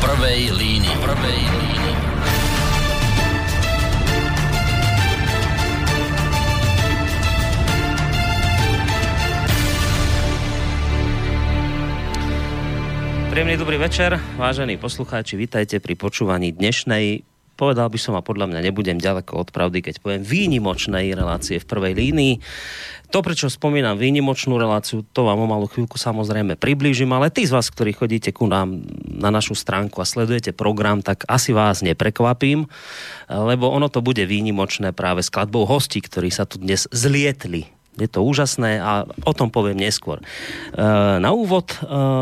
prvej línii. Príjemný dobrý večer, vážení poslucháči, vitajte pri počúvaní dnešnej, povedal by som, a podľa mňa nebudem ďaleko od pravdy, keď poviem výnimočnej relácie v prvej línii. To, prečo spomínam výnimočnú reláciu, to vám o malú chvíľku samozrejme priblížim, ale tí z vás, ktorí chodíte ku nám na našu stránku a sledujete program, tak asi vás neprekvapím, lebo ono to bude výnimočné práve skladbou hostí, ktorí sa tu dnes zlietli. Je to úžasné a o tom poviem neskôr. Na úvod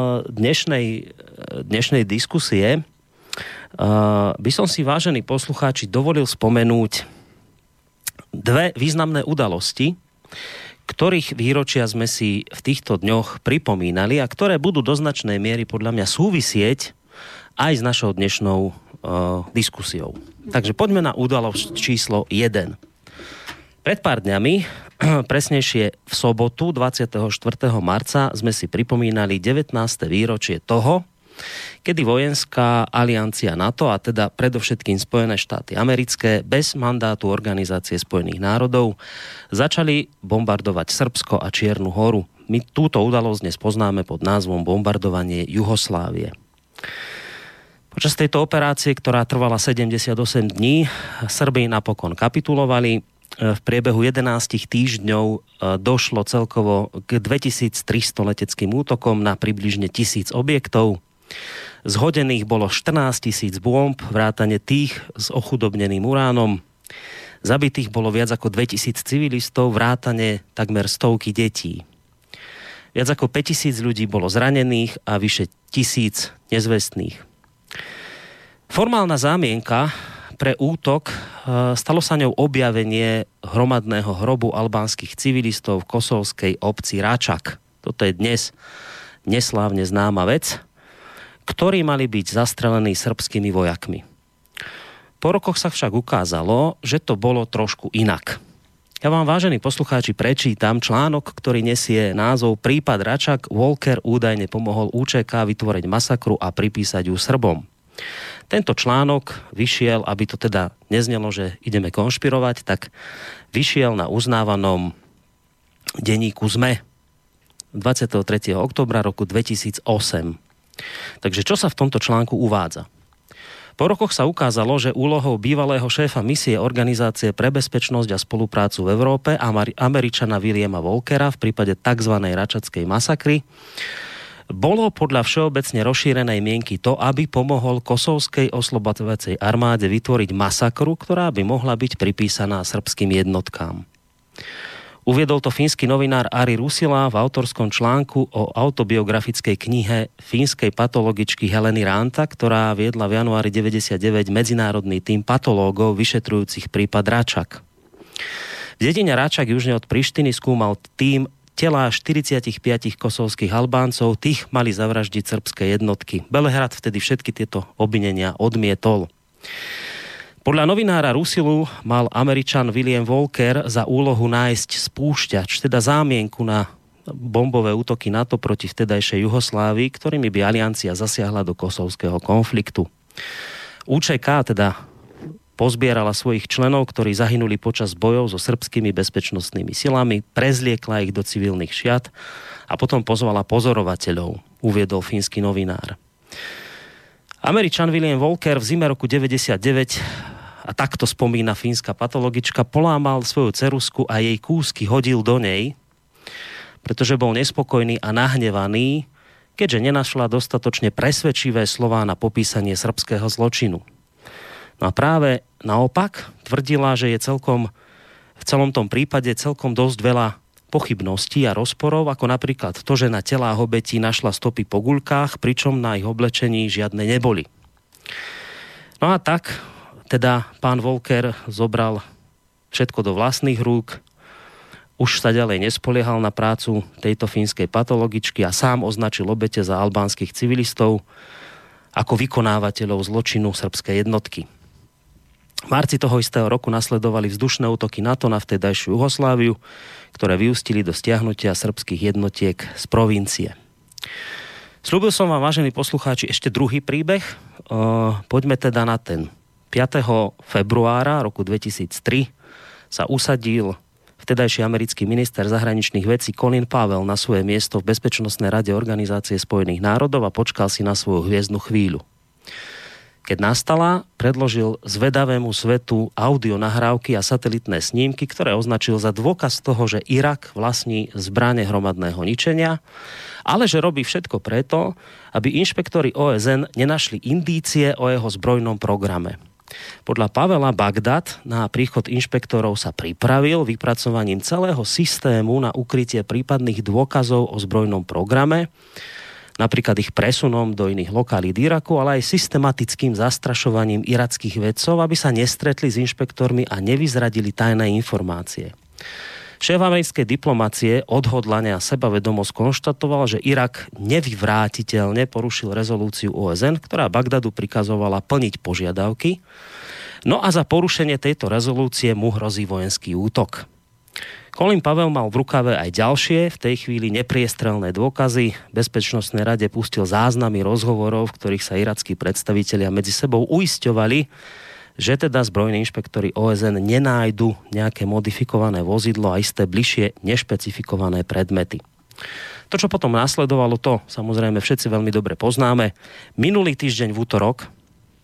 dnešnej diskusie by som si, vážení poslucháči, dovolil spomenúť dve významné udalosti, ktorých výročia sme si v týchto dňoch pripomínali a ktoré budú do značnej miery podľa mňa súvisieť aj s našou dnešnou diskusiou. Takže poďme na udalosť číslo 1. Pred pár dňami, presnejšie v sobotu 24. marca, sme si pripomínali 19. výročie toho, kedy vojenská aliancia NATO, a teda predovšetkým Spojené štáty americké, bez mandátu Organizácie spojených národov, začali bombardovať Srbsko a Čiernu Horu. My túto udalosť dnes poznáme pod názvom bombardovanie Juhoslávie. Počas tejto operácie, ktorá trvala 78 dní, Srbi napokon kapitulovali. V priebehu 11 týždňov došlo celkovo k 2300 leteckým útokom na približne 1000 objektov. Zhodených bolo 14 000 bomb, vrátane tých s ochudobneným uránom. Zabitých bolo viac ako 2000 civilistov, vrátane takmer stovky detí. Viac ako 5000 ľudí bolo zranených a vyše 1000 nezvestných. Formálna zámienka pre útok stalo sa ňou objavenie hromadného hrobu albánskych civilistov v kosovskej obci Račak. Toto je dnes neslávne známa vec, ktorí mali byť zastrelení srbskými vojakmi. Po rokoch sa však ukázalo, že to bolo trošku inak. Ja vám, vážení poslucháči, prečítam článok, ktorý nesie názov Prípad Račak. Volker údajne pomohol UČK vytvoriť masakru a pripísať ju Srbom. Tento článok vyšiel, aby to teda neznelo, že ideme konšpirovať, tak vyšiel na uznávanom denníku SME 23. októbra roku 2008. Takže čo sa v tomto článku uvádza? Po rokoch sa ukázalo, že úlohou bývalého šéfa misie Organizácie pre bezpečnosť a spoluprácu v Európe, Američana Williama Volkera, v prípade tzv. Račatskej masakry, bolo podľa všeobecne rozšírenej mienky to, aby pomohol kosovskej oslobodovacej armáde vytvoriť masakru, ktorá by mohla byť pripísaná srbským jednotkám. Uviedol to fínsky novinár Ari Rusila v autorskom článku o autobiografickej knihe fínskej patologičky Heleny Ranta, ktorá viedla v januári 1999 medzinárodný tím patológov vyšetrujúcich prípad Račak. V dedine Račak južne od Prištiny skúmal tím telá 45 kosovských Albáncov, tých mali zavraždiť srbské jednotky. Belehrad vtedy všetky tieto obvinenia odmietol. Podľa novinára Rusilu mal Američan William Volker za úlohu nájsť spúšťač, teda zámienku na bombové útoky NATO proti vtedajšej Juhoslávii, ktorými by aliancia zasiahla do kosovského konfliktu. UČK teda pozbierala svojich členov, ktorí zahynuli počas bojov so srbskými bezpečnostnými silami, prezliekla ich do civilných šiat a potom pozvala pozorovateľov, uviedol fínsky novinár. Američan William Volker v zime roku 1999, a takto spomína fínska patologička, polámal svoju ceruzku a jej kúsky hodil do nej, pretože bol nespokojný a nahnevaný, keďže nenašla dostatočne presvedčivé slová na popísanie srbského zločinu. No a práve naopak tvrdila, že je v celom tom prípade celkom dosť veľa pochybností a rozporov, ako napríklad to, že na telách obetí našla stopy po guľkách, pričom na ich oblečení žiadne neboli. No a tak teda pán Volker zobral všetko do vlastných rúk, už sa ďalej nespoliehal na prácu tejto fínskej patologičky a sám označil obete za albánskych civilistov ako vykonávateľov zločinu srbskej jednotky. V marci toho istého roku nasledovali vzdušné útoky NATO na vtedajšiu Jugosláviu, ktoré vyústili do stiahnutia srbských jednotiek z provincie. Sľúbil som vám, vážení poslucháči, ešte druhý príbeh. Poďme teda na ten. 5. februára roku 2003 sa usadil vtedajší americký minister zahraničných vecí Colin Powell na svoje miesto v Bezpečnostnej rade Organizácie spojených národov a počkal si na svoju hviezdnu chvíľu. Keď nastala, predložil zvedavému svetu audio nahrávky a satelitné snímky, ktoré označil za dôkaz toho, že Irak vlastní zbrane hromadného ničenia, ale že robí všetko preto, aby inšpektori OSN nenašli indície o jeho zbrojnom programe. Podľa Pavela Bagdad na príchod inšpektorov sa pripravil vypracovaním celého systému na ukrytie prípadných dôkazov o zbrojnom programe, napríklad ich presunom do iných lokalít Iraku, ale aj systematickým zastrašovaním irackých vedcov, aby sa nestretli s inšpektormi a nevyzradili tajné informácie. Šéf americkej diplomacie odhodlane a sebavedomo skonštatoval, že Irak nevyvrátiteľne porušil rezolúciu OSN, ktorá Bagdadu prikazovala plniť požiadavky, no a za porušenie tejto rezolúcie mu hrozí vojenský útok. Colin Powell mal v rukave aj ďalšie, v tej chvíli nepriestrelné dôkazy. Bezpečnostnej rade pustil záznamy rozhovorov, v ktorých sa irackí predstavitelia medzi sebou uisťovali, že teda zbrojní inšpektori OSN nenájdu nejaké modifikované vozidlo a isté bližšie nešpecifikované predmety. To, čo potom následovalo, to samozrejme všetci veľmi dobre poznáme. Minulý týždeň v útorok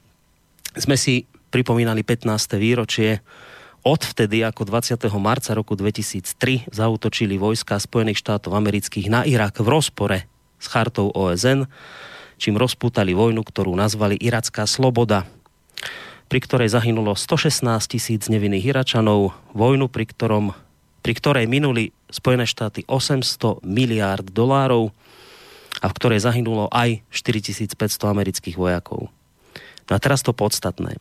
sme si pripomínali 15. výročie odvtedy, ako 20. marca roku 2003 zaútočili vojska Spojených štátov amerických na Irak v rozpore s chartou OSN, čím rozpútali vojnu, ktorú nazvali Iracká sloboda, pri ktorej zahynulo 116 000 nevinných Iračanov, vojnu, pri ktorej minuli Spojené štáty 800 miliárd dolárov a v ktorej zahynulo aj 4500 amerických vojakov. No a teraz to podstatné.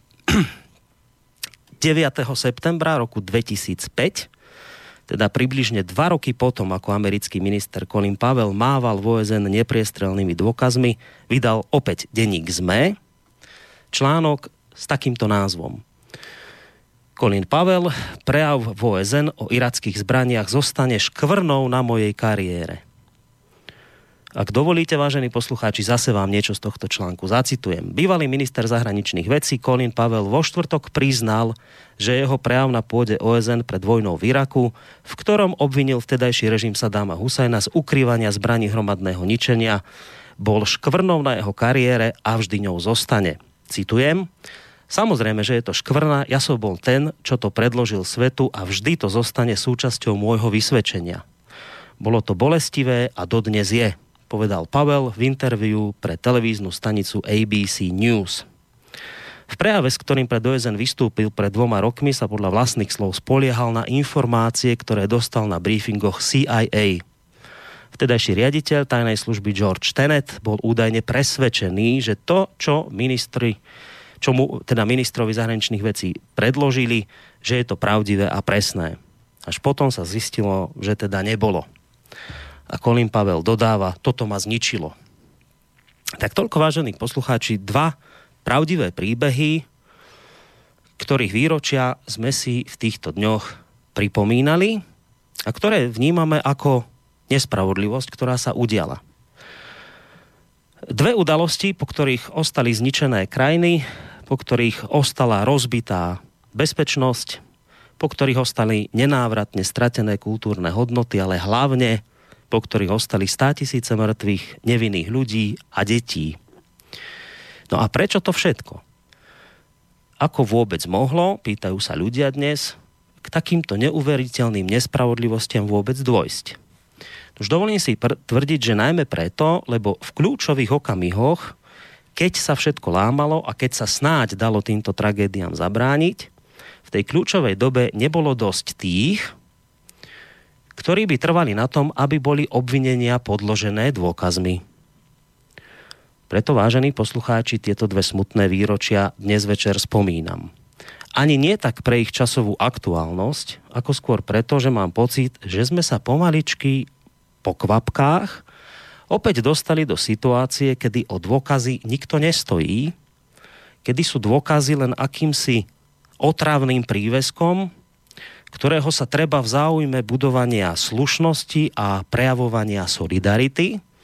9. septembra roku 2005, teda približne 2 roky potom, ako americký minister Colin Powell mával v OSN nepriestrelnými dôkazmi, vydal opäť denník SME článok s takýmto názvom. Colin Powell, prejav v OSN o irackých zbraniach zostane škvrnou na mojej kariére. Ak dovolíte, vážení poslucháči, zase vám niečo z tohto článku zacitujem. Bývalý minister zahraničných vecí Colin Powell vo štvrtok priznal, že jeho prejav na pôde OSN pred vojnou v Iraku, v ktorom obvinil vtedajší režim Saddáma Husajna z ukrývania zbraní hromadného ničenia, bol škvrnou na jeho kariére a vždy ňou zostane. Citujem: Samozrejme, že je to škvrna, ja som bol ten, čo to predložil svetu a vždy to zostane súčasťou môjho vysvedčenia. Bolo to bolestivé a dodnes je, povedal Powell v interviu pre televíznu stanicu ABC News. V prejave, s ktorým pred OSN vystúpil pred 2 rokmi, sa podľa vlastných slov spoliehal na informácie, ktoré dostal na briefingoch CIA. Vtedajší riaditeľ tajnej služby George Tenet bol údajne presvedčený, že to, čo ministrovi zahraničných vecí predložili, že je to pravdivé a presné. Až potom sa zistilo, že teda nebolo. A Colin Powell dodáva, toto ma zničilo. Tak toľko, vážení poslucháči, 2 pravdivé príbehy, ktorých výročia sme si v týchto dňoch pripomínali a ktoré vnímame ako nespravodlivosť, ktorá sa udiala. 2 udalosti, po ktorých ostali zničené krajiny, po ktorých ostala rozbitá bezpečnosť, po ktorých ostali nenávratne stratené kultúrne hodnoty, ale hlavne po ktorých ostali 100 000 mŕtvych, nevinných ľudí a detí. No a prečo to všetko? Ako vôbec mohlo, pýtajú sa ľudia dnes, k takýmto neuveriteľným nespravodlivostiam vôbec dôjsť? Už dovolím si tvrdiť, že najmä preto, lebo v kľúčových okamihoch, keď sa všetko lámalo a keď sa snáď dalo týmto tragédiám zabrániť, v tej kľúčovej dobe nebolo dosť tých, ktorí by trvali na tom, aby boli obvinenia podložené dôkazmi. Preto, vážení poslucháči, tieto 2 smutné výročia dnes večer spomínam. Ani nie tak pre ich časovú aktuálnosť, ako skôr preto, že mám pocit, že sme sa pomaličky po kvapkách opäť dostali do situácie, kedy o dôkazy nikto nestojí, kedy sú dôkazy len akýmsi otravným príveskom, ktorého sa treba v záujme budovania slušnosti a prejavovania solidarity,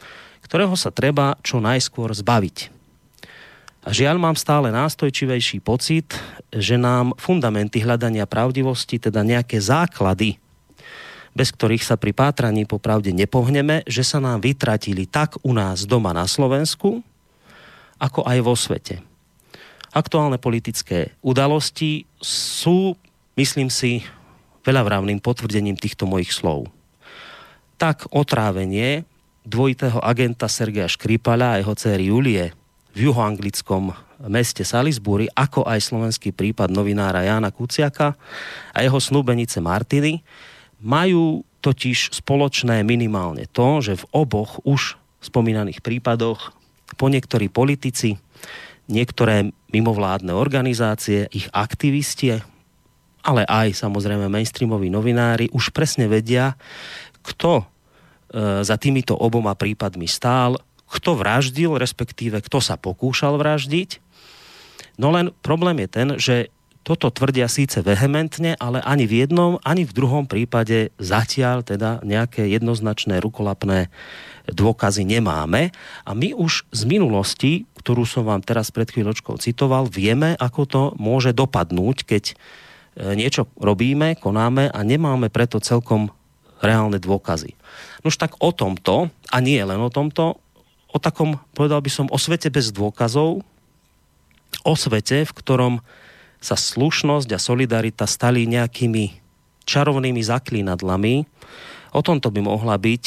ktorého sa treba čo najskôr zbaviť. A žiaľ, mám stále nástojčivejší pocit, že nám fundamenty hľadania pravdivosti, teda nejaké základy, bez ktorých sa pri pátraní po pravde nepohneme, že sa nám vytratili tak u nás doma na Slovensku, ako aj vo svete. Aktuálne politické udalosti sú, myslím si, veľavravným potvrdením týchto mojich slov. Tak otrávenie dvojitého agenta Sergeja Škripala a jeho dcery Julie v juhoanglickom meste Salisbury, ako aj slovenský prípad novinára Jána Kuciaka a jeho snúbenice Martiny, majú totiž spoločné minimálne to, že v oboch už spomínaných prípadoch po niektorí politici, niektoré mimovládne organizácie, ich aktivisti, ale aj samozrejme mainstreamoví novinári už presne vedia, kto za týmito oboma prípadmi stál, kto vraždil, respektíve kto sa pokúšal vraždiť. No len problém je ten, že toto tvrdia síce vehementne, ale ani v jednom, ani v druhom prípade zatiaľ teda nejaké jednoznačné rukolapné dôkazy nemáme. A my už z minulosti, ktorú som vám teraz pred chvíľočkou citoval, vieme, ako to môže dopadnúť, keď niečo robíme, konáme a nemáme preto celkom reálne dôkazy. Nož tak o tomto, a nie len o tomto, o takom, povedal by som, o svete bez dôkazov, o svete, v ktorom sa slušnosť a solidarita stali nejakými čarovnými zaklínadlami. O tomto by mohla byť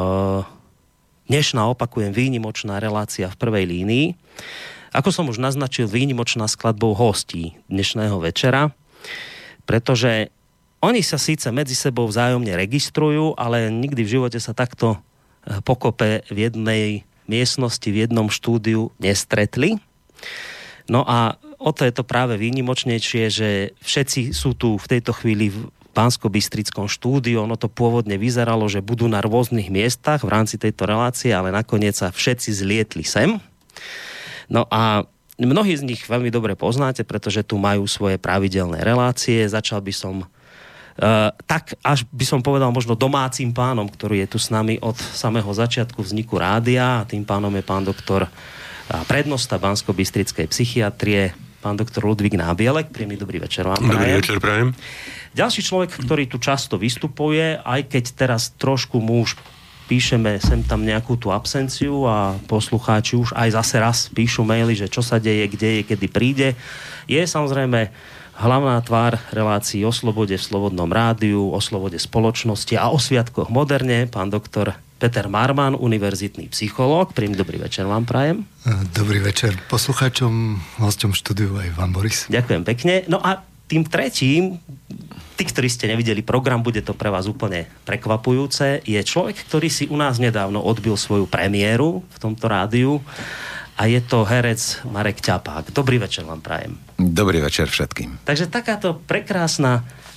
dnešná, opakujem, výnimočná relácia v prvej línii. Ako som už naznačil, výnimočná skladbou hostí dnešného večera, pretože oni sa síce medzi sebou vzájomne registrujú, ale nikdy v živote sa takto pokope v jednej miestnosti, v jednom štúdiu nestretli. No a o to je to práve výnimočnejšie, že všetci sú tu v tejto chvíli v Banskobystrickom štúdiu. Ono to pôvodne vyzeralo, že budú na rôznych miestach v rámci tejto relácie, ale nakoniec sa všetci zlietli sem. No a mnohí z nich veľmi dobre poznáte, pretože tu majú svoje pravidelné relácie. Začal by som tak, až by som povedal možno domácim pánom, ktorý je tu s nami od samého začiatku vzniku rádia, a tým pánom je pán doktor prednosta Banskobystrickej psychiatrie, pán doktor Ludvík Nábielek. Príjemný dobrý večer vám prajem. Dobrý večer prajem. Ďalší človek, ktorý tu často vystupuje, aj keď teraz trošku mu už píšeme sem tam nejakú tú absenciu a poslucháči už aj zase raz píšu maily, že čo sa deje, kde je, kedy príde, je samozrejme hlavná tvár relácií o slobode v Slobodnom rádiu, o slobode spoločnosti a o sviatkoch moderne, pán doktor Peter Marman, univerzitný psychológ. Príjemný dobrý večer vám prajem. Dobrý večer poslucháčom, hosťom štúdiu aj vám, Boris. Ďakujem pekne. No a tým tretím, tí, ktorí ste nevideli program, bude to pre vás úplne prekvapujúce, je človek, ktorý si u nás nedávno odbil svoju premiéru v tomto rádiu a je to herec Marek Ťapák. Dobrý večer vám prajem. Dobrý večer všetkým. Takže takáto prekrásna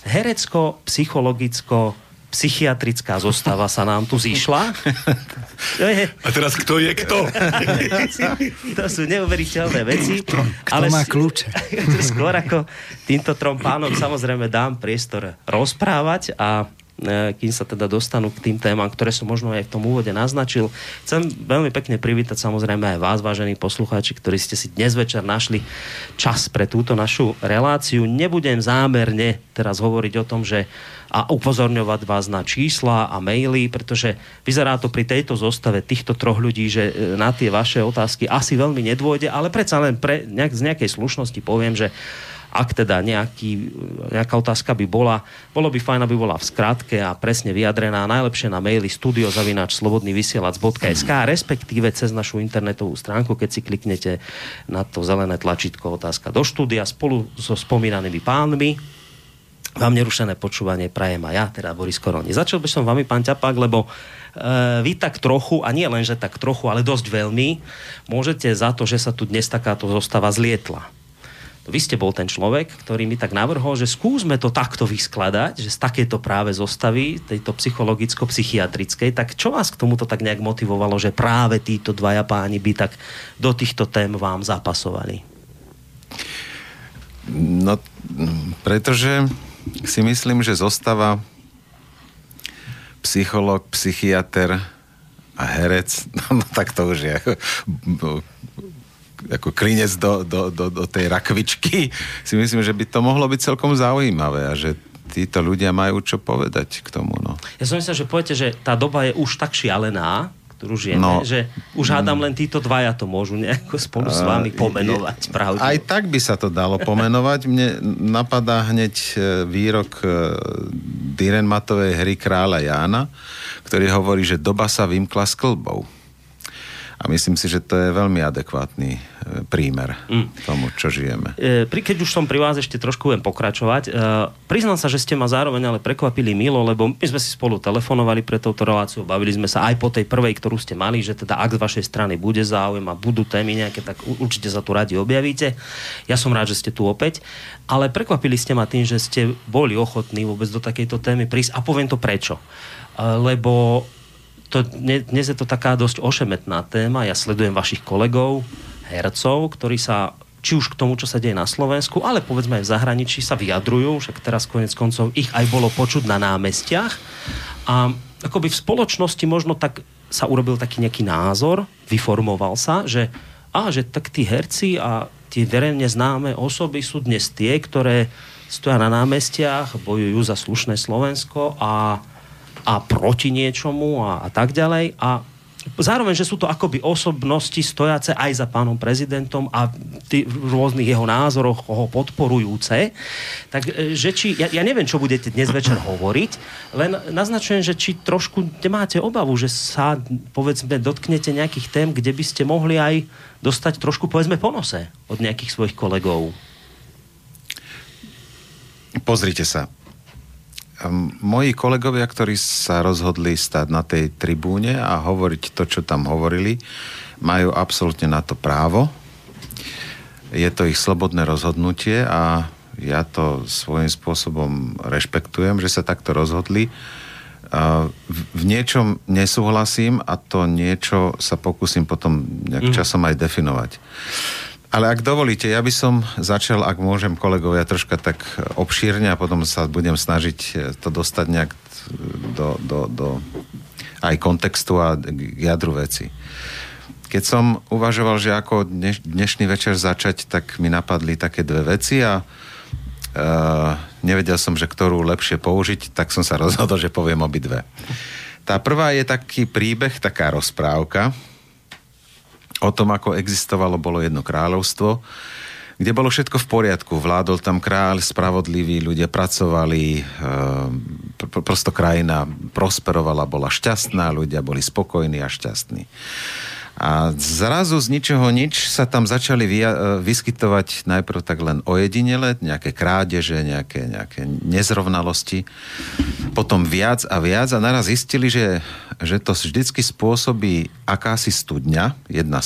herecko-psychologicko-psychiatrická zostava sa nám tu zišla. A teraz kto je kto? To sú neuveriteľné veci. Kto má kľúče? Skôr ako týmto trom pánom samozrejme dám priestor rozprávať a kým sa teda dostanú k tým témam, ktoré som možno aj v tom úvode naznačil. Chcem veľmi pekne privítať samozrejme aj vás, vážení poslucháči, ktorí ste si dnes večer našli čas pre túto našu reláciu. Nebudem zámerne teraz hovoriť o tom, že a upozorňovať vás na čísla a maily, pretože vyzerá to pri tejto zostave týchto troch ľudí, že na tie vaše otázky asi veľmi nedôjde, ale predsa len z nejakej slušnosti poviem, že ak teda nejaká otázka by bola, bolo by fajn, aby bola v skratke a presne vyjadrená, najlepšie na maili studio@slobodnyvysielac.sk, respektíve cez našu internetovú stránku, keď si kliknete na to zelené tlačítko otázka do štúdia spolu so spomínanými pánmi. Vám nerušené počúvanie prajem a ja, teda Boris Koroni. Začal by som vami, pán Ťapák, lebo vy tak trochu, a nie len, že tak trochu, ale dosť veľmi, môžete za to, že sa tu dnes takáto zostava zlietla. Vy ste bol ten človek, ktorý mi tak navrhol, že skúsme to takto vyskladať, že z takéto práve zostavy, tejto psychologicko-psychiatrickej, tak čo vás k tomuto tak nejak motivovalo, že práve títo dvaja páni by tak do týchto tém vám zapasovali? No, pretože si myslím, že zostava psychológ, psychiater a herec, no tak to už je ako klinec do tej rakvičky. Si myslím, že by to mohlo byť celkom zaujímavé a že títo ľudia majú čo povedať k tomu. No. Ja som myslel, že poviete, že tá doba je už tak šialená, ktorú žijeme, že už hádam len títo dvaja to môžu nejako spolu s vami pomenovať. Aj tak by sa to dalo pomenovať. Mne napadá hneď výrok Dürrenmattovej hry Kráľa Jána, ktorý hovorí, že doba sa vymkla s kĺbou. A myslím si, že to je veľmi adekvátny prímer tomu, čo žijeme. Keď už som pri vás, ešte trošku budem pokračovať. Priznám sa, že ste ma zároveň ale prekvapili milo, lebo my sme si spolu telefonovali pre touto reláciu, bavili sme sa aj po tej prvej, ktorú ste mali, že teda ak z vašej strany bude záujem a budú témy nejaké, tak určite sa tu radi objavíte. Ja som rád, že ste tu opäť, ale prekvapili ste ma tým, že ste boli ochotní vôbec do takejto témy prísť a poviem to prečo. Lebo dnes je to taká dosť ošemetná téma. Ja sledujem vašich kolegov, hercov, ktorí sa, či už k tomu, čo sa deje na Slovensku, ale povedzme aj v zahraničí sa vyjadrujú, však teraz konec koncov ich aj bolo počuť na námestiach. A akoby v spoločnosti možno tak sa urobil taký nejaký názor, vyformoval sa, že tak tí herci a tie verejne známe osoby sú dnes tie, ktoré stoja na námestiach, bojujú za slušné Slovensko a proti niečomu a tak ďalej. A zároveň, že sú to akoby osobnosti stojace aj za pánom prezidentom a v rôznych jeho názoroch ho podporujúce. Takže ja neviem, čo budete dnes večer hovoriť, len naznačujem, že či trošku nemáte obavu, že sa, povedzme, dotknete nejakých tém, kde by ste mohli aj dostať trošku, povedzme, po nose od nejakých svojich kolegov. Pozrite sa. Moji kolegovia, ktorí sa rozhodli stať na tej tribúne a hovoriť to, čo tam hovorili, majú absolútne na to právo. Je to ich slobodné rozhodnutie a ja to svojím spôsobom rešpektujem, že sa takto rozhodli. V niečom nesúhlasím a to niečo sa pokúsim potom nejak časom aj definovať. Ale ak dovolíte, ja by som začal, ak môžem, kolegovia, troška tak obšírne a potom sa budem snažiť to dostať nejak do aj kontextu a k jadru veci. Keď som uvažoval, že ako dnešný večer začať, tak mi napadli také dve veci a nevedel som, že ktorú lepšie použiť, tak som sa rozhodol, že poviem obidve. Tá prvá je taký príbeh, taká rozprávka o tom, ako bolo jedno kráľovstvo, kde bolo všetko v poriadku. Vládol tam kráľ, spravodliví ľudia pracovali, prosto krajina prosperovala, bola šťastná, ľudia boli spokojní a šťastní. A zrazu z ničoho nič sa tam začali vyskytovať najprv tak len ojedinele, nejaké krádeže, nejaké nezrovnalosti, potom viac a naraz zistili, že to vždycky spôsobí akási studňa, jedna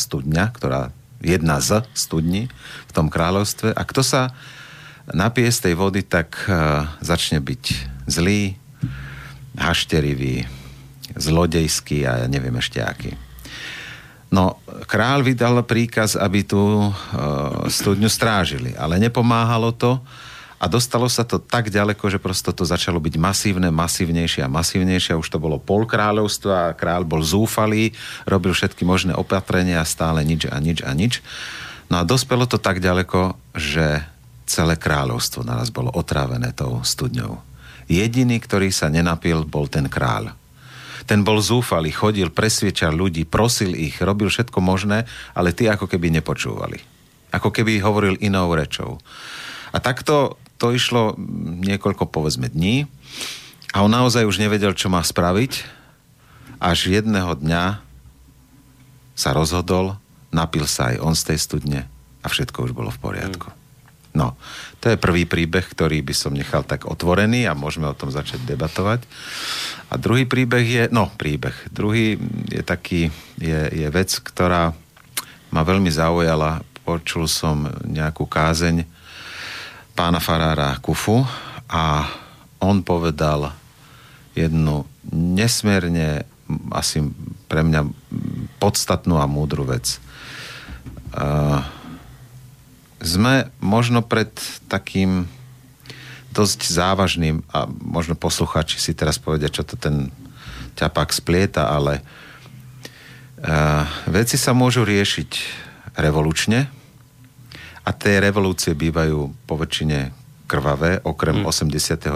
z studní v tom kráľovstve a kto sa napije z tej vody, tak začne byť zlý, hašterivý, zlodejský a ja neviem ešte aký. No, kráľ vydal príkaz, aby tú studňu strážili, ale nepomáhalo to a dostalo sa to tak ďaleko, že prosto to začalo byť masívnejšie a masívnejšie. Už to bolo pol kráľovstva a kráľ bol zúfalý, robil všetky možné opatrenia a stále nič. No a dospelo to tak ďaleko, že celé kráľovstvo naraz bolo otrávené tou studňou. Jediný, ktorý sa nenapil, bol ten kráľ. Ten bol zúfalý, chodil, presviečal ľudí, prosil ich, robil všetko možné, ale tí ako keby nepočúvali. Ako keby hovoril inou rečou. A takto to išlo niekoľko, povedzme, dní a on naozaj už nevedel, čo má spraviť. Až jedného dňa sa rozhodol, napil sa aj on z tej studne a všetko už bolo v poriadku. No, to je prvý príbeh, ktorý by som nechal tak otvorený a môžeme o tom začať debatovať. A druhý príbeh je, druhý je taký, je vec, ktorá ma veľmi zaujala. Počul som nejakú kázeň pána farára Kufu a on povedal jednu nesmierne asi pre mňa podstatnú a múdru vec. Sme možno pred takým dosť závažným, a možno poslucháči si teraz povedia, čo to ten ťapák splieta, ale Veci sa môžu riešiť revolučne a tie revolúcie bývajú poväčšine krvavé, okrem 89.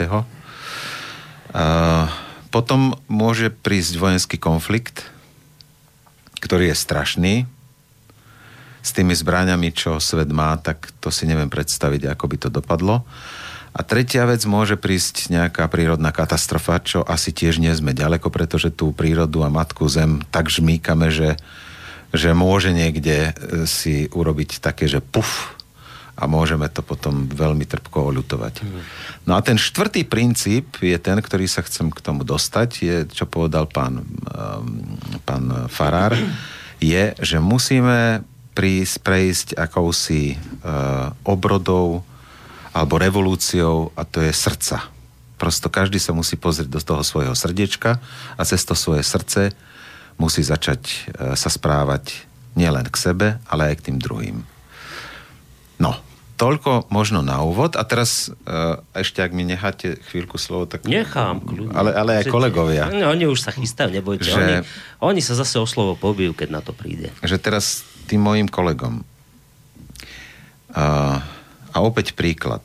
Potom môže prísť vojenský konflikt, ktorý je strašný. S tými zbraňami, čo svet má, tak to si neviem predstaviť, ako by to dopadlo. A tretia vec, môže prísť nejaká prírodná katastrofa, čo asi tiež nie sme ďaleko, pretože tú prírodu a matku Zem tak žmýkame, že môže niekde si urobiť také, že puf, a môžeme to potom veľmi trpko oľutovať. No a ten štvrtý princíp je ten, ktorý sa chcem k tomu dostať, je, čo povedal pán farár, je, že musíme prejsť akousi obrodou alebo revolúciou, a to je srdca. Prosto každý sa musí pozrieť do toho svojho srdiečka a cez to svoje srdce musí začať sa správať nielen k sebe, ale aj k tým druhým. No, toľko možno na úvod. A teraz ešte, ak mi necháte chvíľku slovo, tak... Nechám, kľudne. Ale aj kolegovia. No, oni už sa chystajú, nebojte. Že... Oni sa zase o slovo pobijú, keď na to príde. Že teraz tým mojim kolegom. A opäť príklad.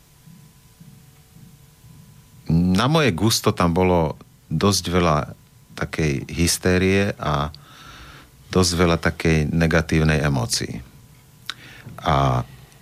Na moje gusto tam bolo dosť veľa takej hystérie a dosť veľa takej negatívnej emócii. A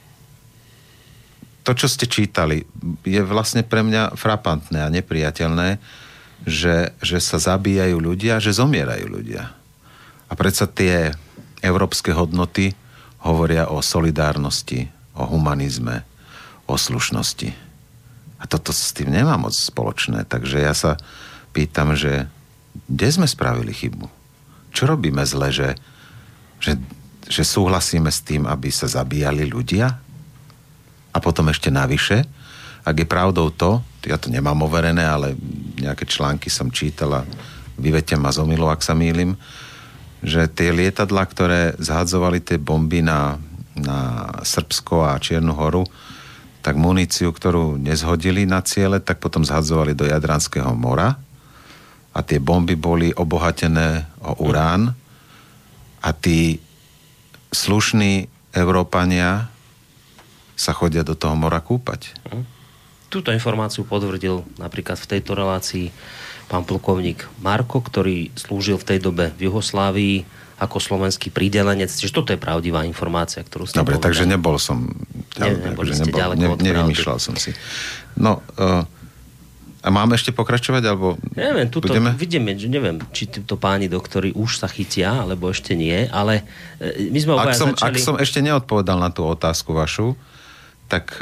to, čo ste čítali, je vlastne pre mňa frapantné a nepriateľné, že sa zabíjajú ľudia, že zomierajú ľudia. A predsa tie európske hodnoty hovoria o solidárnosti, o humanizme, o slušnosti. A toto s tým nemá moc spoločné. Takže ja sa pýtam, že kde sme spravili chybu? Čo robíme zle, že súhlasíme s tým, aby sa zabíjali ľudia? A potom ešte navyše, ak je pravdou to, ja to nemám overené, ale nejaké články som čítala, vyvete ma z omylu, ak sa mýlim, že tie lietadlá, ktoré zhadzovali tie bomby na Srbsko a Čiernu Horu, tak muníciu, ktorú nezhodili na ciele, tak potom zhadzovali do Jadranského mora a tie bomby boli obohatené o urán a tí slušní Európania sa chodia do toho mora kúpať. Túto informáciu potvrdil napríklad v tejto relácii pán plukovník Marko, ktorý slúžil v tej dobe v Juhoslávii ako slovenský pridelenec. Čiže toto je pravdivá informácia, ktorú ste dobre, povedali. takže nebol som... Nevymýšľal som si. No, a máme ešte pokračovať, alebo neviem, tuto budeme? Vidíme, že neviem, či títo páni doktori už sa chytia, alebo ešte nie, ale my sme obaja začali... Ak som ešte neodpovedal na tú otázku vašu, tak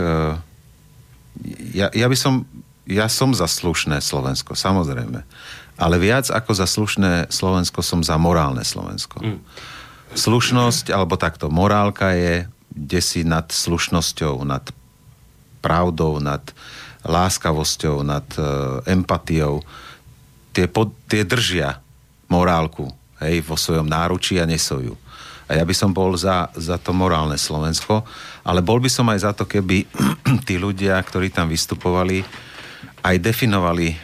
ja som za slušné Slovensko, samozrejme. Ale viac ako za slušné Slovensko som za morálne Slovensko. Slušnosť, alebo takto, morálka je desi nad slušnosťou, nad pravdou, nad láskavosťou, nad empatiou. Tie držia morálku, hej, vo svojom náručí a nesú ju. A ja by som bol za to morálne Slovensko, ale bol by som aj za to, keby tí ľudia, ktorí tam vystupovali, aj definovali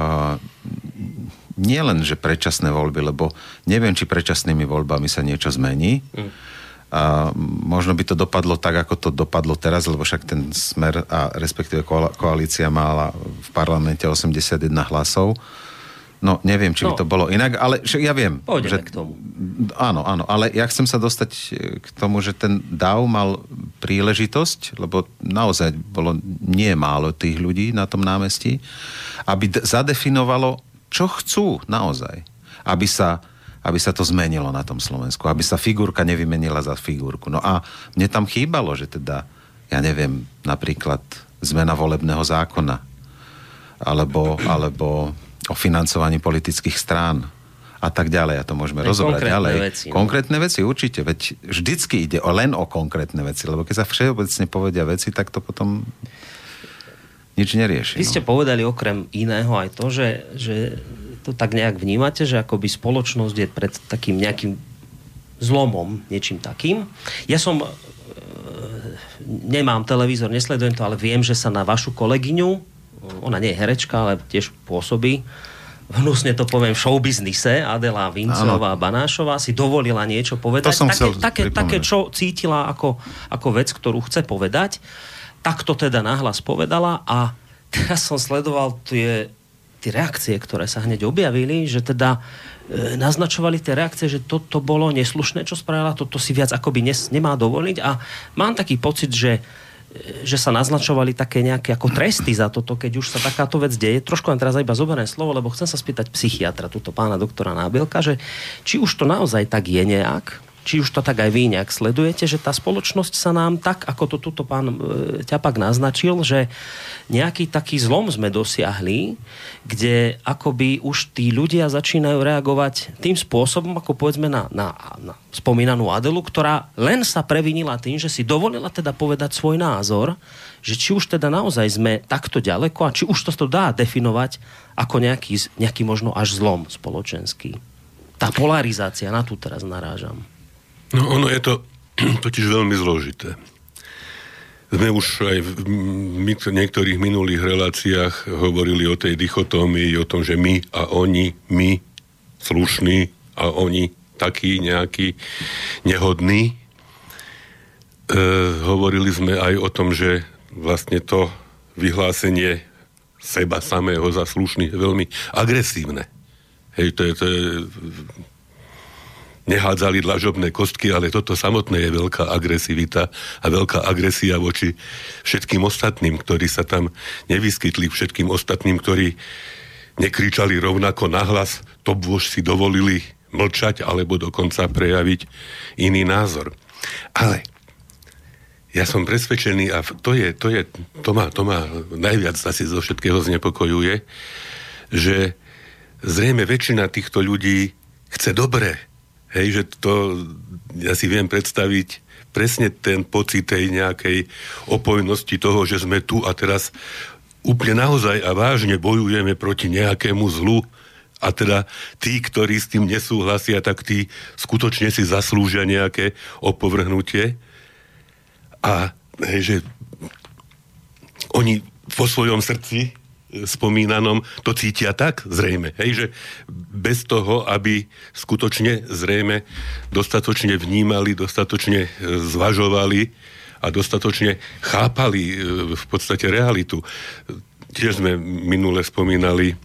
nie len, že predčasné voľby, lebo neviem, či predčasnými voľbami sa niečo zmení. A možno by to dopadlo tak, ako to dopadlo teraz, lebo však ten Smer a respektíve koalícia mala v parlamente 81 hlasov. No, neviem, či by to bolo inak, ale ja viem. Pôjdeme k tomu. Áno, ale ja chcem sa dostať k tomu, že ten DAO mal príležitosť, lebo naozaj bolo nie málo tých ľudí na tom námestí, aby zadefinovalo, čo chcú naozaj. Aby sa to zmenilo na tom Slovensku. Aby sa figurka nevymenila za figurku. No a mne tam chýbalo, že teda, ja neviem, napríklad zmena volebného zákona alebo o financovaní politických strán a tak ďalej. A to môžeme rozobrať ďalej. Konkrétne veci, určite. Veď vždycky ide len o konkrétne veci, lebo keď sa všeobecne povedia veci, tak to potom nič nerieši. Vy ste povedali okrem iného aj to, že to tak nejak vnímate, že akoby spoločnosť je pred takým nejakým zlomom, niečím takým. Ja som nemám televízor, nesledujem to, ale viem, že sa na vašu kolegyňu, ona nie je herečka, ale tiež pôsobí hnusne to poviem, v showbiznise, Adela Vincová Banášová si dovolila niečo povedať. To som také, čo cítila ako vec, ktorú chce povedať. Tak to teda nahlas povedala a teraz som sledoval tie reakcie, ktoré sa hneď objavili, že teda naznačovali tie reakcie, že toto bolo neslušné, čo spravila, toto si viac akoby nemá dovoliť a mám taký pocit, že sa naznačovali také nejaké ako tresty za toto, keď už sa takáto vec deje. Trošku len teraz iba zoberiem slovo, lebo chcem sa spýtať psychiatra, túto pána doktora Nábielka, že či už to naozaj tak je nejak, či už to tak aj vy nejak sledujete, že tá spoločnosť sa nám tak, ako to tuto pán Ťapak naznačil, že nejaký taký zlom sme dosiahli, kde akoby už tí ľudia začínajú reagovať tým spôsobom, ako povedzme na spomínanú Adelu, ktorá len sa previnila tým, že si dovolila teda povedať svoj názor, že či už teda naozaj sme takto ďaleko a či už to dá definovať ako nejaký možno až zlom spoločenský. Tá polarizácia, na tú teraz narážam. No ono je to totiž veľmi zložité. Sme už aj v niektorých minulých reláciách hovorili o tej dichotómii, o tom, že my a oni, my slušní a oni takí nejakí nehodní. Hovorili sme aj o tom, že vlastne to vyhlásenie seba samého za slušný je veľmi agresívne. Hej, to je nehádzali dlažobné kostky, ale toto samotné je veľká agresivita a veľká agresia voči všetkým ostatným, ktorí sa tam nevyskytli, všetkým ostatným, ktorí nekričali rovnako nahlas, to už si dovolili mlčať alebo dokonca prejaviť iný názor. Ale ja som presvedčený, a to ma najviac asi zo všetkého znepokojuje, že zrejme väčšina týchto ľudí chce dobre. Hej, že to, ja si viem predstaviť presne ten pocit tej nejakej opojnosti toho, že sme tu a teraz úplne naozaj a vážne bojujeme proti nejakému zlu a teda tí, ktorí s tým nesúhlasia, tak tí skutočne si zaslúžia nejaké opovrhnutie a hej, že oni vo svojom srdci spomínanom to cítia tak zrejme, hej, že bez toho, aby skutočne zrejme dostatočne vnímali, dostatočne zvažovali a dostatočne chápali v podstate realitu. Tiež sme minule spomínali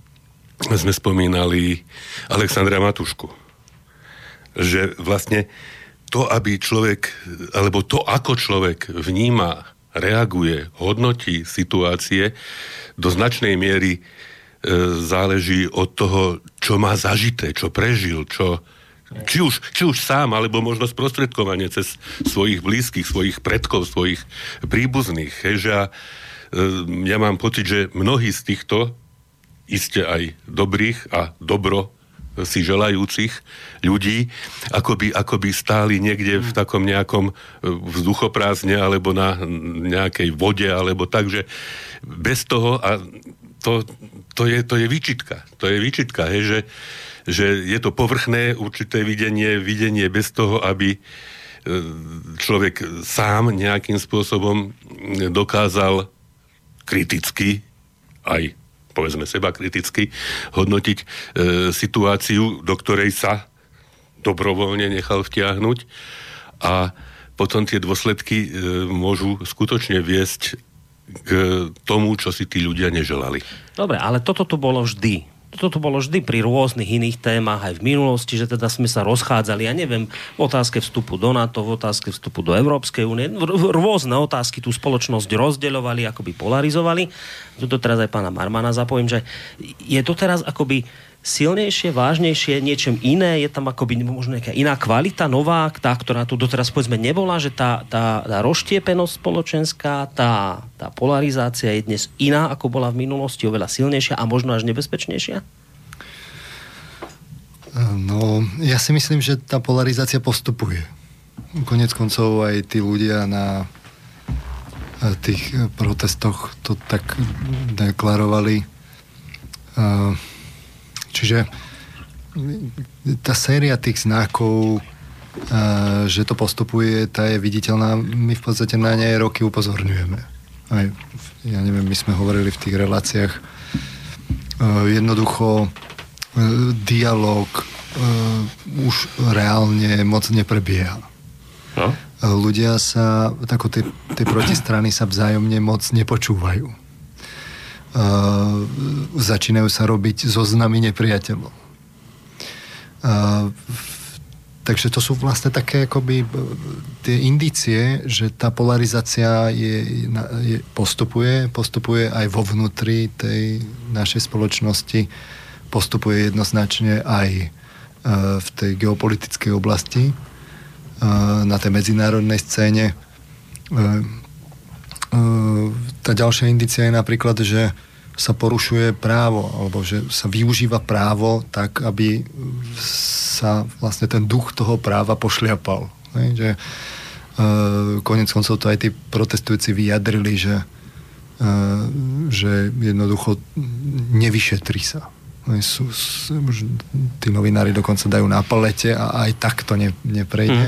Alexandra Matušku, že vlastne to, aby človek, alebo to, ako človek vníma, reaguje, hodnotí situácie, do značnej miery záleží od toho, čo má zažité, čo prežil, či už sám, alebo možno sprostredkovanie cez svojich blízkych, svojich predkov, svojich príbuzných. Ja mám pocit, že mnohí z týchto, iste aj dobrých a dobro si želajúcich ľudí, akoby stáli niekde v takom nejakom vzduchoprázdne alebo na nejakej vode, alebo tak, že bez toho, a to je výčitka. To je výčitka, hej, že je to povrchné určité videnie bez toho, aby človek sám nejakým spôsobom dokázal kriticky aj povedzme seba kriticky hodnotiť situáciu, do ktorej sa dobrovoľne nechal vtiahnuť a potom tie dôsledky môžu skutočne viesť k tomu, čo si tí ľudia neželali. Dobre, ale toto bolo vždy. Toto bolo vždy pri rôznych iných témach aj v minulosti, že teda sme sa rozchádzali, ja neviem, v otázke vstupu do NATO, v otázke vstupu do Európskej únie, rôzne otázky tú spoločnosť rozdeľovali, akoby polarizovali. Tuto teraz aj pána Marmana zapojím, že je to teraz akoby silnejšie, vážnejšie, niečím iné, je tam akoby možno nejaká iná kvalita, nová, tá, ktorá tu doteraz povedzme nebola, že tá rozštiepenosť spoločenská, tá polarizácia je dnes iná, ako bola v minulosti, oveľa silnejšia a možno až nebezpečnejšia? No, ja si myslím, že tá polarizácia postupuje. Koniec koncov aj tí ľudia na tých protestoch to tak deklarovali. Čiže tá séria tých znakov, že to postupuje, tá je viditeľná. My v podstate na nej roky upozorňujeme. Aj, ja neviem, my sme hovorili v tých reláciách jednoducho dialog už reálne moc neprebieha. No? Ľudia sa, tako tie protistrany sa vzájomne moc nepočúvajú. Začínajú sa robiť zoznamy nepriateľov. Takže to sú vlastne také akoby tie indície, že tá polarizácia postupuje aj vo vnútri tej našej spoločnosti, postupuje jednoznačne aj v tej geopolitickej oblasti, na tej medzinárodnej scéne. Tá ďalšia indícia je napríklad, že sa porušuje právo, alebo že sa využíva právo tak, aby sa vlastne ten duch toho práva pošliapal. Že konec koncov to aj tí protestujúci vyjadrili, že jednoducho nevyšetrí sa. Tí novinári dokonca dajú na palete a aj tak to neprejde.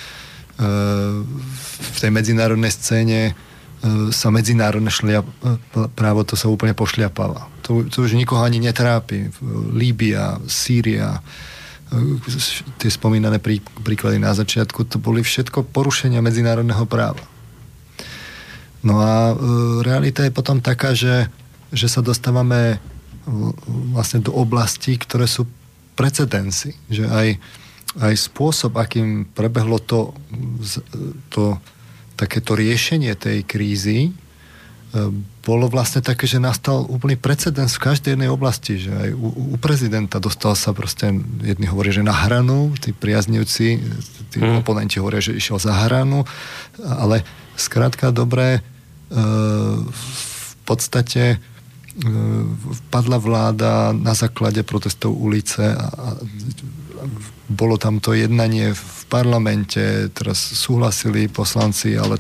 V tej medzinárodnej scéne sa medzinárodné právo to sa úplne pošliapáva. To už nikoho ani netrápi. Líbia, Sýria, tie spomínané príklady na začiatku, to boli všetko porušenia medzinárodného práva. No a realita je potom taká, že sa dostávame vlastne do oblastí, ktoré sú precedensy. Že aj spôsob, akým prebehlo to takéto riešenie tej krízy, bolo vlastne také, že nastal úplný precedens v každej jednej oblasti, že aj u prezidenta dostal sa proste, jedni hovoria, že na hranu, tí priaznivci, tí oponenti hovoria, že išiel za hranu, ale skrátka dobre, v podstate padla vláda na základe protestov ulice a bolo tam to jednanie v parlamente, teraz súhlasili poslanci, ale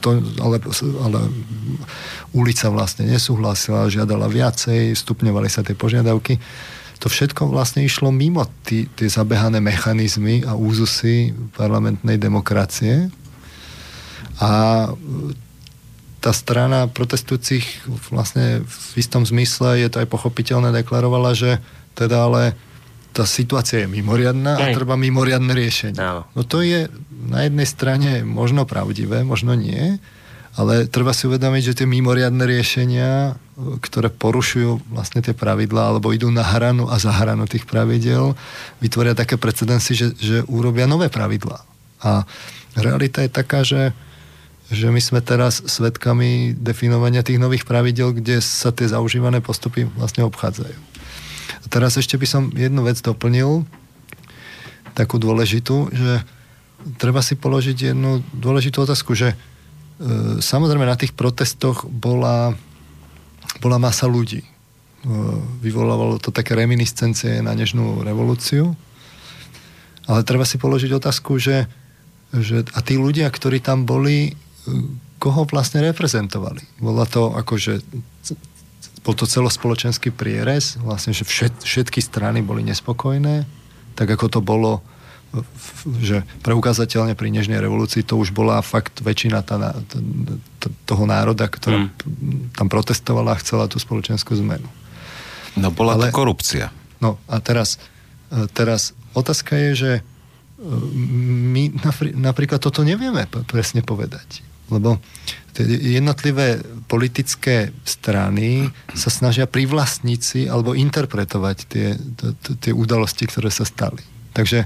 ulica vlastne nesúhlasila, žiadala viacej, stupňovali sa tie požiadavky. To všetko vlastne išlo mimo tie zabehané mechanizmy a úzusy parlamentnej demokracie. A tá strana protestujúcich vlastne v istom zmysle, je to aj pochopiteľné, deklarovala, že teda ale tá situácia je mimoriadna a treba mimoriadne riešenie. No to je na jednej strane možno pravdivé, možno nie, ale treba si uvedomiť, že tie mimoriadne riešenia, ktoré porušujú vlastne tie pravidlá alebo idú na hranu a za hranu tých pravidel, vytvoria také precedensy, že urobia nové pravidlá. A realita je taká, že my sme teraz svedkami definovania tých nových pravidel, kde sa tie zaužívané postupy vlastne obchádzajú. A teraz ešte by som jednu vec doplnil, takú dôležitú, že treba si položiť jednu dôležitú otázku, že samozrejme na tých protestoch bola masa ľudí. Vyvolávalo to také reminiscencie na nežnú revolúciu, ale treba si položiť otázku, že a tí ľudia, ktorí tam boli, koho vlastne reprezentovali? Bola to akože bol to celospoločenský prierez, vlastne, že všetky strany boli nespokojné, tak ako to bolo, že preukázateľne pri nežnej revolúcii to už bola fakt väčšina toho národa, ktorá tam protestovala a chcela tú spoločenskú zmenu. No bola to korupcia. No a teraz otázka je, že my napríklad toto nevieme presne povedať. Lebo jednotlivé politické strany sa snažia privlastniť si alebo interpretovať tie udalosti, ktoré sa stali. Takže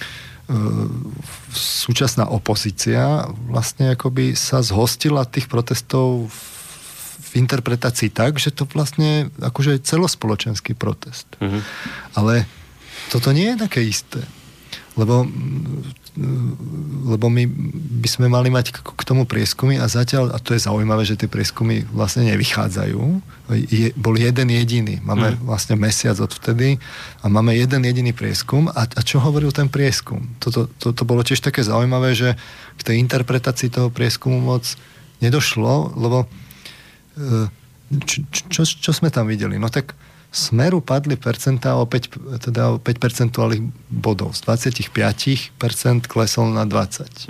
súčasná opozícia vlastne akoby sa zhostila tých protestov v interpretácii tak, že to vlastne akože je celospoločenský protest. Ale toto nie je také isté. Lebo my by sme mali mať k tomu prieskumy a zatiaľ, a to je zaujímavé, že tie prieskumy vlastne nevychádzajú. Bol jeden jediný. Máme vlastne mesiac odvtedy a máme jeden jediný prieskum. A čo hovoril ten prieskum? Toto bolo tiež také zaujímavé, že k tej interpretácii toho prieskumu moc nedošlo, lebo čo sme tam videli? No tak Smeru padli percentá o 5 percentuálnych bodov. Z 25% klesol na 20.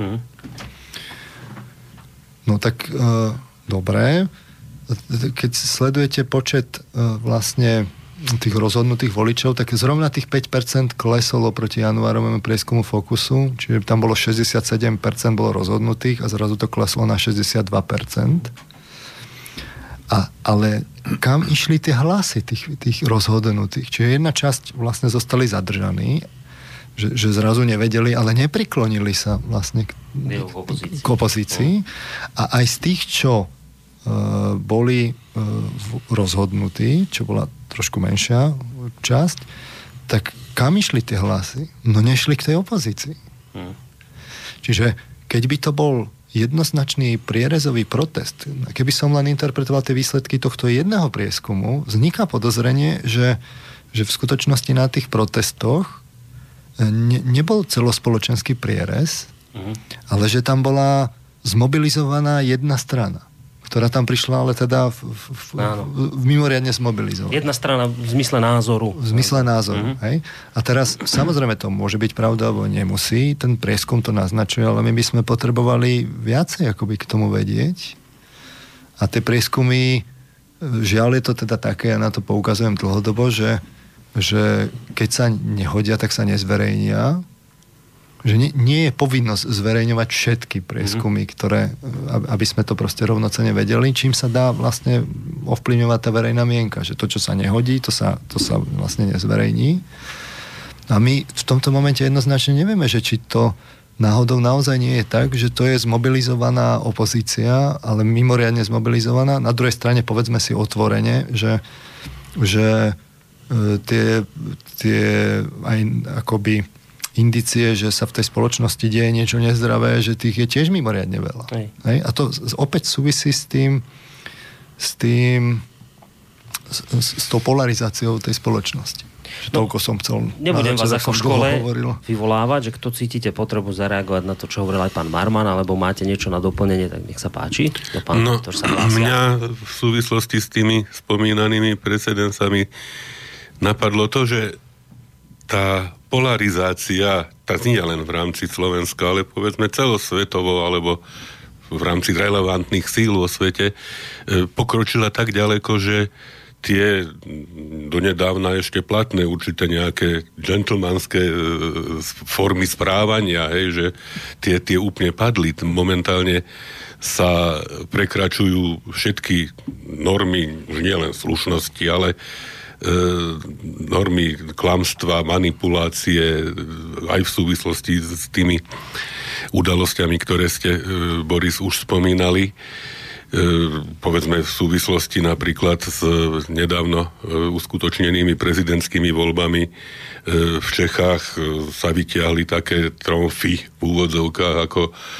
No tak dobre. Keď sledujete počet vlastne tých rozhodnutých voličov, tak zrovna tých 5% kleslo proti januárovému prieskumu Fokusu, čiže tam bolo 67% bolo rozhodnutých a zrazu to kleslo na 62%. Ale kam išli tie hlasy tých rozhodnutých? Čiže jedna časť vlastne zostali zadržaní, že zrazu nevedeli, ale nepriklonili sa vlastne k opozícii. A aj z tých, čo boli rozhodnutí, čo bola trošku menšia časť, tak kam išli tie hlasy? No nešli k tej opozícii. Čiže keď by to bol jednoznačný prierezový protest, keby som len interpretoval tie výsledky tohto jedného prieskumu, vzniká podozrenie, že v skutočnosti na tých protestoch nebol celospoločenský prierez, ale že tam bola zmobilizovaná jedna strana, ktorá tam prišla, ale teda v mimoriadne zmobilizovaná. Jedna strana v zmysle názoru. V zmysle názoru, hej. A teraz, samozrejme, to môže byť pravda, alebo nemusí, ten prieskum to naznačuje, ale my by sme potrebovali viacej akoby k tomu vedieť. A tie prieskumy, žiaľ je to teda také, ja na to poukazujem dlhodobo, že keď sa nehodia, tak sa nezverejnia. Že nie je povinnosť zverejňovať všetky prieskumy, ktoré, aby sme to proste rovnocene vedeli, čím sa dá vlastne ovplyvňovať tá verejná mienka. Že to, čo sa nehodí, to sa vlastne nezverejní. A my v tomto momente jednoznačne nevieme, že či to náhodou naozaj nie je tak, že to je zmobilizovaná opozícia, ale mimoriadne zmobilizovaná. Na druhej strane povedzme si otvorene, že tie aj akoby indície, že sa v tej spoločnosti deje niečo nezdravé, že tých je tiež mimoriadne veľa. Hej? A to opäť súvisí s tou polarizáciou tej spoločnosti. Toľko som chcel. Nebudem vás ako v škole vyvolávať, že kto cítite potrebu zareagovať na to, čo hovoril aj pán Marman, alebo máte niečo na doplnenie, tak nech sa páči. Mňa v súvislosti s tými spomínanými precedensami napadlo to, že tá polarizácia, tá nie len v rámci Slovenska, ale povedzme celosvetovo, alebo v rámci relevantných síl vo svete, pokročila tak ďaleko, že tie donedávna ešte platné určité nejaké džentlmanské formy správania, hej, že tie úplne padli. Momentálne sa prekračujú všetky normy, už nielen slušnosti, ale normy klamstva, manipulácie aj v súvislosti s tými udalosťami, ktoré ste, Boris, už spomínali. Povedzme v súvislosti napríklad s nedávno uskutočnenými prezidentskými voľbami v Čechách sa vytiahli také tromfy v úvodzovkách ako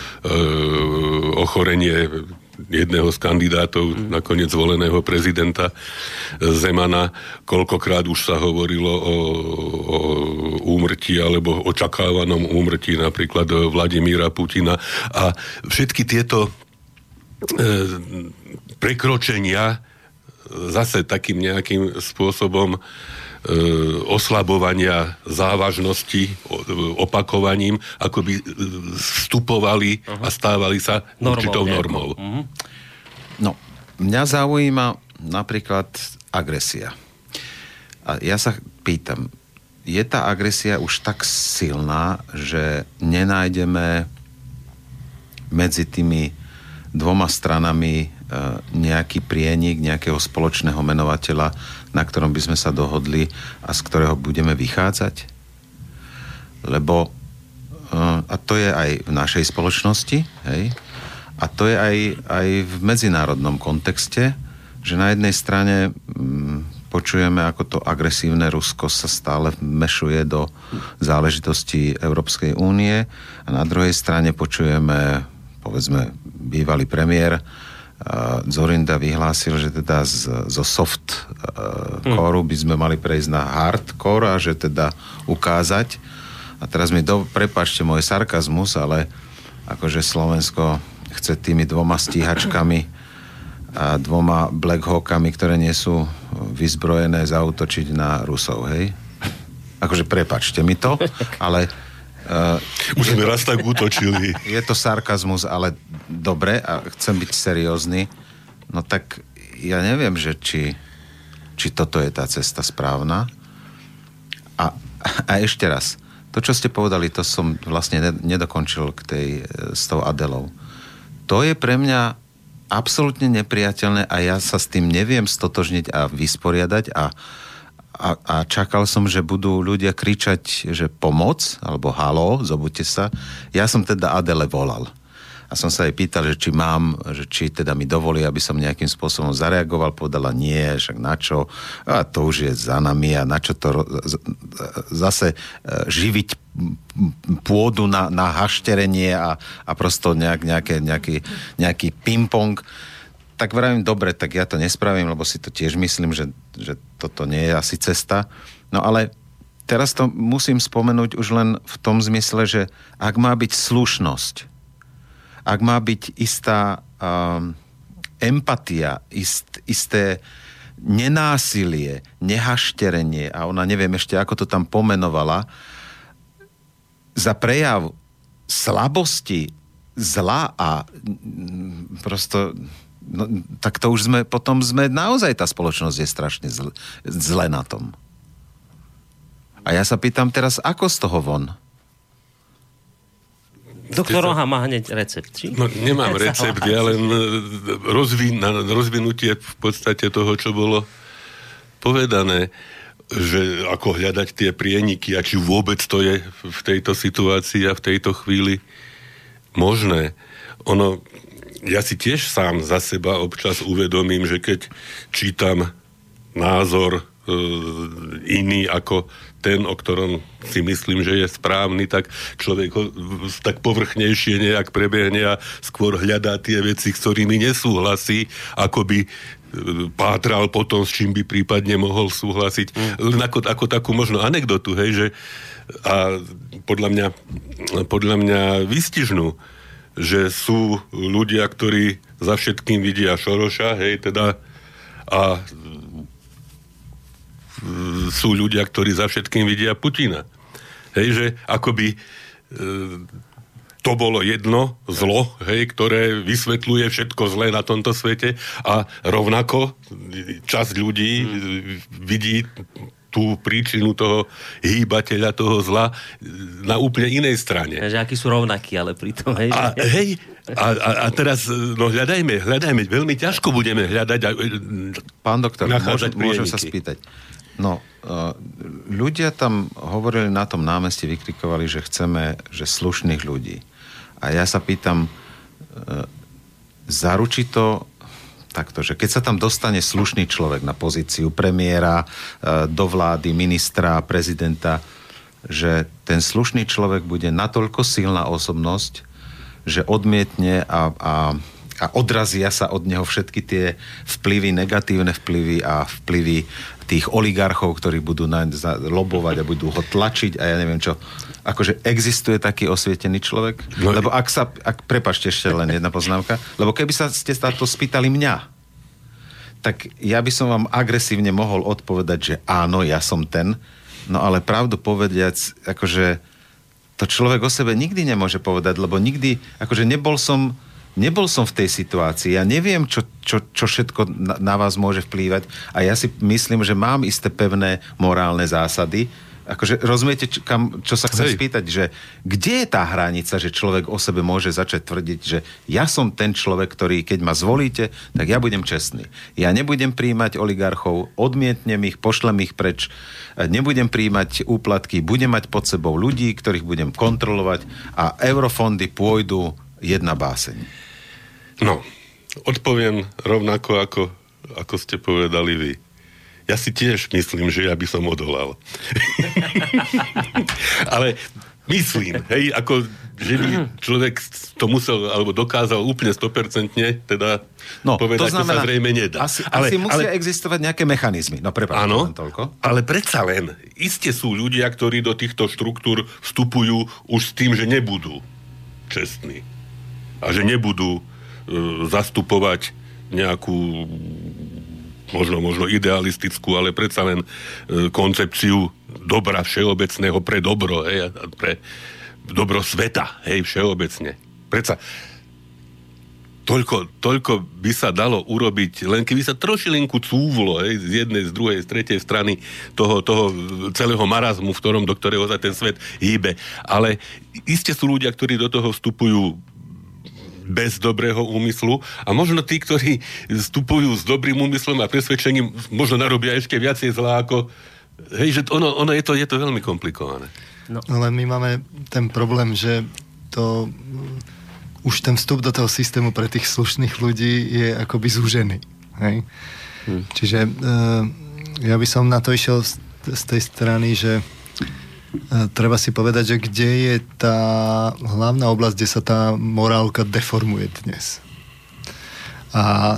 ochorenie jedného z kandidátov, nakoniec zvoleného prezidenta Zemana. Koľkokrát už sa hovorilo o úmrtí alebo očakávanom úmrtí napríklad Vladimíra Putina. A všetky tieto prekročenia zase takým nejakým spôsobom oslabovania závažnosti opakovaním, ako by vstupovali a stávali sa určitou normou. No, mňa zaujíma napríklad agresia. A ja sa pýtam, je tá agresia už tak silná, že nenájdeme medzi tými dvoma stranami nejaký prienik, nejakého spoločného menovateľa, na ktorom by sme sa dohodli a z ktorého budeme vychádzať? Lebo a to je aj v našej spoločnosti, hej? A to je aj v medzinárodnom kontexte, že na jednej strane počujeme, ako to agresívne Rusko sa stále vmešuje do záležitostí Európskej únie a na druhej strane počujeme, povedzme, bývalý premiér Dzurinda vyhlásil, že teda zo soft core by sme mali prejsť na hardcore a že teda ukázať. A teraz prepáčte môj sarkazmus, ale akože Slovensko chce tými dvoma stíhačkami a dvoma Black Hawkami, ktoré nie sú vyzbrojené, zaútočiť na Rusov, hej? Akože prepáčte mi to, ale už sme raz tak útočili. Je to sarkazmus, ale dobre, a chcem byť seriózny. No tak ja neviem, že či či toto je tá cesta správna. A ešte raz, to, čo ste povedali, to som vlastne nedokončil s tou Adelou. To je pre mňa absolútne nepriateľné a ja sa s tým neviem stotožniť a vysporiadať a čakal som, že budú ľudia kričať, že pomoc, alebo haló, zobuďte sa. Ja som teda Adele volal. A som sa jej pýtal, že či teda mi dovolí, aby som nejakým spôsobom zareagoval. Povedala nie, však na čo? A to už je za nami a na čo to zase živiť pôdu na hašterenie a prosto nejaký ping-pong. Tak vravím, dobre, tak ja to nespravím, lebo si to tiež myslím, že toto nie je asi cesta. No ale teraz to musím spomenúť už len v tom zmysle, že ak má byť slušnosť, ak má byť istá empatia, isté nenásilie, nehašterenie a ona neviem ešte, ako to tam pomenovala, za prejav slabosti, zla a prosto, no, tak to už potom sme naozaj, tá spoločnosť je strašne zle na tom. A ja sa pýtam teraz, ako z toho von? Doktor Roha má hneď recept, či? No, nemám recept, ja len rozvinutie v podstate toho, čo bolo povedané, že ako hľadať tie prieniky a či vôbec to je v tejto situácii a v tejto chvíli možné. Ja si tiež sám za seba občas uvedomím, že keď čítam názor iný ako ten, o ktorom si myslím, že je správny, tak človek ho tak povrchnejšie nejak prebehne a skôr hľadá tie veci, s ktorými nesúhlasí, ako by pátral potom, s čím by prípadne mohol súhlasiť. Len ako takú možno anekdotu, hej, že a podľa mňa výstižnú, že sú ľudia, ktorí za všetkým vidia Šoroša, hej, teda a sú ľudia, ktorí za všetkým vidia Putina. Hej, že akoby to bolo jedno zlo, hej, ktoré vysvetľuje všetko zlé na tomto svete a rovnako časť ľudí vidí tú príčinu toho hýbateľa, toho zla na úplne inej strane. Takže akí sú rovnakí, ale pritom, hej. A teraz, no hľadajme, veľmi ťažko budeme hľadať. Pán doktor, môžem sa spýtať. No, ľudia tam hovorili na tom námestí, vykrikovali, že chceme, že slušných ľudí. A ja sa pýtam, zaručí to takto, že keď sa tam dostane slušný človek na pozíciu premiéra, do vlády, ministra, prezidenta, že ten slušný človek bude natoľko silná osobnosť, že odmietne a odrazia sa od neho všetky tie vplyvy, negatívne vplyvy a vplyvy tých oligarchov, ktorí budú lobovať a budú ho tlačiť a ja neviem čo. Akože existuje taký osvietený človek? No, lebo prepáčte ešte len jedna poznámka, lebo keby ste sa to spýtali mňa, tak ja by som vám agresívne mohol odpovedať, že áno, ja som ten, no ale pravdu povediac, akože to človek o sebe nikdy nemôže povedať, lebo nikdy, akože nebol som v tej situácii. Ja neviem, čo všetko na vás môže vplývať a ja si myslím, že mám isté pevné morálne zásady. Akože rozumiete, čo sa chcem spýtať, že kde je tá hranica, že človek o sebe môže začať tvrdiť, že ja som ten človek, ktorý, keď ma zvolíte, tak ja budem čestný. Ja nebudem prijímať oligarchov, odmietnem ich, pošlem ich preč, nebudem prijímať úplatky, budem mať pod sebou ľudí, ktorých budem kontrolovať a eurofondy pôjdu jedna báseň. No, odpoviem rovnako, ako ste povedali vy. Ja si tiež myslím, že ja by som odolal. Ale myslím, hej, ako, že by človek to musel, alebo dokázal úplne 100% teda povedať, to znamená, to sa zrejme nedá. Asi musia existovať nejaké mechanizmy. No prepáčte, áno, len toľko. Ale predsa len, iste sú ľudia, ktorí do týchto štruktúr vstupujú už s tým, že nebudú čestní. A že nebudú zastupovať nejakú možno idealistickú, ale predsa len koncepciu dobra všeobecného pre dobro, hej, pre dobro sveta, hej, všeobecne. Predsa toľko by sa dalo urobiť, len keby sa trošilinku cúvlo, z jednej, z druhej, z tretej strany toho celého marazmu, do ktorého sa ten svet hýbe. Ale iste sú ľudia, ktorí do toho vstupujú bez dobrého úmyslu a možno tí, ktorí vstupujú s dobrým úmyslom a presvedčením, možno narobia ešte viacej zlá ako... Hej, že ono je to veľmi komplikované. No. Ale my máme ten problém, že to... Už ten vstup do toho systému pre tých slušných ľudí je akoby zúžený. Hej? Čiže ja by som na to išiel z tej strany, že treba si povedať, že kde je tá hlavná oblasť, kde sa tá morálka deformuje dnes. A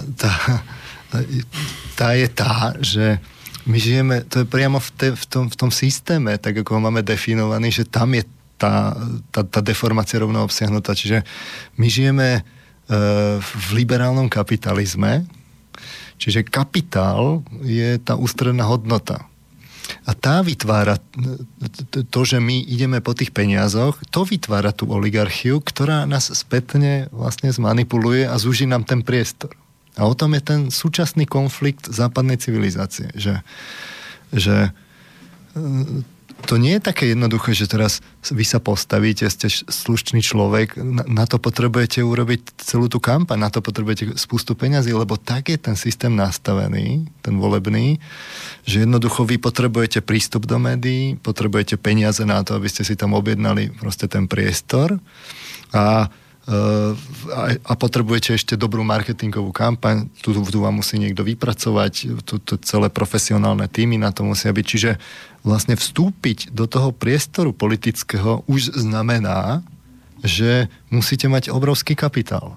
tá je tá, že my žijeme, to je priamo v tom systéme, tak ako ho máme definovaný, že tam je tá deformácia rovno obsiahnutá. Čiže my žijeme v liberálnom kapitalizme, čiže kapitál je tá ústredná hodnota. A tá vytvára to, že my ideme po tých peniazoch, to vytvára tú oligarchiu, ktorá nás spätne vlastne zmanipuluje a zúži nám ten priestor. A o tom je ten súčasný konflikt západnej civilizácie, že to nie je také jednoduché, že teraz vy sa postavíte, ste slušný človek, na to potrebujete urobiť celú tú kampaň, na to potrebujete spustu peňazí, lebo tak je ten systém nastavený, ten volebný, že jednoducho vy potrebujete prístup do médií, potrebujete peniaze na to, aby ste si tam objednali proste ten priestor a potrebujete ešte dobrú marketingovú kampaň, tu vám musí niekto vypracovať, tu celé profesionálne týmy na to musia byť, čiže vlastne vstúpiť do toho priestoru politického už znamená, že musíte mať obrovský kapitál.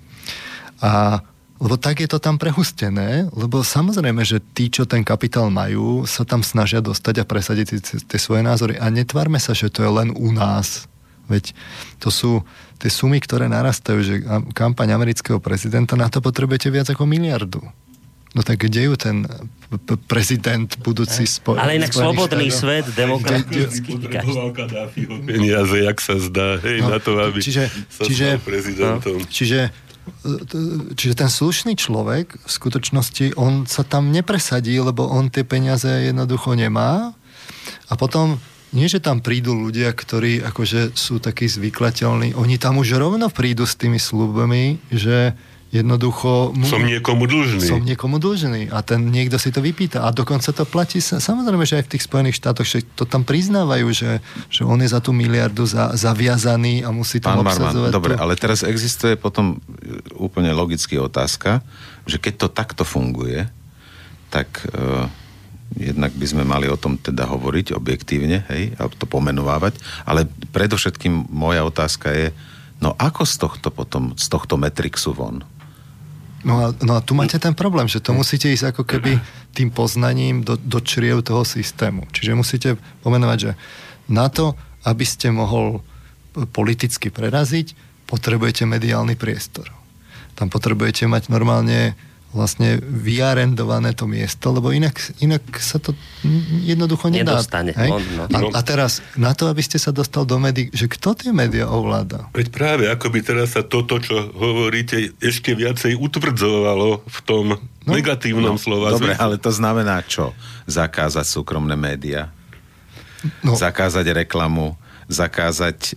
Lebo tak je to tam prehustené, lebo samozrejme, že tí, čo ten kapitál majú, sa tam snažia dostať a presadiť tie svoje názory. A netvárme sa, že to je len u nás. Veď to sú tie sumy, ktoré narastajú, že kampaň amerického prezidenta, na to potrebujete viac ako 1 miliardu. No tak kde ju ten prezident budúci Ale inak slobodný svet, demokratický. Peniaze, jak sa zdá, na to, aby sa stal prezidentom. Čiže ten slušný človek v skutočnosti, on sa tam nepresadí, lebo on tie peniaze jednoducho nemá a potom nie, že tam prídu ľudia, ktorí akože sú takí zvyklateľní, oni tam už rovno prídu s tými sľubami, že jednoducho... Som niekomu dlžný. A ten niekto si to vypýta. A dokonca to platí samozrejme, že aj v tých Spojených štátoch, že to tam priznávajú, že on je za tú 1 miliardu zaviazaný a musí tam obsadzovať. Dobre, ale teraz existuje potom úplne logická otázka, že keď to takto funguje, tak... jednak by sme mali o tom teda hovoriť objektívne, hej, a to pomenovávať, ale predovšetkým moja otázka je, no ako z tohto Matrixu von? No a tu máte ten problém, že to musíte ísť ako keby tým poznaním do čriev toho systému. Čiže musíte pomenovať, že na to, aby ste mohol politicky preraziť, potrebujete mediálny priestor. Tam potrebujete mať normálne vlastne vyarendované to miesto, lebo inak sa to jednoducho nedá. Nedostane. A teraz, na to, aby ste sa dostal do médií, že kto tie médiá ovláda? Veď práve, ako by teraz sa toto, čo hovoríte, ešte viacej utvrdzovalo v tom negatívnom slova. Dobre, ale to znamená čo? Zakázať súkromné médiá? Zakázať reklamu? Zakázať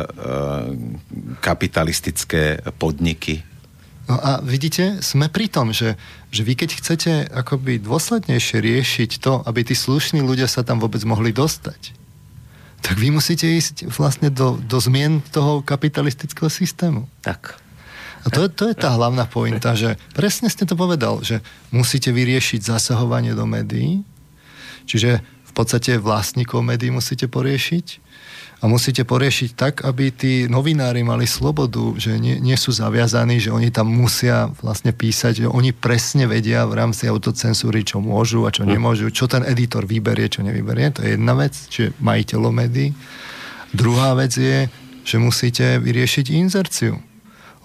kapitalistické podniky? No a vidíte, sme pri tom, že vy keď chcete akoby dôslednejšie riešiť to, aby tí slušní ľudia sa tam vôbec mohli dostať, tak vy musíte ísť vlastne do zmien toho kapitalistického systému. Tak. A to je tá hlavná pointa, že presne ste to povedal, že musíte vyriešiť zasahovanie do médií, čiže v podstate vlastníkov médií musíte poriešiť, a musíte poriešiť tak, aby tí novinári mali slobodu, že nie sú zaviazaní, že oni tam musia vlastne písať, že oni presne vedia v rámci autocenzúry, čo môžu a čo nemôžu, čo ten editor vyberie, čo nevyberie. To je jedna vec, čiže majiteľom médií. Druhá vec je, že musíte vyriešiť inzerciu.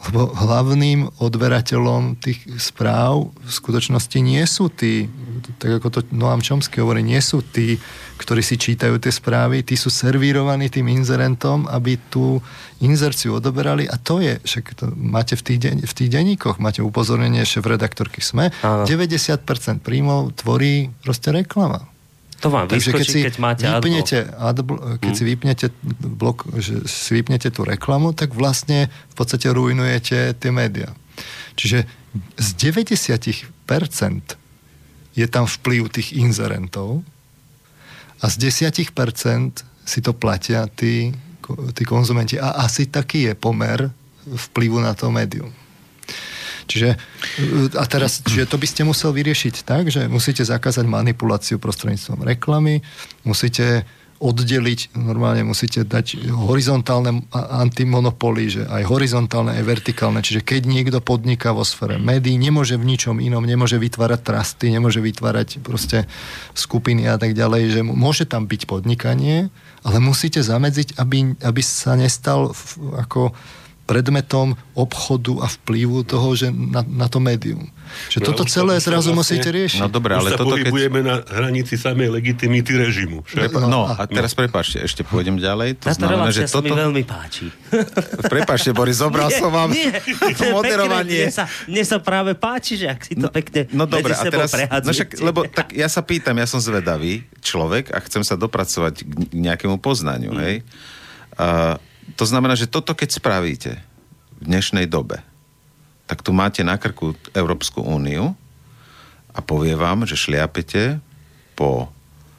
Lebo hlavným odberateľom tých správ v skutočnosti nie sú tí, tak ako to Noam Chomsky hovorí, nie sú tí, ktorí si čítajú tie správy, tí sú servírovaní tým inzerentom, aby tú inzerciu odoberali a to je, však to máte v tých denníkoch, máte upozornenie šéfredaktorky SME, 90% príjmov tvorí proste reklama. To vám vyskočí, keď máte keď si vypnete blok, že si vypnete tú reklamu, tak vlastne v podstate ruinujete tie médiá. Čiže z 90% je tam vplyv tých inzerentov a z 10% si to platia tí konzumenti. A asi taký je pomer vplyvu na to médium. Čiže to by ste musel vyriešiť tak, že musíte zakázať manipuláciu prostredníctvom reklamy, musíte oddeliť, normálne musíte dať horizontálne antimonopoly, že aj horizontálne, aj vertikálne. Čiže keď niekto podniká vo sfére médií, nemôže v ničom inom, nemôže vytvárať trusty, nemôže vytvárať proste skupiny a tak ďalej, že môže tam byť podnikanie, ale musíte zamedziť, aby sa nestal ako predmetom obchodu a vplyvu toho, že na to médium. Že toto celé zrazu musíte riešiť. No dobré, ale toto pohybujeme na hranici samej legitimity režimu. A teraz prepáčte, ešte pôjdem ďalej. To znamená, že toto sa mi veľmi páči. Prepáčte, Boris, zobral som vám to moderovanie. Mne sa práve páči, že ak si to pekne dobre, medzi sebou prehadzujete. Lebo tak ja sa pýtam, ja som zvedavý človek a chcem sa dopracovať k nejakému poznaniu, hej? To znamená, že toto keď spravíte v dnešnej dobe, tak tu máte na krku Európsku úniu a povie vám, že šliapete po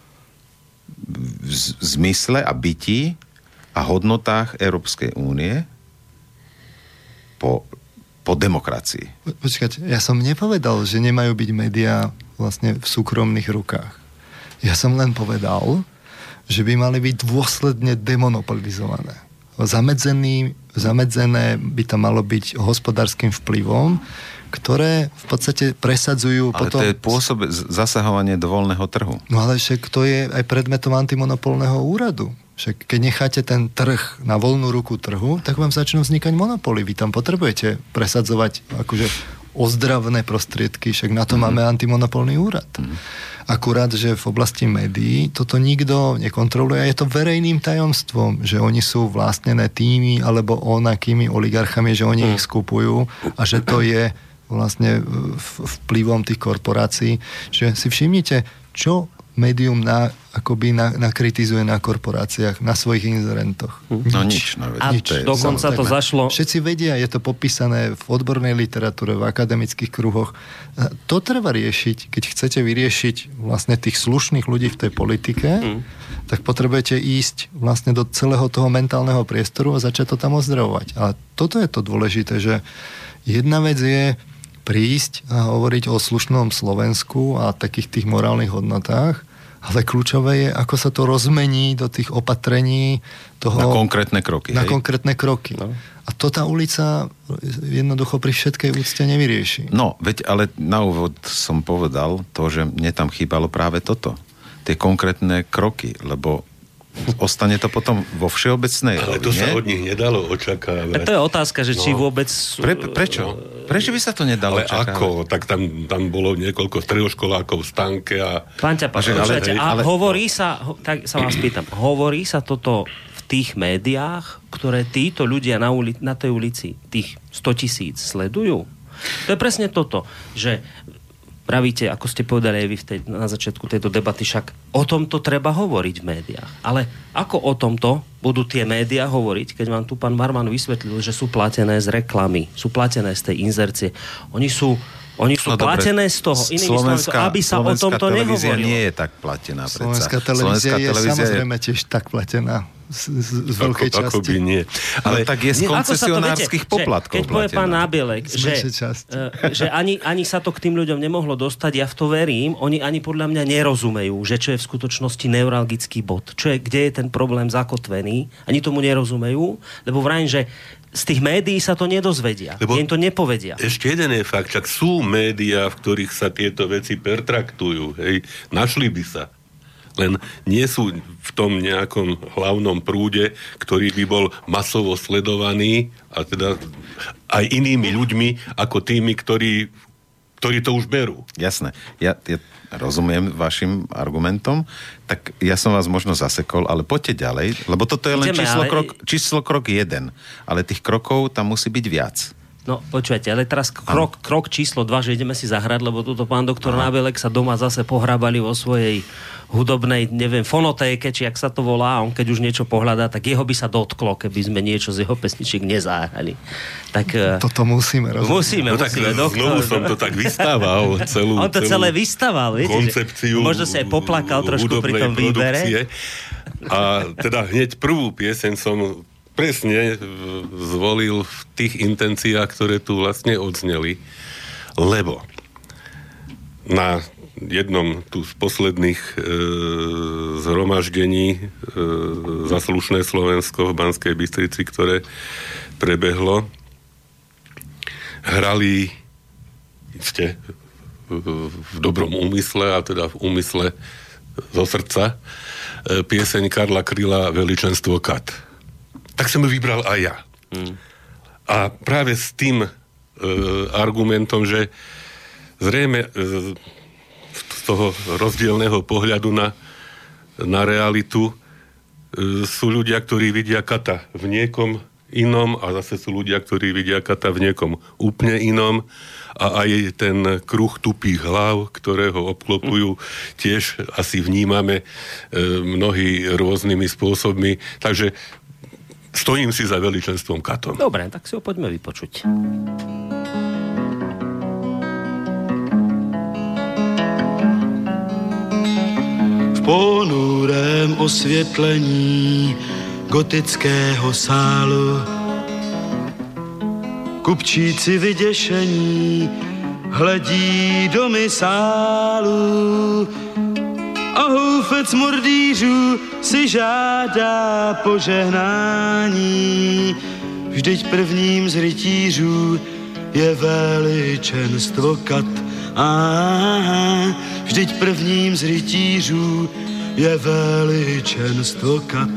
zmysle a bytí a hodnotách Európskej únie po demokracii. Počkajte, ja som nepovedal, že nemajú byť médiá vlastne v súkromných rukách. Ja som len povedal, že by mali byť dôsledne demonopolizované. Zamedzené by tam malo byť hospodárskym vplyvom, ktoré v podstate presadzujú ale potom... Ale to je zasahovanie do voľného trhu. No ale však to je aj predmetom antimonopolného úradu. Však keď necháte ten trh na voľnú ruku trhu, tak vám začnú vznikať monopoly. Vy tam potrebujete presadzovať akože ozdravné prostriedky, však na to máme antimonopolný úrad. Akurát, že v oblasti médií toto nikto nekontroluje a je to verejným tajomstvom, že oni sú vlastnené tými alebo onakými oligarchami, že oni ich skupujú a že to je vlastne vplyvom tých korporácií. Že si všimnite, čo médium nakritizuje na korporáciách, na svojich inzerentoch. No nič. A dokonca to zašlo... Všetci vedia, je to popísané v odbornej literatúre, v akademických kruhoch. To treba riešiť. Keď chcete vyriešiť vlastne tých slušných ľudí v tej politike, tak potrebujete ísť vlastne do celého toho mentálneho priestoru a začať to tam ozdravovať. A toto je to dôležité, že jedna vec je prísť a hovoriť o slušnom Slovensku a takých tých morálnych hodnotách, ale kľúčové je, ako sa to rozmení do tých opatrení toho... Na konkrétne kroky. Na konkrétne kroky. No. A to tá ulica jednoducho pri všetkej úcte nevyrieši. No, veď ale na úvod som povedal to, že mne tam chýbalo práve toto. Tie konkrétne kroky, lebo ostane to potom vo všeobecnej rovine. Ale to sa od nich nedalo očakávať. To je otázka, že či vôbec... Prečo? Prečo by sa to nedalo očakávať? Ale ako? Tak tam bolo niekoľko stredoškolákov v stánke a... Pán Ťapa, hovorí sa, tak sa vás pýtam, hovorí sa toto v tých médiách, ktoré títo ľudia na tej ulici, tých 100 000 sledujú? To je presne toto, že pravíte, ako ste povedali aj vy na začiatku tejto debaty, však o tomto treba hovoriť v médiách. Ale ako o tomto budú tie médiá hovoriť, keď vám tu pán Marman vysvetlil, že sú platené z reklamy, sú platené z tej inzercie. Oni sú platené z toho. Aby sa o tomto nehovorilo. Nie je tak platená. Slovenská televízia je samozrejme tiež tak platená. Z veľkej časti. Ako by nie. Ale tak je z koncesionárskych poplatkov. Keď povie pán Nábielek, že ani sa to k tým ľuďom nemohlo dostať, ja v to verím, oni ani podľa mňa nerozumejú, že čo je v skutočnosti neuralgický bod. Kde je ten problém zakotvený. Ani tomu nerozumejú, lebo vrajím, že z tých médií sa to nedozvedia. Lebo im to nepovedia. Ešte jeden je fakt, však sú médiá, v ktorých sa tieto veci pertraktujú. Hej. Našli by sa. len nie sú v tom nejakom hlavnom prúde, ktorý by bol masovo sledovaný a teda aj inými ľuďmi ako tými, ktorí to už berú. Jasné. Ja rozumiem vašim argumentom, tak ja som vás možno zasekol, ale poďte ďalej, lebo toto je len číslo krok 1, ale tých krokov tam musí byť viac. No, počujete, ale teraz krok číslo 2, že ideme si zahrať, lebo tuto pán doktor Nábelek sa doma zase pohrábali vo svojej hudobnej, neviem, fonotéke, či jak sa to volá, on keď už niečo pohľadá, tak jeho by sa dotklo, keby sme niečo z jeho pesničiek nezahrali. Tak, toto musíme rozumieť. Musíme, doktor. Znovu som to tak vystával, celú on to celé vystával, viete, koncepciu možno sa aj poplakal trošku pri tom výbere. A teda hneď prvú pieseň som presne zvolil v tých intenciách, ktoré tu vlastne odzneli, lebo na jednom tu z posledných zhromaždení za slušné Slovensko v Banskej Bystrici, ktoré prebehlo, hrali ste v dobrom úmysle, a teda v úmysle zo srdca, pieseň Karla Kryla Veličenstvo Kat. Tak som ju vybral aj ja. A práve s tým argumentom, že zrejme z toho rozdielného pohľadu na realitu sú ľudia, ktorí vidia kata v niekom inom a zase sú ľudia, ktorí vidia kata v niekom úplne inom a aj ten kruh tupých hlav, ktorého obklopujú, tiež asi vnímame mnohí rôznymi spôsobmi. Takže stojím si za Veličenstvom Katom. Dobre, tak si ho poďme vypočuť. V ponurém osvětlení gotického sálu kupčíci vyděšení hledí do misálu a houfec mordýřů si žádá požehnání. Vždyť prvním z rytířů je veličenstvo Kat. Vždyť prvním z rytířů je veličenstvo Kat.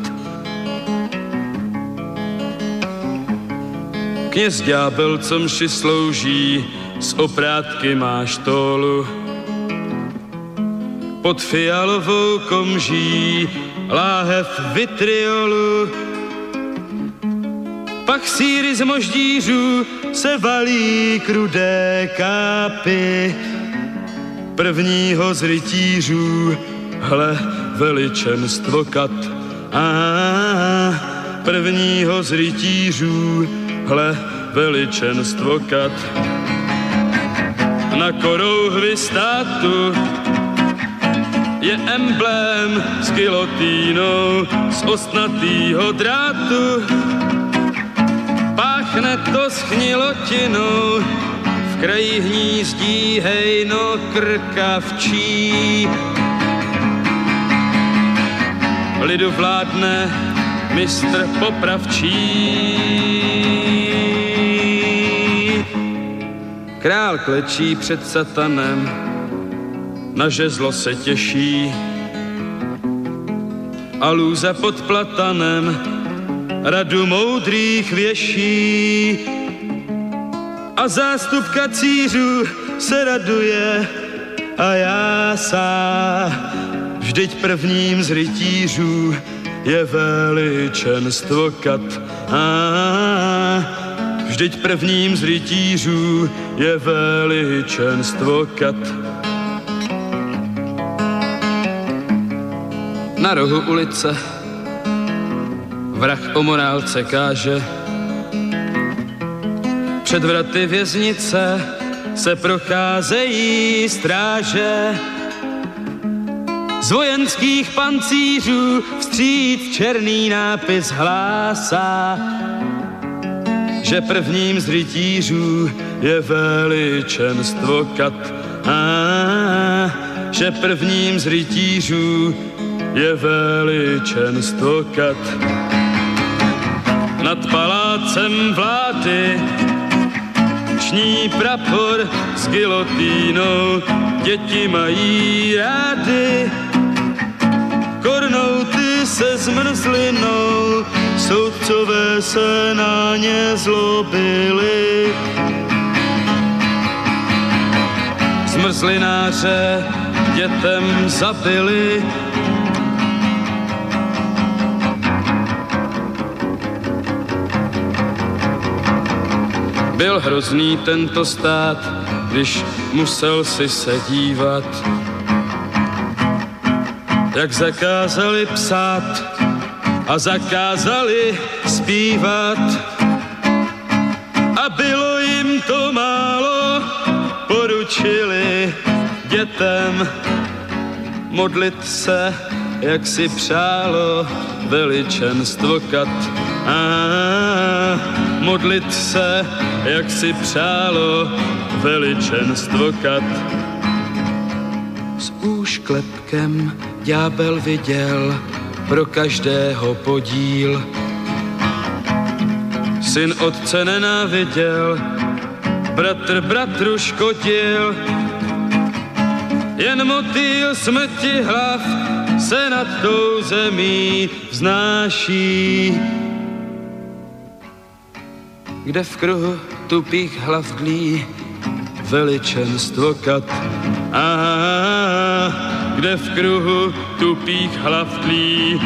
Kněz ďábel, co mši slouží, z oprátky má štólu. Pod fialovou komží láhev vitriolu. Pak síry z moždířů se valí krudé kápy. Prvního z rytířů, hle, veličenstvo Kat. Prvního z rytířů, hle, veličenstvo Kat. Na korouhvi státu je emblém s gilotínou z ostnatýho drátu. Páchne to schnilotinou, v kraji hnízdí hejno krkavčí. Lidu vládne mistr popravčí. Král klečí před satanem, na žezlo se těší a lůza pod platanem radu moudrých věší. A zástup kacířů se raduje a jásá. Vždyť prvním z rytířů je veličenstvo Kat. Vždyť prvním z rytířů je veličenstvo Kat. Na rohu ulice vrah o morálce káže. Před vraty věznice se procházejí stráže. Z vojenských pancířů vstříc černý nápis hlásá, že prvním z rytířů je veličenstvo Kat. Že prvním z rytířů je veličenstvo Kat. Nad palácem vlády ční prapor s gilotínou, děti mají rády. kornouty se zmrzlinou, soudcové se na ně zlobili. Zmrzlináře dětem zabili. Byl hrozný tento stát, když musel si se dívat, jak zakázali psát a zakázali zpívat. A bylo jim to málo, poručili dětem modlit se, jak si přálo veličenstvo kat. Modlit se, jak si přálo veličenstvo kat. S úšklepkem ďábel viděl pro každého podíl. Syn otce nenáviděl, bratr bratru škodil. Jen motýl smrti hlav se nad tou zemí vznáší. Kde v kruhu tupých hlav dlí veličenstvo kat. Kde v kruhu tupých hlav dlí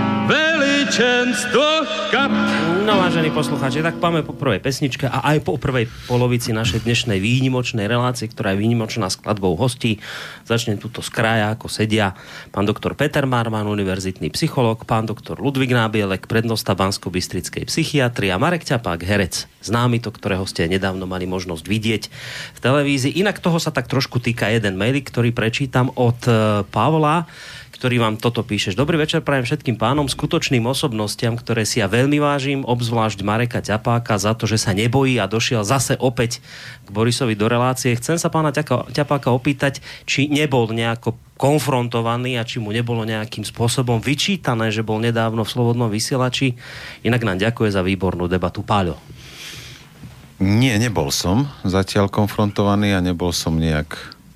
veličenstvo kat. No, vážení poslucháči, tak páme po prvej pesničke a aj po prvej polovici našej dnešnej výnimočnej relácie, ktorá je výnimočná skladbou hostí. Začnem tuto z kraja, ako sedia pán doktor Peter Marman, univerzitný psychológ, pán doktor Ludvík Nábielek, prednosta Banskobystrickej psychiatrie a Marek Ťapák, herec, známy, to ktorého ste nedávno mali možnosť vidieť v televízii. Inak toho sa tak trošku týka jeden mail, ktorý prečítam od Pavla, ktorý vám toto píšeš. Dobrý večer prajem všetkým pánom, skutočným osobnostiam, ktoré si ja veľmi vážim, obzvlášť Mareka Ťapáka za to, že sa nebojí a došiel zase opäť k Borisovi do relácie. Chcem sa pána Ťapáka opýtať, či nebol nejako konfrontovaný a či mu nebolo nejakým spôsobom vyčítané, že bol nedávno v Slobodnom vysielači. Inak nám ďakuje za výbornú debatu. Páľo. Nie, nebol som zatiaľ konfrontovaný a nebol som nejak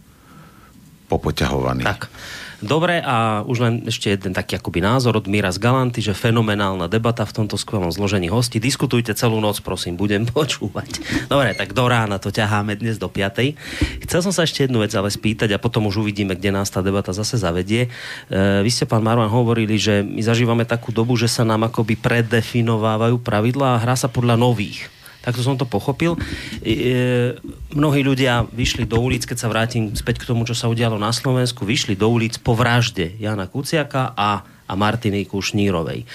popoťahovaný. Tak. Dobre, a už len ešte jeden taký akoby názor od Míra z Galanty, že fenomenálna debata v tomto skvelom zložení hostí. Diskutujte celú noc, prosím, budem počúvať. Dobre, tak do rána to ťaháme dnes do 5. Chcel som sa ešte jednu vec ale spýtať a potom už uvidíme, kde nás tá debata zase zavedie. Vy ste, pán Marwan, hovorili, že my zažívame takú dobu, že sa nám akoby predefinovávajú pravidlá a hrá sa podľa nových. Takto som to pochopil. Mnohí ľudia vyšli do ulic, keď sa vrátim späť k tomu, čo sa udialo na Slovensku, vyšli do ulic po vražde Jana Kuciaka a Martiny Kušnírovej.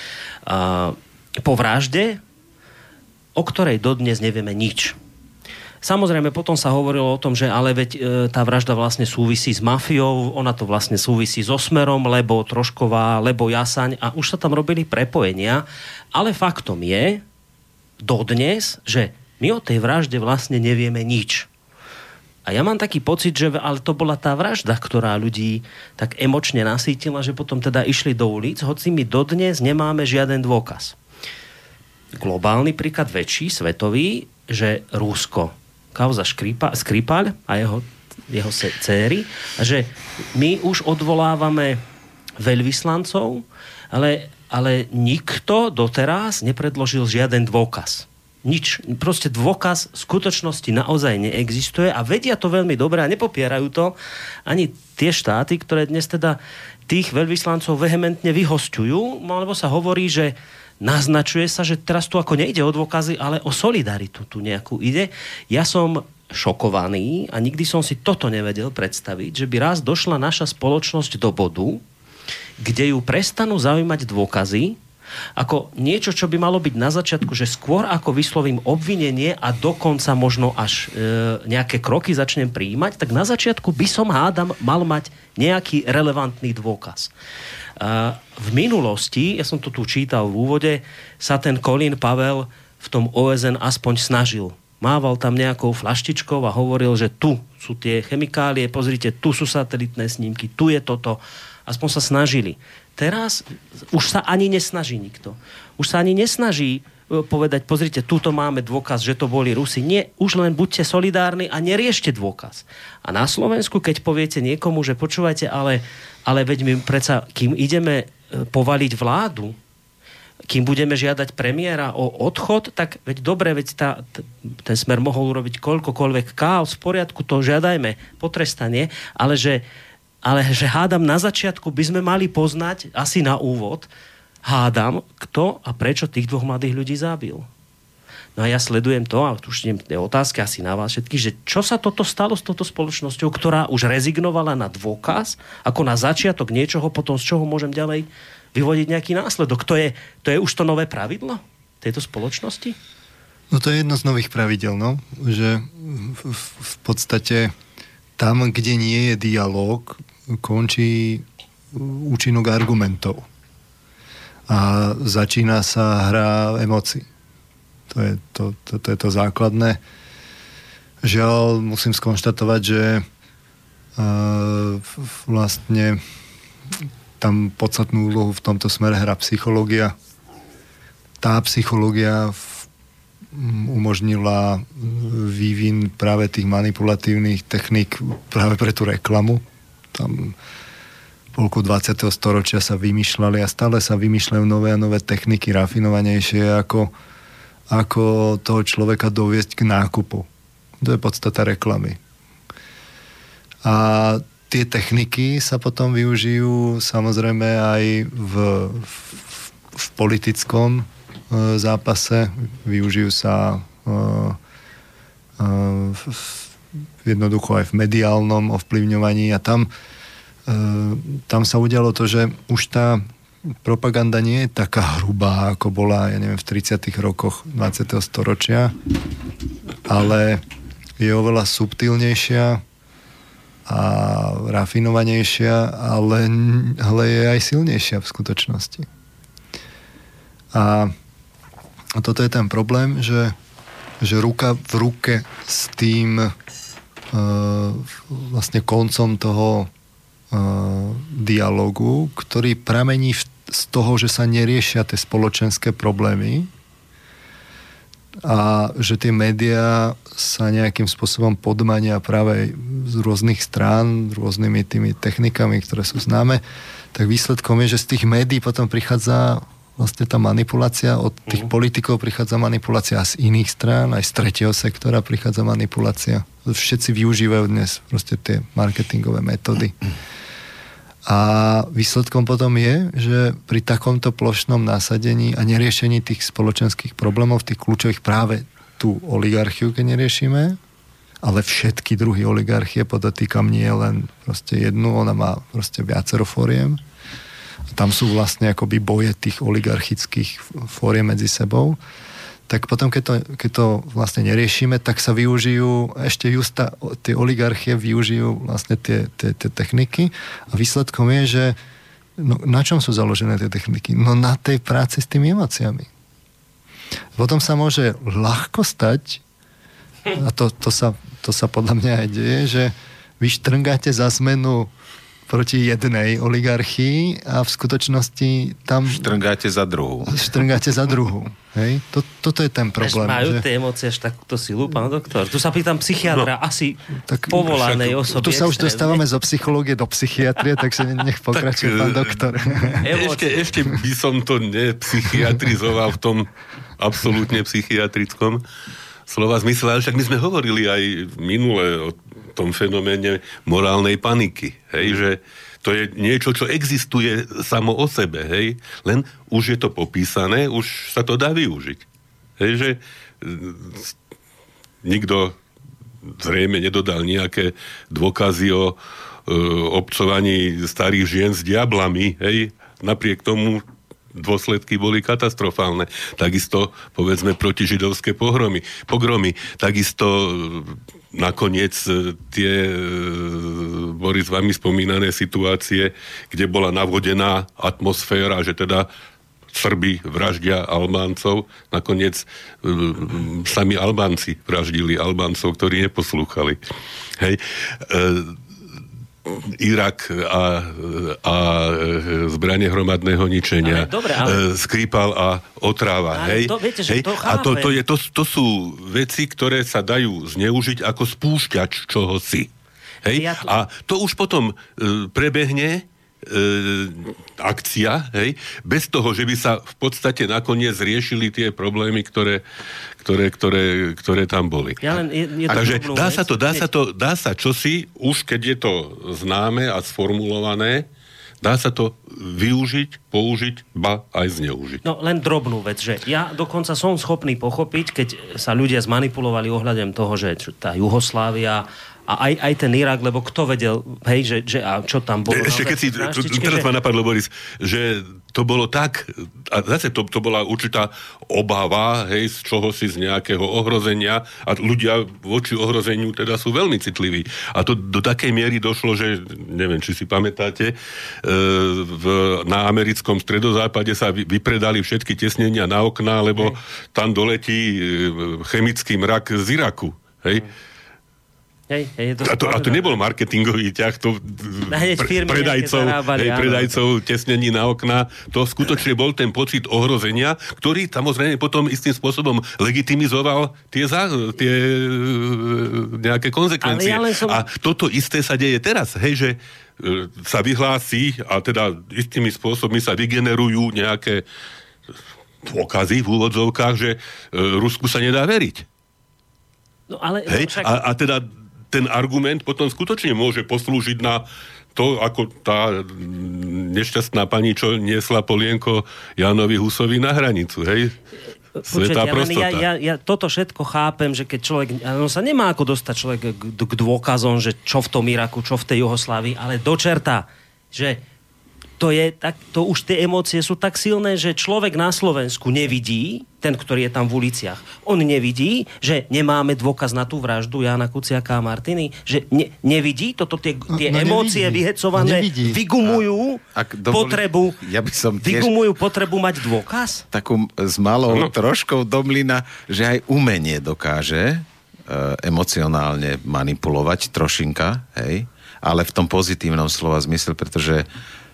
Po vražde, o ktorej dodnes nevieme nič. Samozrejme, potom sa hovorilo o tom, že ale veď tá vražda vlastne súvisí s mafiou, ona to vlastne súvisí so Smerom, lebo Trošková, lebo Jasaň a už sa tam robili prepojenia, ale faktom je, dodnes, že my o tej vražde vlastne nevieme nič. A ja mám taký pocit, že ale to bola tá vražda, ktorá ľudí tak emočne nasýtila, že potom teda išli do ulic, hoci my dodnes nemáme žiaden dôkaz. Globálny príklad väčší, svetový, že Rusko, kauza Skripal a jeho dcéry, a že my už odvolávame veľvyslancov, ale nikto doteraz nepredložil žiaden dôkaz. Nič. Proste dôkaz v skutočnosti naozaj neexistuje a vedia to veľmi dobre a nepopierajú to ani tie štáty, ktoré dnes teda tých veľvyslancov vehementne vyhosťujú, alebo sa hovorí, že naznačuje sa, že teraz tu ako nejde o dôkazy, ale o solidaritu tu nejakú ide. Ja som šokovaný a nikdy som si toto nevedel predstaviť, že by raz došla naša spoločnosť do bodu, kde ju prestanú zaujímať dôkazy, ako niečo, čo by malo byť na začiatku, že skôr ako vyslovím obvinenie a dokonca možno až nejaké kroky začnem prijímať, tak na začiatku by som hádam mal mať nejaký relevantný dôkaz. V minulosti, ja som to tu čítal v úvode, sa ten Colin Powell v tom OSN aspoň snažil. Mával tam nejakou flaštičkou a hovoril, že tu sú tie chemikálie, pozrite, tu sú satelitné snímky, tu je toto. Aspoň sa snažili. Teraz už sa ani nesnaží nikto. Už sa ani nesnaží povedať, pozrite, tuto máme dôkaz, že to boli Rusi. Nie, už len buďte solidárni a neriešte dôkaz. A na Slovensku, keď poviete niekomu, že počúvajte, ale veď my predsa, kým ideme povaliť vládu, kým budeme žiadať premiéra o odchod, tak veď dobre, veď ten Smer mohol urobiť koľkokoľvek chaos, v poriadku, to žiadajme, potrestanie, ale že hádam na začiatku by sme mali poznať, asi na úvod, hádam, kto a prečo tých dvoch mladých ľudí zabil. No a ja sledujem to, a už idem otázky asi na vás všetkých, že čo sa toto stalo s touto spoločnosťou, ktorá už rezignovala na dôkaz, ako na začiatok niečoho, potom z čoho môžem ďalej vyvodiť nejaký následok. To je už to nové pravidlo tejto spoločnosti? No to je jedno z nových pravidel, no. Že v podstate tam, kde nie je dialóg, končí účinok argumentov. A začína sa hra emócií. To je to základné. Žiaľ, musím skonštatovať, že vlastne tam podstatnú úlohu v tomto smere hrá psychológia. Tá psychológia umožnila vývin práve tých manipulatívnych techník práve pre tú reklamu. Tam polku 20. storočia sa vymýšľali a stále sa vymýšľajú nové a nové techniky, rafinovanejšie, ako toho človeka doviesť k nákupu. To je podstata reklamy. A tie techniky sa potom využijú samozrejme aj v politickom zápase. Využijú sa jednoducho aj v mediálnom ovplyvňovaní a tam sa udialo to, že už tá propaganda nie je taká hrubá, ako bola, v 30. rokoch 20. storočia, ale je oveľa subtilnejšia a rafinovanejšia, ale je aj silnejšia v skutočnosti. A toto je ten problém, že ruka v ruke s tým vlastne koncom toho dialogu, ktorý pramení z toho, že sa neriešia tie spoločenské problémy a že tie médiá sa nejakým spôsobom podmania práve z rôznych strán, rôznymi tými technikami, ktoré sú známe, tak výsledkom je, že z tých médií potom prichádza vlastne tá manipulácia, od tých politikov prichádza manipulácia a z iných strán, aj z tretieho sektora prichádza manipulácia. Všetci využívajú dnes proste tie marketingové metódy. A výsledkom potom je, že pri takomto plošnom nasadení a neriešení tých spoločenských problémov, tých kľúčových práve tú oligarchiu, keď neriešime, ale všetky druhy oligarchie, podotýkam nie len proste jednu, ona má proste viacero fóriem. Tam sú vlastne akoby boje tých oligarchických fóriem medzi sebou. Tak potom, keď to vlastne neriešime, tak sa využijú, ešte tie oligarchie využijú vlastne tie techniky a výsledkom je, že na čom sú založené tie techniky? No na tej práci s tými emóciami. Potom sa môže ľahko stať, a to sa podľa mňa aj deje, že vy štrngáte za zmenu proti jednej oligarchii a v skutočnosti tam... Štrngáte za druhú. Hej? Toto je ten problém. Majú tie emócie až takúto silu, pán doktor? Tu sa pýtam psychiatra, asi tak, povolanej osoby. Tu sa už dostávame zo psychológie do psychiatrie, takže nech pokračuje pán doktor. Ešte by som to nepsychiatrizoval v tom absolútne psychiatrickom slova zmysle, ale však my sme hovorili aj minule o tom fenoméne morálnej paniky. Hej, že to je niečo, čo existuje samo o sebe. Hej, len už je to popísané, už sa to dá využiť. Hej, že nikto zrejme nedodal nejaké dôkazy o obcovaní starých žien s diablami. Hej, napriek tomu dôsledky boli katastrofálne. Takisto, povedzme, protižidovské pogromy. Takisto nakoniec tie Boris vami spomínané situácie, kde bola navodená atmosféra, že teda Srbi vraždia Albáncov, nakoniec sami Albánci vraždili Albáncov, ktorí neposlúchali. Hej. Irak a zbranie hromadného ničenia, Skripal a otrava. Hej? To sú veci, ktoré sa dajú zneužiť ako spúšťač čohosi. Hej? A to už potom prebehne akcia, hej, bez toho, že by sa v podstate nakoniec riešili tie problémy, ktoré tam boli. Takže dá sa čosi, už keď je to známe a sformulované, dá sa to využiť, použiť, ba aj zneužiť. No len drobnú vec, že ja dokonca som schopný pochopiť, keď sa ľudia zmanipulovali ohľadom toho, že tá Juhoslávia a aj ten Irak, lebo kto vedel, hej, že a čo tam bolo. Ešte keď si, teraz ma napadlo, Boris, že to bolo tak, a zase to bola určitá obava, hej, z čoho si, z nejakého ohrozenia, a ľudia voči ohrozeniu teda sú veľmi citliví. A to do takej miery došlo, že, neviem, či si pamätáte, na americkom stredozápade sa vypredali všetky tesnenia na okná, lebo tam doletí chemický mrak z Iraku, hej. A to nebol marketingový ťah, to predajcov tesnení na okná, to skutočne bol ten pocit ohrozenia, ktorý samozrejme potom istým spôsobom legitimizoval tie nejaké konzekvencie. A toto isté sa deje teraz, hej, že sa vyhlási a teda istými spôsobmi sa vygenerujú nejaké dôkazy v úvodzovkách, že Rusku sa nedá veriť. No, ale, hej? A teda ten argument potom skutočne môže poslúžiť na to, ako tá nešťastná pani, čo niesla polienko Jánovi Husovi na hranicu, hej? Svetá prostota. Ja toto všetko chápem, že keď človek, on sa nemá ako dostať človek k dôkazom, že čo v tom Iraku, čo v tej Juhoslávii, ale do čerta, že to už tie emócie sú tak silné, že človek na Slovensku nevidí, ten, ktorý je tam v uliciach, on nevidí, že nemáme dôkaz na tú vraždu Jána Kuciaka a Martiny, že nevidí tie emócie vyhecované, vygumujú potrebu vygumujú potrebu mať dôkaz? Takú s malou troškou do mlyna, že aj umenie dokáže emocionálne manipulovať trošinka, hej, ale v tom pozitívnom slova zmysle, pretože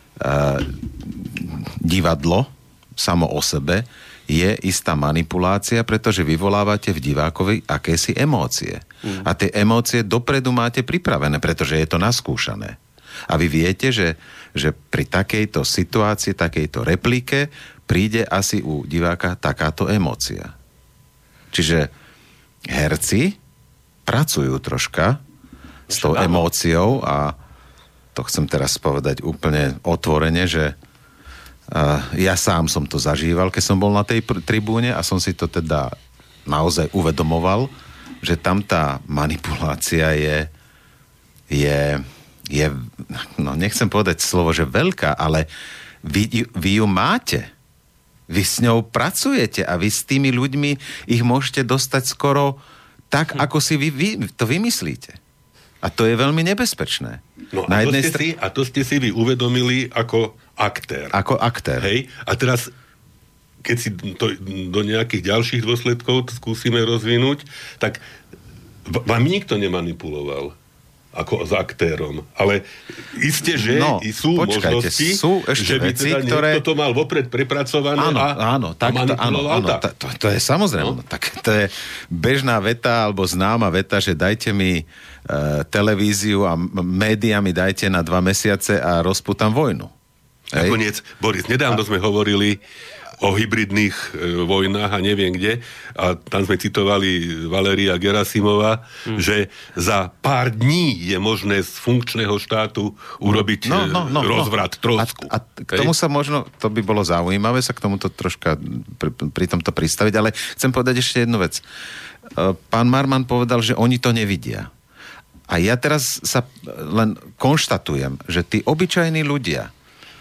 divadlo samo o sebe je istá manipulácia, pretože vyvolávate v divákovi akési emócie. A tie emócie dopredu máte pripravené, pretože je to naskúšané. A vy viete, že pri takejto situácii, takejto replike príde asi u diváka takáto emócia. Čiže herci pracujú troška s tou emóciou a to chcem teraz povedať úplne otvorene, že ja sám som to zažíval, keď som bol na tej tribúne a som si to teda naozaj uvedomoval, že tam tá manipulácia je no nechcem povedať slovo, že veľká, ale vy ju máte. Vy s ňou pracujete a vy s tými ľuďmi ich môžete dostať skoro tak, ako si vy to vymyslíte. A to je veľmi nebezpečné. No a to ste si vy uvedomili ako aktér. Ako aktér. Hej? A teraz, keď si to do nejakých ďalších dôsledkov skúsime rozvinúť, tak vám nikto nemanipuloval ako s aktérom. Ale isté, že sú možnosti, sú ešte že by veci, teda niekto to mal vopred prepracované áno, manipuloval tak. To je samozrejme. No? Tak to je bežná veta alebo známa veta, že dajte mi televíziu a médiá mi dajte na 2 mesiace a rozpútam vojnu. Nakoniec, Boris, nedávno sme hovorili o hybridných vojnách a neviem kde, a tam sme citovali Valéria Gerasimova, že za pár dní je možné z funkčného štátu urobiť rozvrat, trosku. A k tomu sa možno, to by bolo zaujímavé sa k tomuto troška pri tomto pristaviť, ale chcem povedať ešte jednu vec. Pán Marman povedal, že oni to nevidia. A ja teraz sa len konštatujem, že tí obyčajní ľudia,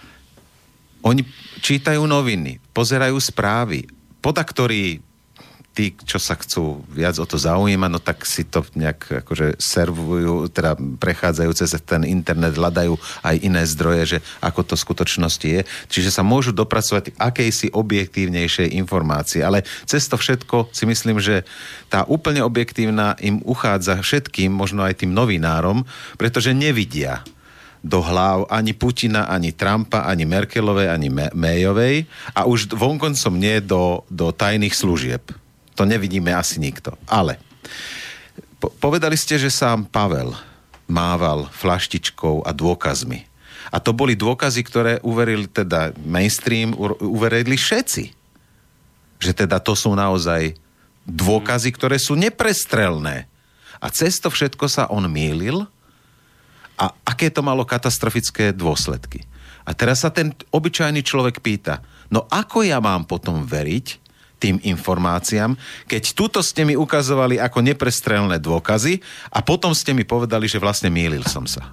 oni čítajú noviny, pozerajú správy, podaktorí tí, čo sa chcú viac o to zaujímať, no tak si to nejak akože servujú, teda prechádzajú cez ten internet, hľadajú aj iné zdroje, že ako to v skutočnosti je. Čiže sa môžu dopracovať akejsi objektívnejšej informácie. Ale cez to všetko si myslím, že tá úplne objektívna im uchádza všetkým, možno aj tým novinárom, pretože nevidia, do hlav ani Putina, ani Trumpa, ani Merkelovej, ani Mayovej a už vonkoncom nie do tajných služieb. To nevidíme asi nikto. Ale povedali ste, že sám Pavel mával flaštičkou a dôkazmi. A to boli dôkazy, ktoré uverili teda mainstream, uverili všetci. Že teda to sú naozaj dôkazy, ktoré sú neprestrelné. A cez to všetko sa on mýlil a aké to malo katastrofické dôsledky. A teraz sa ten obyčajný človek pýta, no ako ja mám potom veriť tým informáciám, keď tuto ste mi ukazovali ako neprestrelné dôkazy a potom ste mi povedali, že vlastne mýlil som sa.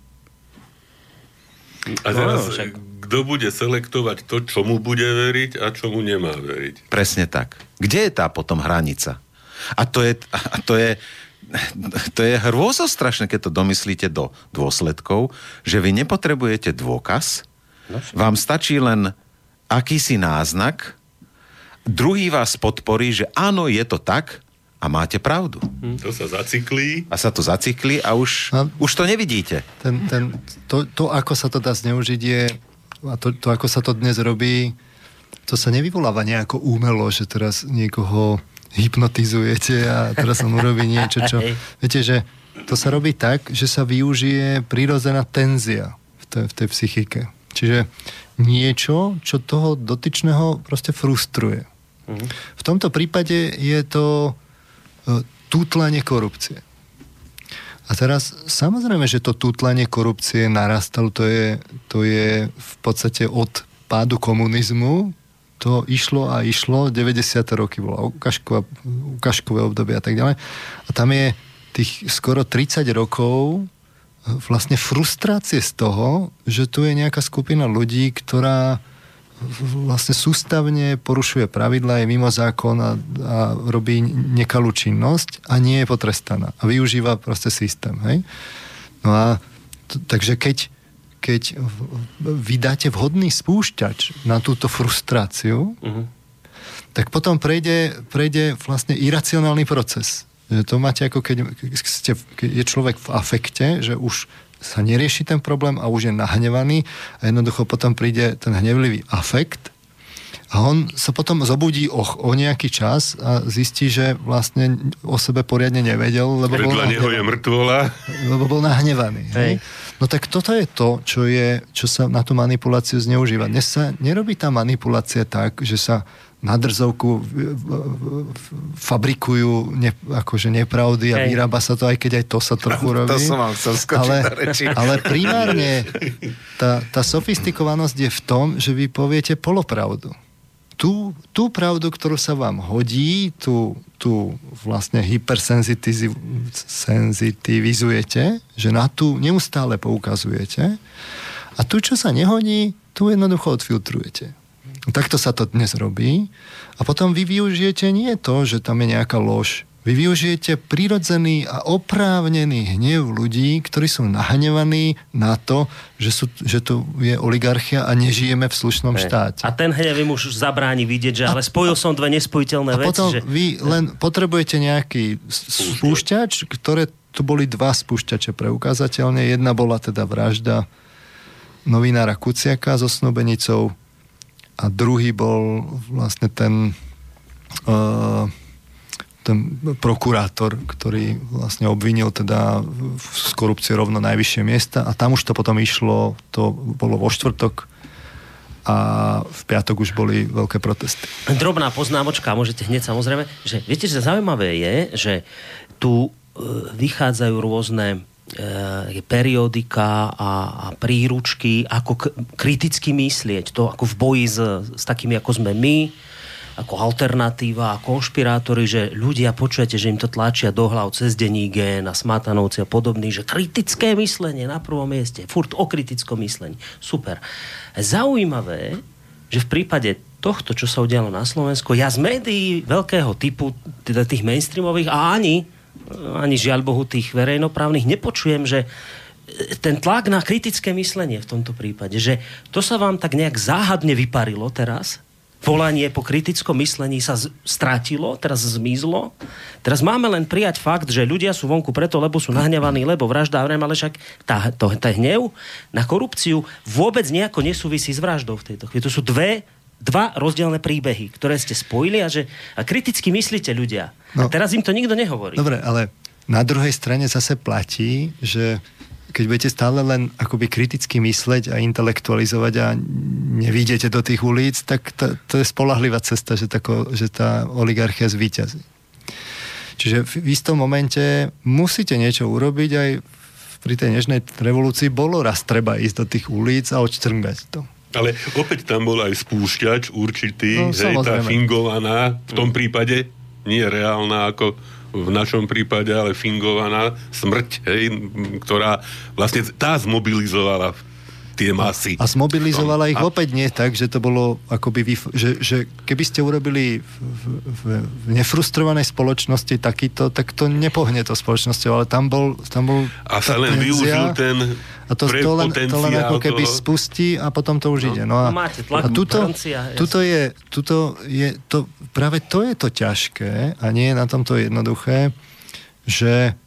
A teraz, kto bude selektovať to, čomu bude veriť a čomu nemá veriť? Presne tak. Kde je tá potom hranica? A to je hrôzostrašné, keď to domyslíte do dôsledkov, že vy nepotrebujete dôkaz, vám stačí len akýsi náznak, druhý vás podporí, že áno, je to tak a máte pravdu. To sa zacyklí. A sa to zacyklí a už to nevidíte. To, ako sa to dá zneužiť je, a to, ako sa to dnes robí, to sa nevyvoláva nejako úmelo, že teraz niekoho hypnotizujete a teraz on urobí niečo, čo... Viete, že to sa robí tak, že sa využije prirodzená tenzia v tej psychike. Čiže niečo, čo toho dotyčného proste frustruje. V tomto prípade je to tútlanie korupcie. A teraz samozrejme, že to tútlanie korupcie narastalo, to je v podstate od pádu komunizmu, to išlo a išlo, 90. roky bola ukážkové obdobie a tak ďalej. A tam je tých skoro 30 rokov vlastne frustrácie z toho, že tu je nejaká skupina ľudí, ktorá vlastne sústavne porušuje pravidlá, je mimo zákon a robí nekalú činnosť a nie je potrestaná. A využíva proste systém. Hej? No a takže keď vydáte vhodný spúšťač na túto frustráciu, tak potom prejde vlastne iracionálny proces. Že to máte ako keď je človek v afekte, že už sa nerieši ten problém a už je nahnevaný a jednoducho potom príde ten hnevlivý afekt a on sa potom zobudí o nejaký čas a zistí, že vlastne o sebe poriadne nevedel, lebo bol nahnevaný. Hej? No tak toto je to, čo sa na tú manipuláciu zneužíva. Dnes sa nerobí tá manipulácia tak, že sa na drzovku fabrikujú akože nepravdy a vyrába sa to, aj keď aj to sa trochu robí. To som vám chcel skočiť na reči. Ale primárne tá sofistikovanosť je v tom, že vy poviete polopravdu. Tú pravdu, ktorú sa vám hodí, tú vlastne hypersenzitivizujete, že na tú neustále poukazujete a tu, čo sa nehodí, tu jednoducho odfiltrujete. Takto sa to dnes robí a potom vy využijete nie to, že tam je nejaká lož. Vy využijete prirodzený a oprávnený hnev ľudí, ktorí sú nahnevaní na to, že tu je oligarchia a nežijeme v slušnom štáte. A ten hnev im už zabráni vidieť, že ale spojil som dve nespojiteľné veci. A potom vy len potrebujete nejaký spúšťač, ktoré tu boli dva spúšťače preukázateľne. Jedna bola teda vražda novinára Kuciaka so snúbenicou a druhý bol vlastne ten prokurátor, ktorý vlastne obvinil teda z korupcie rovno najvyššie miesta a tam už to potom išlo, to bolo vo štvrtok a v piatok už boli veľké protesty. Drobná poznámočka, môžete hneď samozrejme, že viete, že zaujímavé je, že tu vychádzajú rôzne periodika a príručky, ako kriticky myslieť. To ako v boji s takými, ako sme my, ako alternatíva a konšpirátori, že ľudia, počujete, že im to tlačia do hlav cez denní Gen a Smatanovci a podobný, že kritické myslenie na prvom mieste. Furt o kritickom myslení. Super. Zaujímavé, že v prípade tohto, čo sa udialo na Slovensku, ja z médií veľkého typu, teda tých mainstreamových a ani žiaľ Bohu tých verejnoprávnych nepočujem, že ten tlak na kritické myslenie v tomto prípade, že to sa vám tak nejak záhadne vyparilo teraz, volanie po kritickom myslení sa strátilo, teraz zmizlo. Teraz máme len prijať fakt, že ľudia sú vonku preto, lebo sú nahnevaní, lebo vražda, ale však tá hnev na korupciu vôbec nejako nesúvisí s vraždou v tejto chvíli. To sú dva rozdielne príbehy, ktoré ste spojili a kriticky myslíte ľudia. A teraz im to nikto nehovorí. Dobre, ale na druhej strane zase platí, že keď budete stále len akoby kriticky mysleť a intelektualizovať a nevídete do tých ulic, tak to je spoľahlivá cesta, že tá oligarchia zvíťazí. Čiže v istom momente musíte niečo urobiť, aj pri tej nežnej revolúcii bolo raz treba ísť do tých ulic a odštrngať to. Ale opäť tam bol aj spúšťač určitý, tá fingovaná, v tom prípade nie reálna ako v našom prípade, ale fingovaná smrť, ktorá vlastne tá zmobilizovala tie masy. A zmobilizovala ich opäť nie tak, že to bolo akoby, že keby ste urobili v nefrustrovanej spoločnosti takýto, tak to nepohne to spoločnosťou, ale tam bol a sa len využil ten a to len ako keby spustí a potom to už ide. No a práve to je to ťažké a nie je na tom to jednoduché, že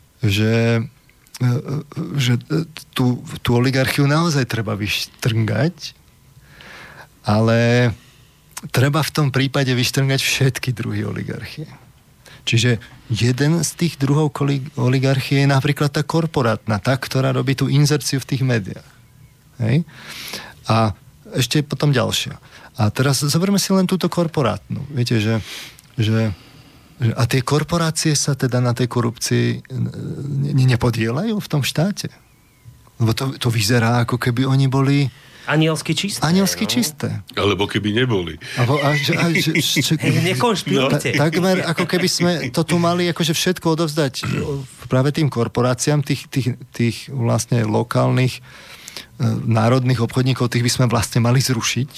tú oligarchiu naozaj treba vyštrngať, ale treba v tom prípade vyštrngať všetky druhy oligarchie. Čiže jeden z tých druhov oligarchie je napríklad tá korporátna, tá, ktorá robí tú inzerciu v tých médiách. Hej? A ešte potom ďalšia. A teraz zoberme si len túto korporátnu. Viete, že a tie korporácie sa teda na tej korupcii nepodielajú v tom štáte. Lebo to vyzerá, ako keby oni boli anielsky čisté. Anielsky čisté. Alebo keby neboli. Nekonšpirujte. Takmer, ako keby sme to tu mali akože všetko odovzdať práve tým korporáciám, tých vlastne lokálnych národných obchodníkov, tých by sme vlastne mali zrušiť.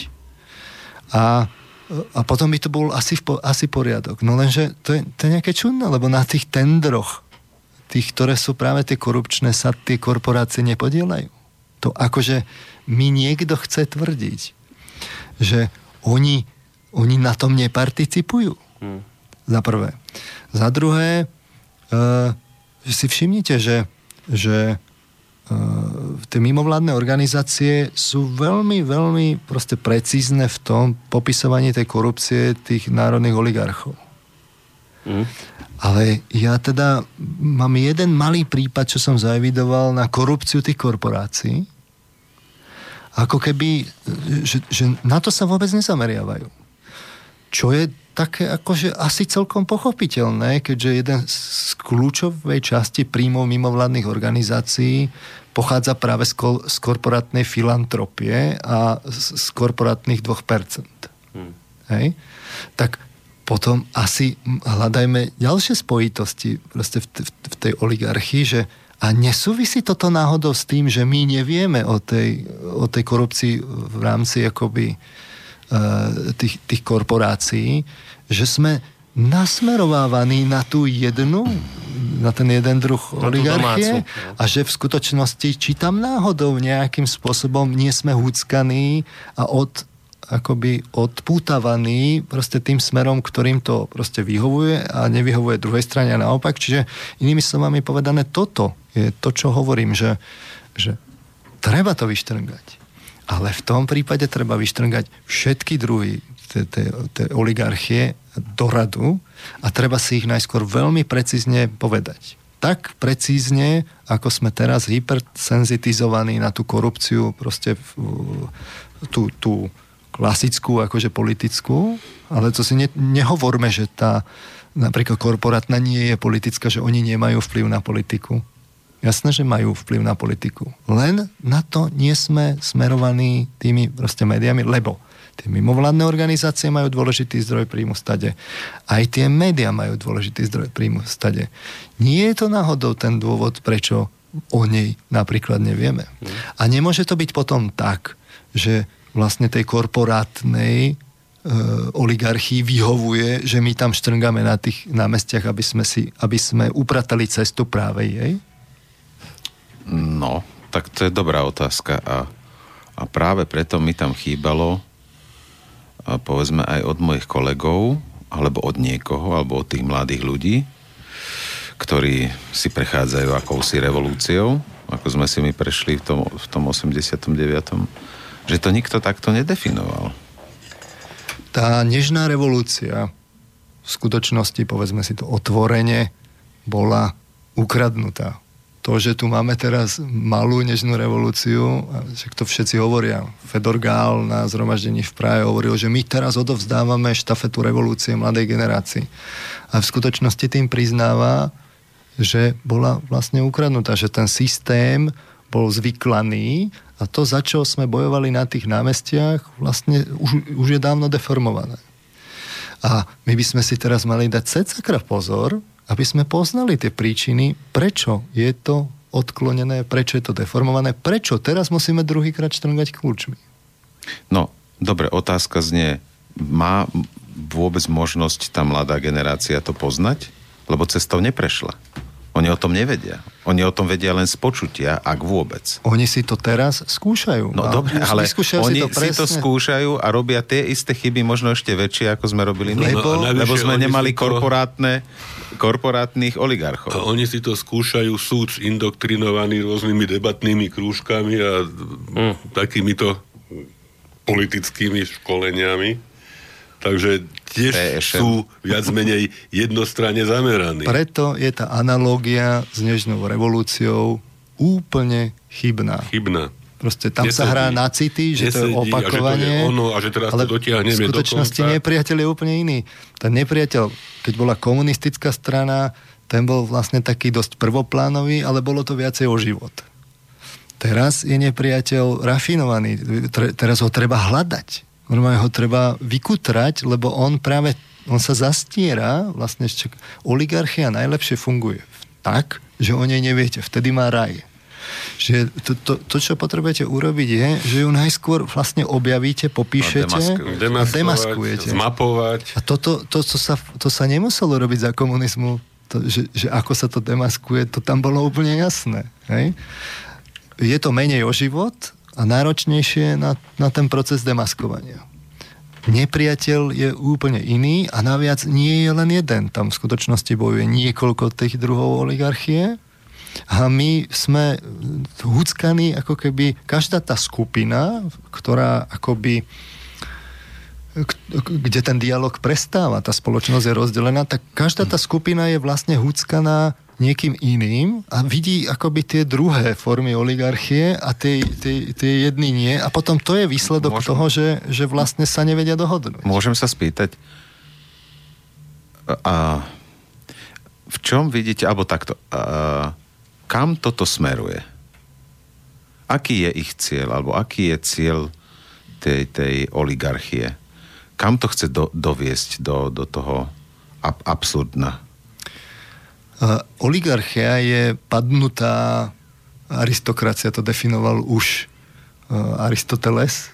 A potom by to bol asi poriadok. No lenže to je nejaké čudné, lebo na tých tendroch, tých, ktoré sú práve tie korupčné, sa tie korporácie nepodielajú. To akože mi niekto chce tvrdiť, že oni na tom neparticipujú. Za prvé. Za druhé, že si všimnite, že tie mimovládne organizácie sú veľmi, veľmi proste precízne v tom popisovaní tej korupcie tých národných oligarchov. Ale ja teda mám jeden malý prípad, čo som zaevidoval na korupciu tých korporácií. Ako keby, že na to sa vôbec nezameriavajú. Čo je také akože asi celkom pochopiteľné, keďže jeden z kľúčovej časti príjmov mimovládnych organizácií pochádza práve z korporátnej filantropie a z korporátnych 2%. Hej? Tak potom asi hľadajme ďalšie spojitosti proste v tej oligarchii, že a nesúvisí toto náhodou s tým, že my nevieme o tej korupcii v rámci akoby tých korporácií, že sme nasmerovávaní na tú na ten jeden druh oligarchie a že v skutočnosti, či tam náhodou nejakým spôsobom nie sme húckaní a akoby odpútavaní proste tým smerom, ktorým to proste vyhovuje a nevyhovuje druhej strane a naopak. Čiže inými slovami povedané, toto je to, čo hovorím, že treba to vyštrngať. Ale v tom prípade treba vyštrngať všetky druhy tej oligarchie do radu a treba si ich najskôr veľmi precízne povedať. Tak precízne, ako sme teraz hypersenzitizovaní na tú korupciu, proste tú klasickú, akože politickú, ale to si nehovorme, že tá napríklad korporátna nie je politická, že oni nemajú vplyv na politiku. Jasné, že majú vplyv na politiku. Len na to nie sme smerovaní tými proste médiami, lebo tie mimovládne organizácie majú dôležitý zdroj príjmu stade. Aj tie médiá majú dôležitý zdroj príjmu stade. Nie je to náhodou ten dôvod, prečo o nej napríklad nevieme. A nemôže to byť potom tak, že vlastne tej korporátnej oligarchii vyhovuje, že my tam štrngáme na tých námestiach, aby sme upratali cestu práve jej? No, tak to je dobrá otázka a práve preto mi tam chýbalo povedzme aj od mojich kolegov, alebo od niekoho, alebo od tých mladých ľudí, ktorí si prechádzajú akousi revolúciou, ako sme si my prešli v tom 89., že to nikto takto nedefinoval. Tá nežná revolúcia v skutočnosti, povedzme si to otvorene, bola ukradnutá. To, že tu máme teraz malú nežnú revolúciu, že to všetci hovoria. Fedor Gál na zhromaždení v Prahe hovoril, že my teraz odovzdávame štafetu revolúcie mladej generácii. A v skutočnosti tým priznáva, že bola vlastne ukradnutá, že ten systém bol zvyklaný a to, za čo sme bojovali na tých námestiach, vlastne už je dávno deformované. A my by sme si teraz mali dať secakra pozor, aby sme poznali tie príčiny, prečo je to odklonené, prečo je to deformované, prečo teraz musíme druhýkrát štrngať kľúčmi. No, dobre, otázka znie, má vôbec možnosť tá mladá generácia to poznať? Lebo cestou neprešla. Oni o tom nevedia. Oni o tom vedia len z počutia, ak vôbec. Oni si to teraz skúšajú. No dobre, ale oni si to skúšajú a robia tie isté chyby, možno ešte väčšie, ako sme robili my. Lebo sme nemali korporátnych oligarchov. A oni si to skúšajú súd indoktrinovaní rôznymi debatnými krúžkami a takýmito politickými školeniami. Takže tiež sú viac menej jednostranne zameraní. Preto je tá analógia s nežnou revolúciou úplne chybná. Proste tam sa hrá na city, že to je opakovanie. A že teraz to dotiahneme do konca. V skutočnosti nepriateľ je úplne iný. Ten nepriateľ, keď bola komunistická strana, ten bol vlastne taký dosť prvoplánový, ale bolo to viacej o život. Teraz je nepriateľ rafinovaný. Teraz ho treba hľadať. Normálne ho treba vykutrať, lebo on sa zastiera, vlastne oligarchia najlepšie funguje tak, že o nej neviete. Vtedy má raj. Že to, čo potrebujete urobiť je, že ju najskôr vlastne objavíte, popíšete a demaskujete. Zmapovať. A to sa nemuselo robiť za komunizmu, že ako sa to demaskuje, to tam bolo úplne jasné. Hej? Je to menej o život a náročnejšie na ten proces demaskovania. Nepriateľ je úplne iný a naviac nie je len jeden. Tam v skutočnosti bojuje niekoľko tých druhov oligarchie a my sme huckaní, ako keby každá tá skupina, ktorá akoby kde ten dialog prestáva, tá spoločnosť je rozdelená, tak každá tá skupina je vlastne huckaná niekým iným a vidí akoby tie druhé formy oligarchie a tie jedny nie a potom to je výsledok toho, že vlastne sa nevedia dohodnúť. Môžem sa spýtať, a v čom vidíte, alebo takto, kam toto smeruje? Aký je ich cieľ, alebo aký je cieľ tej oligarchie? Kam to chce doviesť do toho absurdna? Oligarchia je padnutá aristokracia, to definoval už Aristoteles.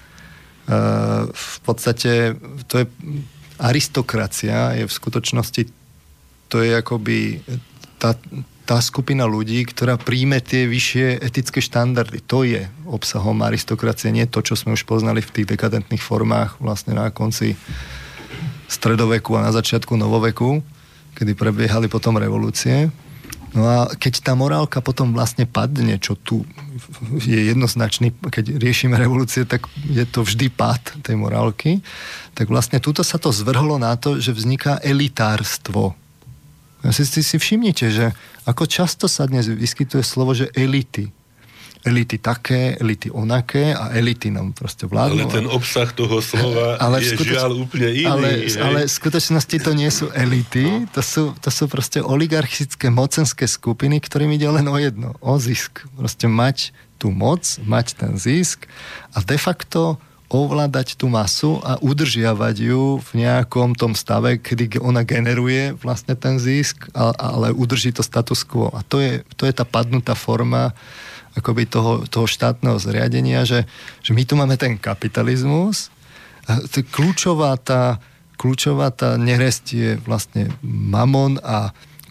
V podstate to je aristokracia, je v skutočnosti to je akoby tá skupina ľudí, ktorá príjme tie vyššie etické štandardy. To je obsahom aristokracie, nie to, čo sme už poznali v tých dekadentných formách vlastne na konci stredoveku a na začiatku novoveku, kedy prebiehali potom revolúcie. No a keď tá morálka potom vlastne padne, čo tu je jednoznačný, keď riešime revolúcie, tak je to vždy pád tej morálky, tak vlastne tuto sa to zvrhlo na to, že vzniká elitárstvo. Si všimnite, že ako často sa dnes vyskytuje slovo, že elity. Elity také, elity onaké a elity nám proste vládnu. Ale ten obsah toho slova je žiaľ úplne iný. Ale v skutočnosti to nie sú elity, to sú proste oligarchické mocenské skupiny, ktorým ide len o jedno, o zisk. Proste mať tú moc, mať ten zisk a de facto ovládať tú masu a udržiavať ju v nejakom tom stave, kedy ona generuje vlastne ten zisk, ale udrží to status quo. A to je tá padnutá forma akoby toho štátneho zriadenia, že my tu máme ten kapitalizmus a kľúčová tá neresť je vlastne mamon a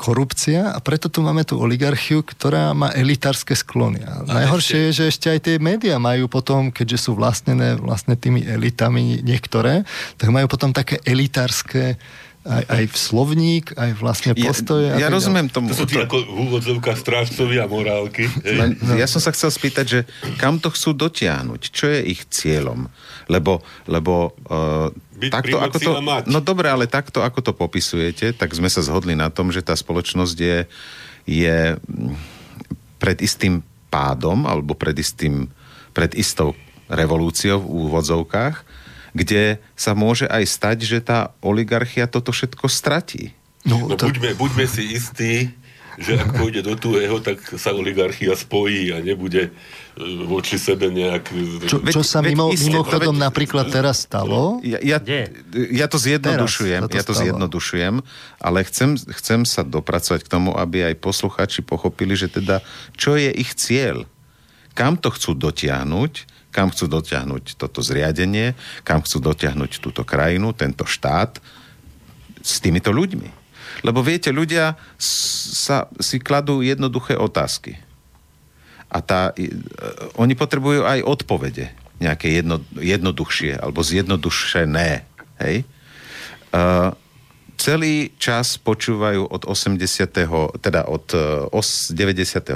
korupcia a preto tu máme tú oligarchiu, ktorá má elitárske sklony. A najhoršie je, že ešte aj tie médiá majú potom, keďže sú vlastnené vlastne tými elitami niektoré, tak majú potom také elitárske aj v slovník, aj vlastne postoje. Ja rozumiem tomu. To sú tí ako v úvodzovkách strážcovia morálky. Ja som sa chcel spýtať, že kam to chcú dotiahnuť? Čo je ich cieľom? Lebo takto, ako to, no dobre, ale takto, ako to popisujete, tak sme sa zhodli na tom, že tá spoločnosť je pred istým pádom, alebo pred istou revolúciou v úvodzovkách, kde sa môže aj stať, že tá oligarchia toto všetko stratí. No buďme si istí, že ak pôjde do tuého, tak sa oligarchia spojí a nebude voči sebe nejak... Čo sa mimochodom napríklad teraz stalo? Ja to zjednodušujem, ale chcem sa dopracovať k tomu, aby aj posluchači pochopili, že teda, čo je ich cieľ? Kam to chcú dotiahnuť? Kam chcú dotiahnuť toto zriadenie, kam chcú dotiahnuť túto krajinu, tento štát s týmito ľuďmi. Lebo viete, ľudia si kladú jednoduché otázky. A oni potrebujú aj odpovede, nejaké jednoduchšie alebo zjednodušené. Hej? Celý čas počúvajú od 98.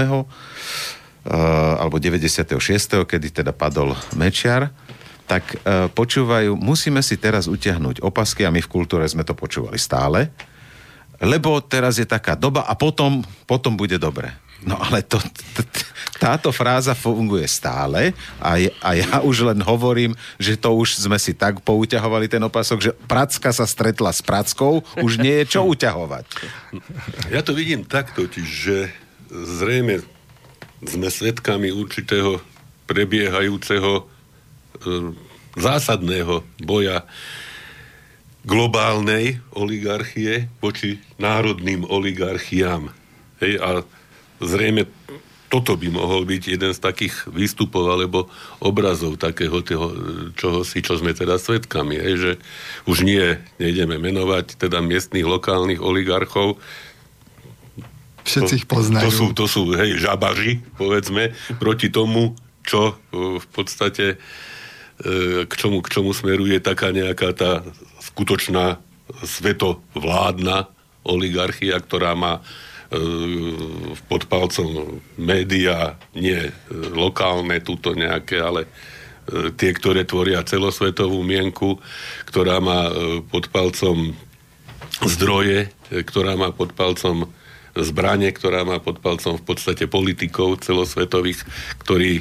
alebo 96., kedy teda padol Mečiar, tak počúvajú, musíme si teraz utiahnuť opasky a my v kultúre sme to počúvali stále, lebo teraz je taká doba a potom bude dobre. No ale táto fráza funguje stále a ja už len hovorím, že to už sme si tak pouťahovali ten opasok, že pracka sa stretla s prackou, už nie je čo uťahovať. Ja to vidím tak totiž, že zrejme sme svedkami určitého prebiehajúceho zásadného boja globálnej oligarchie voči národným oligarchiám. Hej, a zrejme toto by mohol byť jeden z takých výstupov alebo obrazov takého čo sme teda svedkami. Hej, že už nejdeme menovať teda miestnych lokálnych oligarchov. Všetci ich poznajú. To sú žabaži, povedzme, proti tomu, čo v podstate k čomu smeruje taká nejaká tá skutočná svetovládna oligarchia, ktorá má pod palcom médiá, nie lokálne, túto nejaké, ale tie, ktoré tvoria celosvetovú mienku, ktorá má pod palcom zdroje, ktorá má pod palcom zbrane, ktorá má pod palcom v podstate politikov celosvetových, ktorí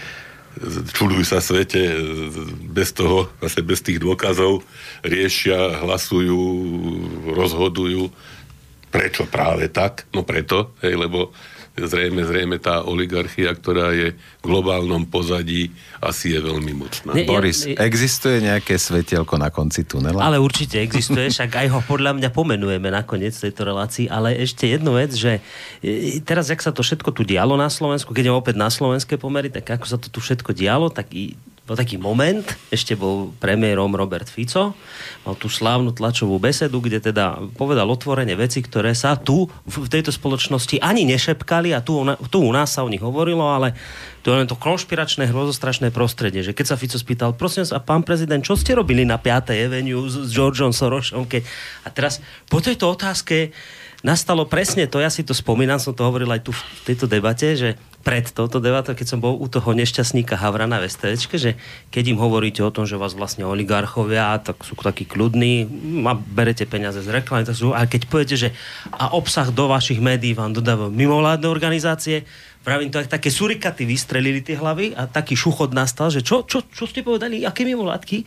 čudujú sa svete bez toho, vlastne bez tých dôkazov, riešia, hlasujú, rozhodujú. Prečo práve tak? No preto, lebo zrejme tá oligarchia, ktorá je v globálnom pozadí, asi je veľmi mocná. Boris, existuje nejaké svetielko na konci tunela? Ale určite existuje, však aj ho podľa mňa pomenujeme nakoniec tejto relácii, ale ešte jednu vec, že teraz, jak sa to všetko tu dialo na Slovensku, keď je opäť na slovenské pomery, tak ako sa to tu všetko dialo, tak bol taký moment, ešte bol premiérom Robert Fico, mal tú slávnu tlačovú besedu, kde teda povedal otvorene veci, ktoré sa tu v tejto spoločnosti ani nešepkali a tu u nás sa o nich hovorilo, ale to je len to konšpiračné, hrozostrašné prostredie, že keď sa Fico spýtal, prosím sa, pán prezident, čo ste robili na 5. Avenue s Georgeom Sorosom? A teraz po tejto otázke nastalo presne to, ja si to spomínam, som to hovoril aj tu v tejto debate, že pred touto debatou, keď som bol u toho nešťastníka Havrana v STVčke, že keď im hovoríte o tom, že vás vlastne oligarchovia, tak sú takí kľudní, a berete peniaze z reklamy, tak sú, ale keď poviete, že a obsah do vašich médií vám dodávajú mimovládne organizácie, pravím to, také surikaty vystrelili tie hlavy a taký šuchot nastal, že čo ste povedali, aké mimovládky?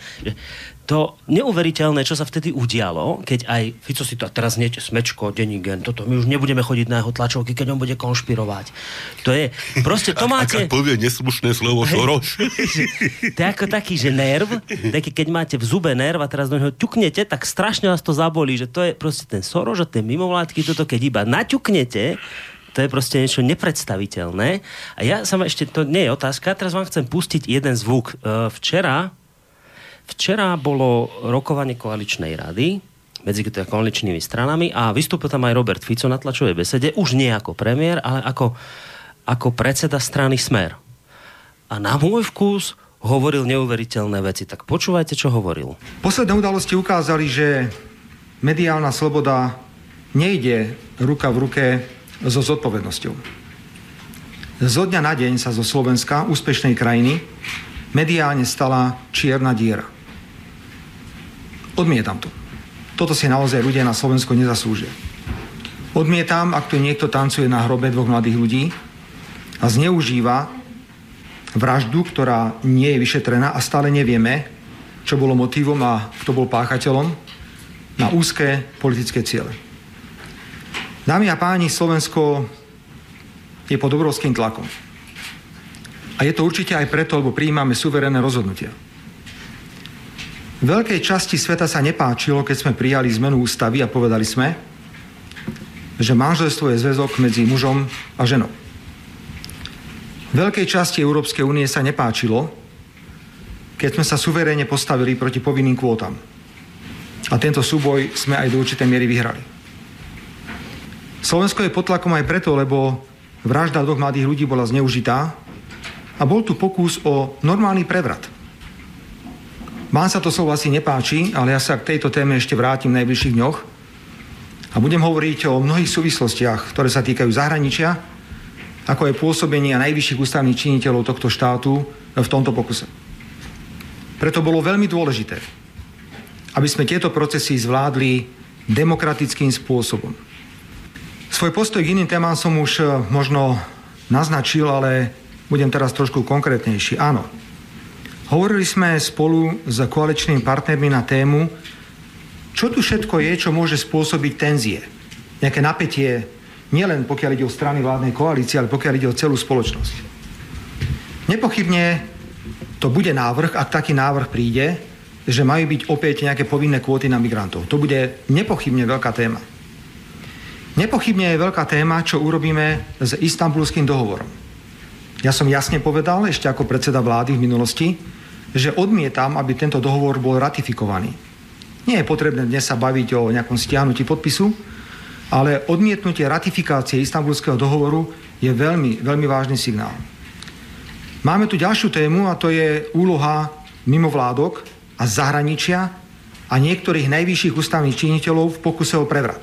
To neuveriteľné, čo sa vtedy udialo, keď aj Fico si to teraz niečo smečko, Denigen, toto, my už nebudeme chodiť na jeho tlačovky, keď on bude konšpirovať. To je, proste to máte... Ak povie neslušné slovo Soros. To je ako taký, že nerv, taký, keď máte v zube nerv a teraz do neho ťuknete, tak strašne vás to zabolí, že to je proste ten Soros a tie mimovládky, toto keď iba naťuknete, to je proste niečo nepredstaviteľné. A ja sama ešte, to nie je otázka, teraz vám chcem pustiť jeden zvuk. Včera bolo rokovanie koaličnej rady medzi koaličnými stranami a vystúpil tam aj Robert Fico na tlačovej besede, už nie ako premiér, ale ako predseda strany Smer. A na môj vkus hovoril neuveriteľné veci. Tak počúvajte, čo hovoril. Posledné udalosti ukázali, že mediálna sloboda nejde ruka v ruke so zodpovednosťou. Zo dňa na deň sa zo Slovenska, úspešnej krajiny, mediálne stala čierna diera. Odmietam to. Toto si naozaj ľudia na Slovensku nezaslúžia. Odmietam, ak tu niekto tancuje na hrobe dvoch mladých ľudí a zneužíva vraždu, ktorá nie je vyšetrená a stále nevieme, čo bolo motívom a kto bol páchateľom, na úzke politické ciele. Dámy a páni, Slovensko je pod obrovským tlakom. A je to určite aj preto, lebo prijímame suverénne rozhodnutia. Veľkej časti sveta sa nepáčilo, keď sme prijali zmenu ústavy a povedali sme, že manželstvo je zväzok medzi mužom a ženou. Veľkej časti Európskej únie sa nepáčilo, keď sme sa suverénne postavili proti povinným kvótam. A tento súboj sme aj do určitej miery vyhrali. Slovensko je pod tlakom aj preto, lebo vražda dvoch mladých ľudí bola zneužitá a bol tu pokus o normálny prevrat. Vám sa to slovo asi nepáči, ale ja sa k tejto téme ešte vrátim v najbližších dňoch a budem hovoriť o mnohých súvislostiach, ktoré sa týkajú zahraničia, ako aj pôsobenia najvyšších ústavných činiteľov tohto štátu v tomto pokuse. Preto bolo veľmi dôležité, aby sme tieto procesy zvládli demokratickým spôsobom. Svoj postoj k iným témam som už možno naznačil, ale budem teraz trošku konkrétnejší. Áno, hovorili sme spolu s koaličnými partnermi na tému, čo tu všetko je, čo môže spôsobiť tenzie, nejaké napätie, nielen pokiaľ ide o strany vládnej koalície, ale pokiaľ ide o celú spoločnosť. Nepochybne to bude návrh, ak taký návrh príde, že majú byť opäť nejaké povinné kvóty na migrantov. To bude nepochybne veľká téma. Nepochybne je veľká téma, čo urobíme s Istanbulským dohovorom. Ja som jasne povedal, ešte ako predseda vlády v minulosti, že odmietam, aby tento dohovor bol ratifikovaný. Nie je potrebné dnes sa baviť o nejakom stiahnutí podpisu, ale odmietnutie ratifikácie Istanbulského dohovoru je veľmi, veľmi vážny signál. Máme tu ďalšiu tému a to je úloha mimovládok a zahraničia a niektorých najvyšších ústavných činiteľov v pokuse o prevrat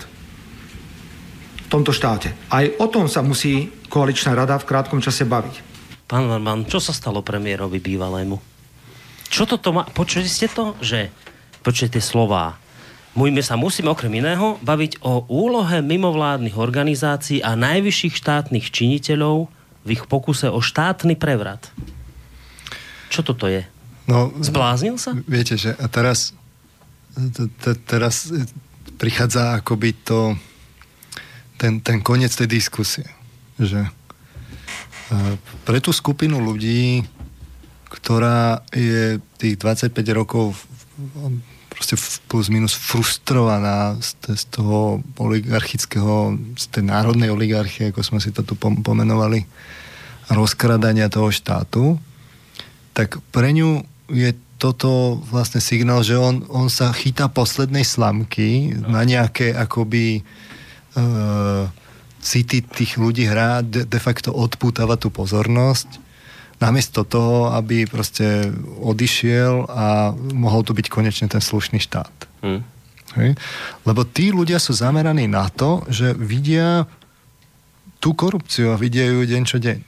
v tomto štáte. Aj o tom sa musí koaličná rada v krátkom čase baviť. Pán Varman, čo sa stalo premiérovi bývalému? Čo toto má? Počuli ste to? Že počujete slová. My sa musíme okrem iného baviť o úlohe mimovládnych organizácií a najvyšších štátnych činiteľov v ich pokuse o štátny prevrat. Čo toto je? No, zbláznil sa? Viete, že a teraz prichádza akoby ten koniec tej diskusie. Že pre tú skupinu ľudí, ktorá je tých 25 rokov proste plus minus frustrovaná z toho oligarchického, z tej národnej oligarchie, ako sme si to tu pomenovali, rozkradania toho štátu, tak pre ňu je toto vlastne signál, že on sa chytá poslednej slamky, na nejaké akoby city tých ľudí hrá, de facto odpútava tú pozornosť, namiesto toho, aby proste odišiel a mohol tu byť konečne ten slušný štát. Hej? Lebo tí ľudia sú zameraní na to, že vidia tú korupciu a vidia ju deň čo deň.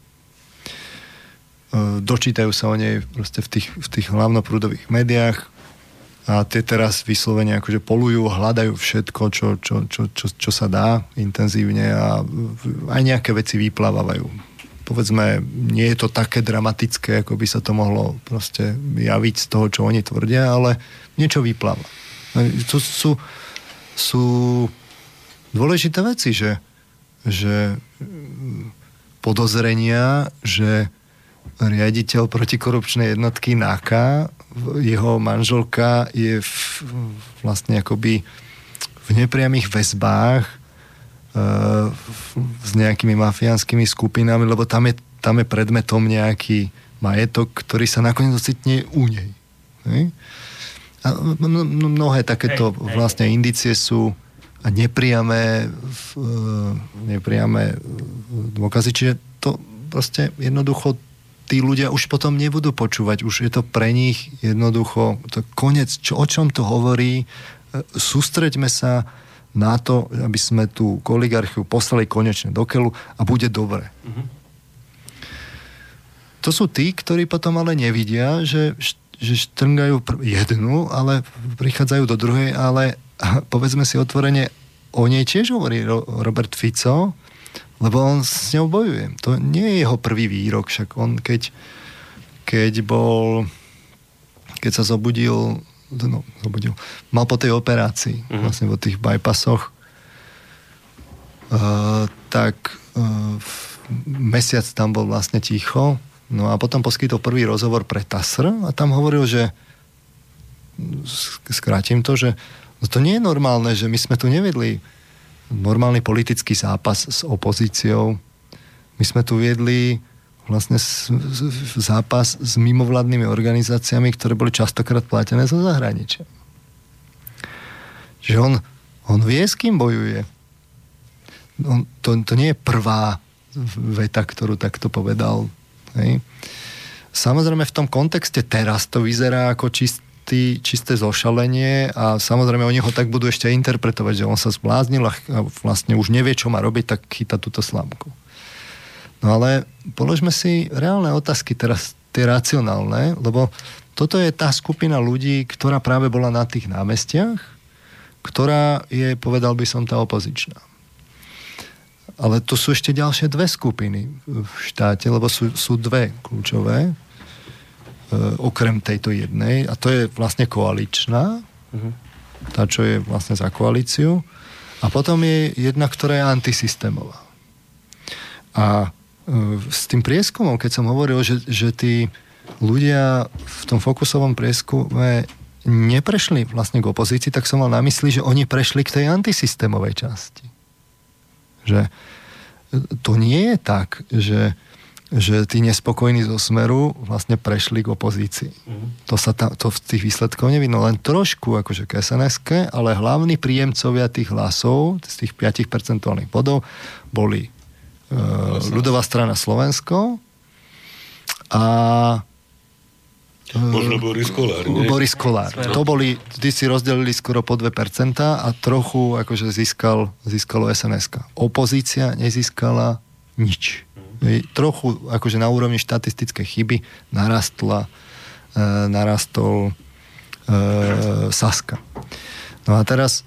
Dočítajú sa o nej proste v tých hlavnoprúdových médiách a tie teraz vyslovene akože polujú, hľadajú všetko, čo sa dá intenzívne a aj nejaké veci vyplávajú. Povedzme, nie je to také dramatické, ako by sa to mohlo proste javiť z toho, čo oni tvrdia, ale niečo vypláva. To sú dôležité veci, že podozrenia, že riaditeľ protikorupčnej jednotky NAKA, jeho manželka je vlastne akoby v nepriamých väzbách s nejakými mafiánskymi skupinami, lebo tam je predmetom nejaký majetok, ktorý sa nakoniec ocitne u nej. A mnohé takéto vlastne indície sú nepriame dôkazy, čiže to proste jednoducho tí ľudia už potom nebudú počúvať, už je to pre nich jednoducho to koniec, o čom to hovorí, sústreďme sa na to, aby sme tú oligarchiu poslali konečne do keľu a bude dobre. To sú tí, ktorí potom ale nevidia, že štrngajú jednu, ale prichádzajú do druhej, ale povedzme si otvorene, o nej tiež hovorí Robert Fico, lebo on s ňou bojuje. To nie je jeho prvý výrok, však on keď sa zobudil, mal po tej operácii, vlastne po tých bypassoch, tak mesiac tam bol vlastne ticho, no a potom poskytol prvý rozhovor pre TASR a tam hovoril, že skrátim to, že to nie je normálne, že my sme tu nevedli normálny politický zápas s opozíciou. My sme tu viedli vlastne zápas s mimovládnymi organizáciami, ktoré boli častokrát platené zo zahraničia. Že on vie, s kým bojuje. To nie je prvá veta, ktorú takto povedal. Hej. Samozrejme v tom kontexte teraz to vyzerá ako čisté zošalenie a samozrejme oni ho tak budú ešte interpretovať, že on sa zbláznil a vlastne už nevie, čo má robiť, tak chytá túto slámku. No ale položme si reálne otázky teraz, tie racionálne, lebo toto je tá skupina ľudí, ktorá práve bola na tých námestiach, ktorá je, povedal by som, tá opozičná. Ale tu sú ešte ďalšie dve skupiny v štáte, lebo sú dve kľúčové, okrem tejto jednej, a to je vlastne koaličná, tá, čo je vlastne za koalíciu, a potom je jedna, ktorá je antisystémová. A s tým prieskumom, keď som hovoril, že tí ľudia v tom fokusovom prieskume neprešli vlastne k opozícii, tak som mal na mysli, že oni prešli k tej antisystémovej časti. Že to nie je tak, že tí nespokojní zo Smeru vlastne prešli k opozícii. To v tých výsledkov nevidno. Len trošku akože k SNS-ke, ale hlavní príjemcovia tých hlasov, z tých 5% bodov, boli ľudová strana Slovensko a možno Boris Kollár, nie? Boris Kollár. To boli, vždy si rozdelili skoro po 2% a trochu akože získalo SNS-ka. Opozícia nezískala nič. Trochu akože na úrovni štatistickej chyby narastol Saska. No a teraz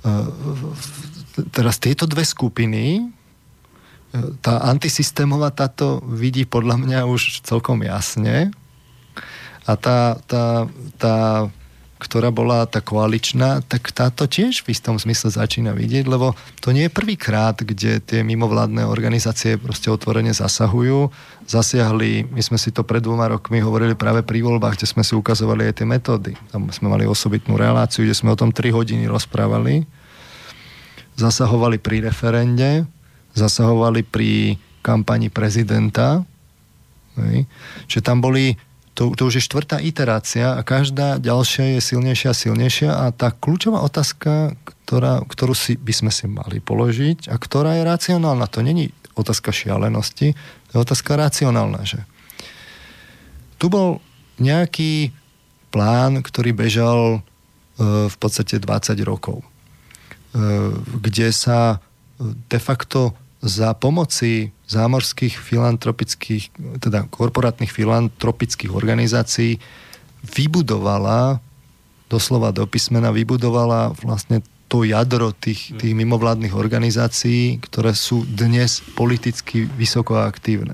tieto dve skupiny, tá antisystémová táto vidí podľa mňa už celkom jasne a tá ktorá bola tá koaličná, tak táto tiež v istom zmysle začína vidieť, lebo to nie je prvýkrát, kde tie mimovládne organizácie proste otvorene zasahujú. Zasiahli, my sme si to pred 2 rokmi hovorili práve pri voľbách, kde sme si ukazovali aj tie metódy. Tam sme mali osobitnú reláciu, kde sme o tom 3 hodiny rozprávali. Zasahovali pri referende, zasahovali pri kampani prezidenta. Čiže tam boli to už je 4. iterácia a každá ďalšia je silnejšia a silnejšia a tá kľúčová otázka, ktorú by sme si mali položiť a ktorá je racionálna, to není otázka šialenosti, to je otázka racionálna, že tu bol nejaký plán, ktorý bežal v podstate 20 rokov, kde sa de facto za pomoci zámorských filantropických, teda korporátnych filantropických organizácií vybudovala, doslova do písmena, vybudovala vlastne to jadro tých mimovládnych organizácií, ktoré sú dnes politicky vysoko aktívne.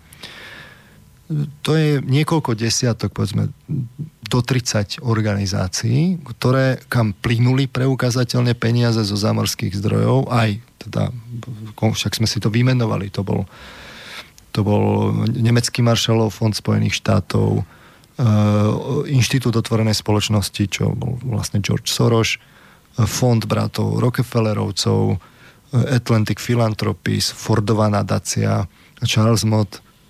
To je niekoľko desiatok, povedzme, do 30 organizácií, ktoré kam plynuli preukázateľne peniaze zo zámorských zdrojov, aj teda, však sme si to vymenovali, to bol Nemecký Marshallov fond Spojených štátov, Inštitút otvorenej spoločnosti, čo bol vlastne George Soros, fond bratov Rockefellerovcov, Atlantic Philanthropies, Fordová nadácia, Charles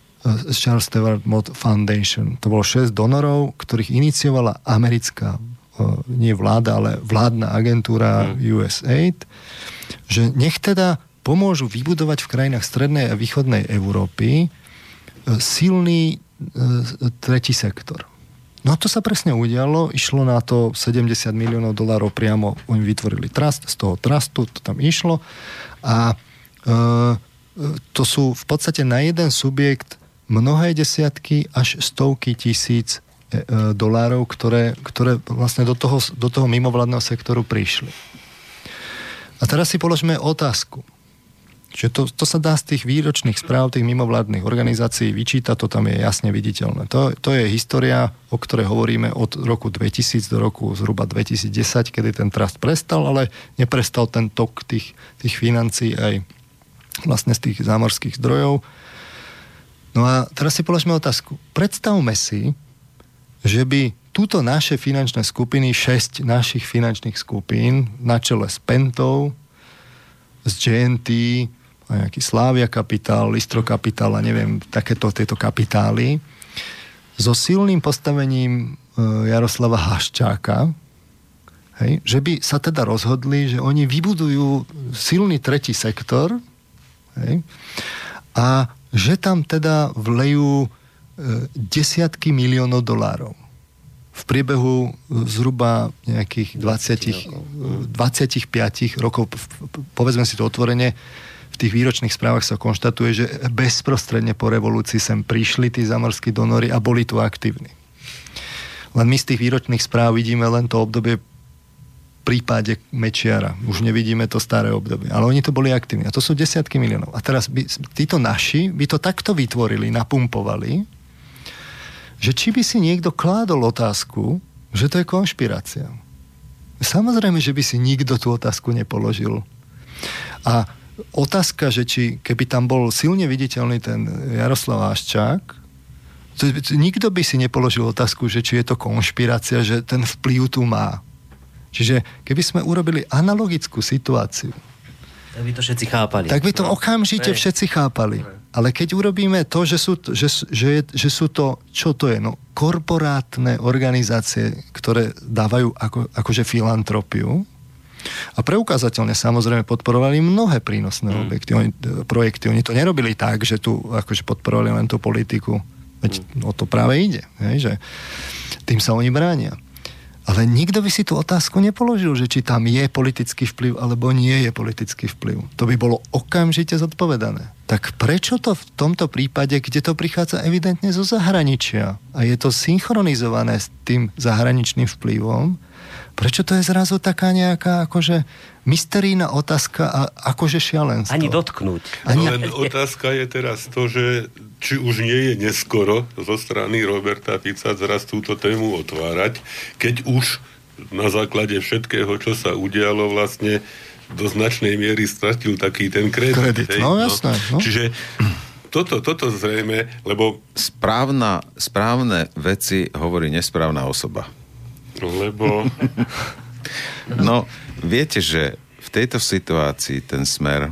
Stewart Mott Foundation. To bolo 6 donorov, ktorých iniciovala americká nie vláda, ale vládna agentúra USAID, že nech teda pomôžu vybudovať v krajinách strednej a východnej Európy silný tretí sektor. No to sa presne udialo, išlo na to $70 miliónov priamo, oni vytvorili trust, z toho trustu to tam išlo a to sú v podstate na jeden subjekt mnohé desiatky až stovky tisíc dolárov, ktoré vlastne do toho mimovládneho sektoru prišli. A teraz si položme otázku. Že to sa dá z tých výročných správ tých mimovládnych organizácií vyčítať, to tam je jasne viditeľné. To je história, o ktorej hovoríme od roku 2000 do roku zhruba 2010, kedy ten trust prestal, ale neprestal ten tok tých financií aj vlastne z tých zámorských zdrojov. No a teraz si položme otázku. Predstavme si, že by túto naše finančné skupiny, 6 našich finančných skupín na čele s Pentou, s GNT, a nejaký Slavia Kapitál, Listro Kapitál a neviem, tieto kapitály, so silným postavením Jaroslava Haščáka, hej, že by sa teda rozhodli, že oni vybudujú silný tretí sektor, hej, a že tam teda vlejú desiatky miliónov dolárov. V priebehu zhruba nejakých 25 rokov, povedzme si to otvorene, v tých výročných správach sa konštatuje, že bezprostredne po revolúcii sem prišli tí zamorskí donory a boli tu aktívni. Len my z tých výročných správ vidíme len to obdobie prípade Mečiara. Už nevidíme to staré obdobie. Ale oni to boli aktívni. A to sú desiatky miliónov. A teraz títo naši by to takto vytvorili, napumpovali, že či by si niekto kládol otázku, že to je konšpirácia. Samozrejme, že by si nikto tú otázku nepoložil. A otázka, že či keby tam bol silne viditeľný ten Jaroslav Haščák, nikto by si nepoložil otázku, že či je to konšpirácia, že ten vplyv tu má. Čiže keby sme urobili analogickú situáciu, tak by to všetci chápali. Tak by to okamžite všetci chápali. Ale keď urobíme to, že sú to, čo to je? No, korporátne organizácie, ktoré dávajú akože filantropiu a preukázateľne samozrejme podporovali mnohé prínosné projekty. Oni to nerobili tak, že tu akože podporovali len tú politiku. Veď o to práve ide. Že tým sa oni bránia. Ale nikto by si tú otázku nepoložil, že či tam je politický vplyv, alebo nie je politický vplyv. To by bolo okamžite zodpovedané. Tak prečo to v tomto prípade, kde to prichádza evidentne zo zahraničia a je to synchronizované s tým zahraničným vplyvom, prečo to je zrazu taká nejaká akože mysterijná otázka a akože šialenstvo? Ani dotknúť. Len otázka je teraz to, že či už nie je neskoro zo strany Roberta Fica zraz túto tému otvárať, keď už na základe všetkého, čo sa udialo, vlastne do značnej miery stratil taký ten kredit. No jasné. No. Čiže toto zrejme, lebo... Správne veci hovorí nesprávna osoba. Lebo... No, viete, že v tejto situácii ten Smer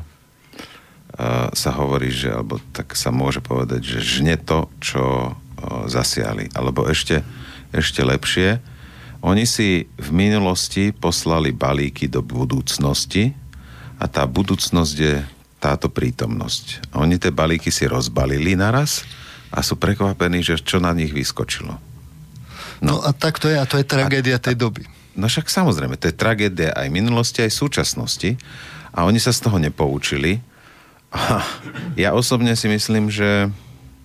sa hovorí, že, alebo tak sa môže povedať, že žne to, čo zasiali. Alebo ešte lepšie, oni si v minulosti poslali balíky do budúcnosti a tá budúcnosť je táto prítomnosť. A oni tie balíky si rozbalili naraz a sú prekvapení, že čo na nich vyskočilo. No a tak to je, a to je tragédia tej doby. No však samozrejme, to je tragédia aj minulosti, aj súčasnosti a oni sa z toho nepoučili. A ja osobne si myslím, že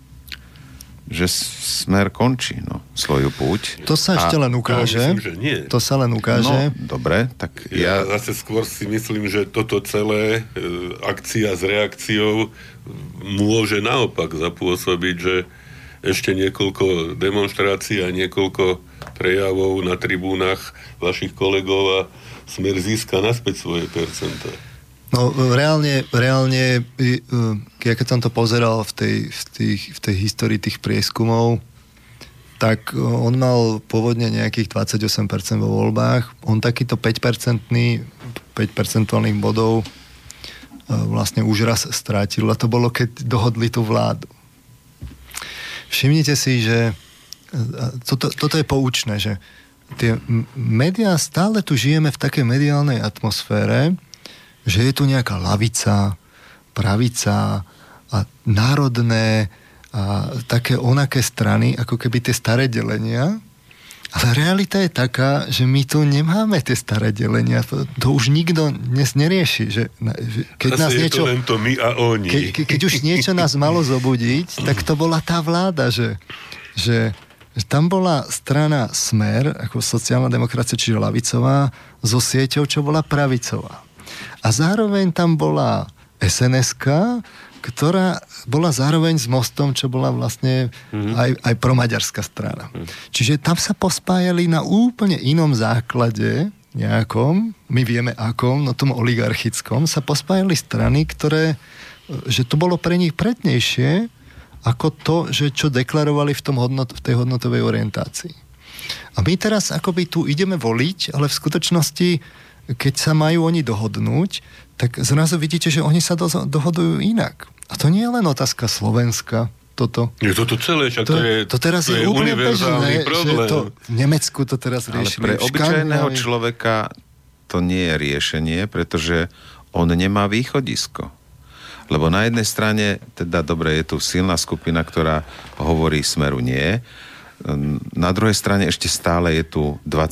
Smer končí svoju púť. To sa ešte len ukáže. Ja myslím, že nie. To sa len ukáže. No, dobre, tak ja zase skôr si myslím, že toto celé akcia s reakciou môže naopak zapôsobiť, že ešte niekoľko demonštrácií a niekoľko prejavov na tribúnach vašich kolegov a Smer získa naspäť svoje percentá. No reálne, keď som to pozeral v tej histórii tých prieskumov, tak on mal pôvodne nejakých 28% vo voľbách. On takýto 5 percentuálnych bodov vlastne už raz strátil a to bolo, keď dohodli tú vládu. Všimnite si, že toto je poučné, že tie médiá, stále tu žijeme v takej mediálnej atmosfére, že je tu nejaká lavica, pravica a národné a také onaké strany, ako keby tie staré delenia. Ale realita je taká, že my tu nemáme tie staré delenia. To už nikto dnes nerieši. Že keď nás je niečo, to len to my a oni. Keď už niečo nás malo zobudiť, tak to bola tá vláda, že tam bola strana Smer, ako sociálna demokracia, čiže ľavicová, so sieťou, čo bola pravicová. A zároveň tam bola SNS-ka, ktorá bola zároveň s Mostom, čo bola vlastne aj promaďarská strana. Čiže tam sa pospájali na úplne inom základe nejakom, my vieme akom, no tom oligarchickom, sa pospájali strany, ktoré, že to bolo pre nich prednejšie ako to, že čo deklarovali v tej hodnotovej orientácii. A my teraz akoby tu ideme voliť, ale v skutočnosti, keď sa majú oni dohodnúť, tak zrazu vidíte, že oni sa dohodujú inak. A to nie je len otázka Slovenska, toto. Je toto celé, však to teraz je úplne bežné, že to v Nemecku to teraz riešili. Ale pre obyčajného človeka to nie je riešenie, pretože on nemá východisko. Lebo na jednej strane, teda dobre, je tu silná skupina, ktorá hovorí Smeru nie. Na druhej strane ešte stále je tu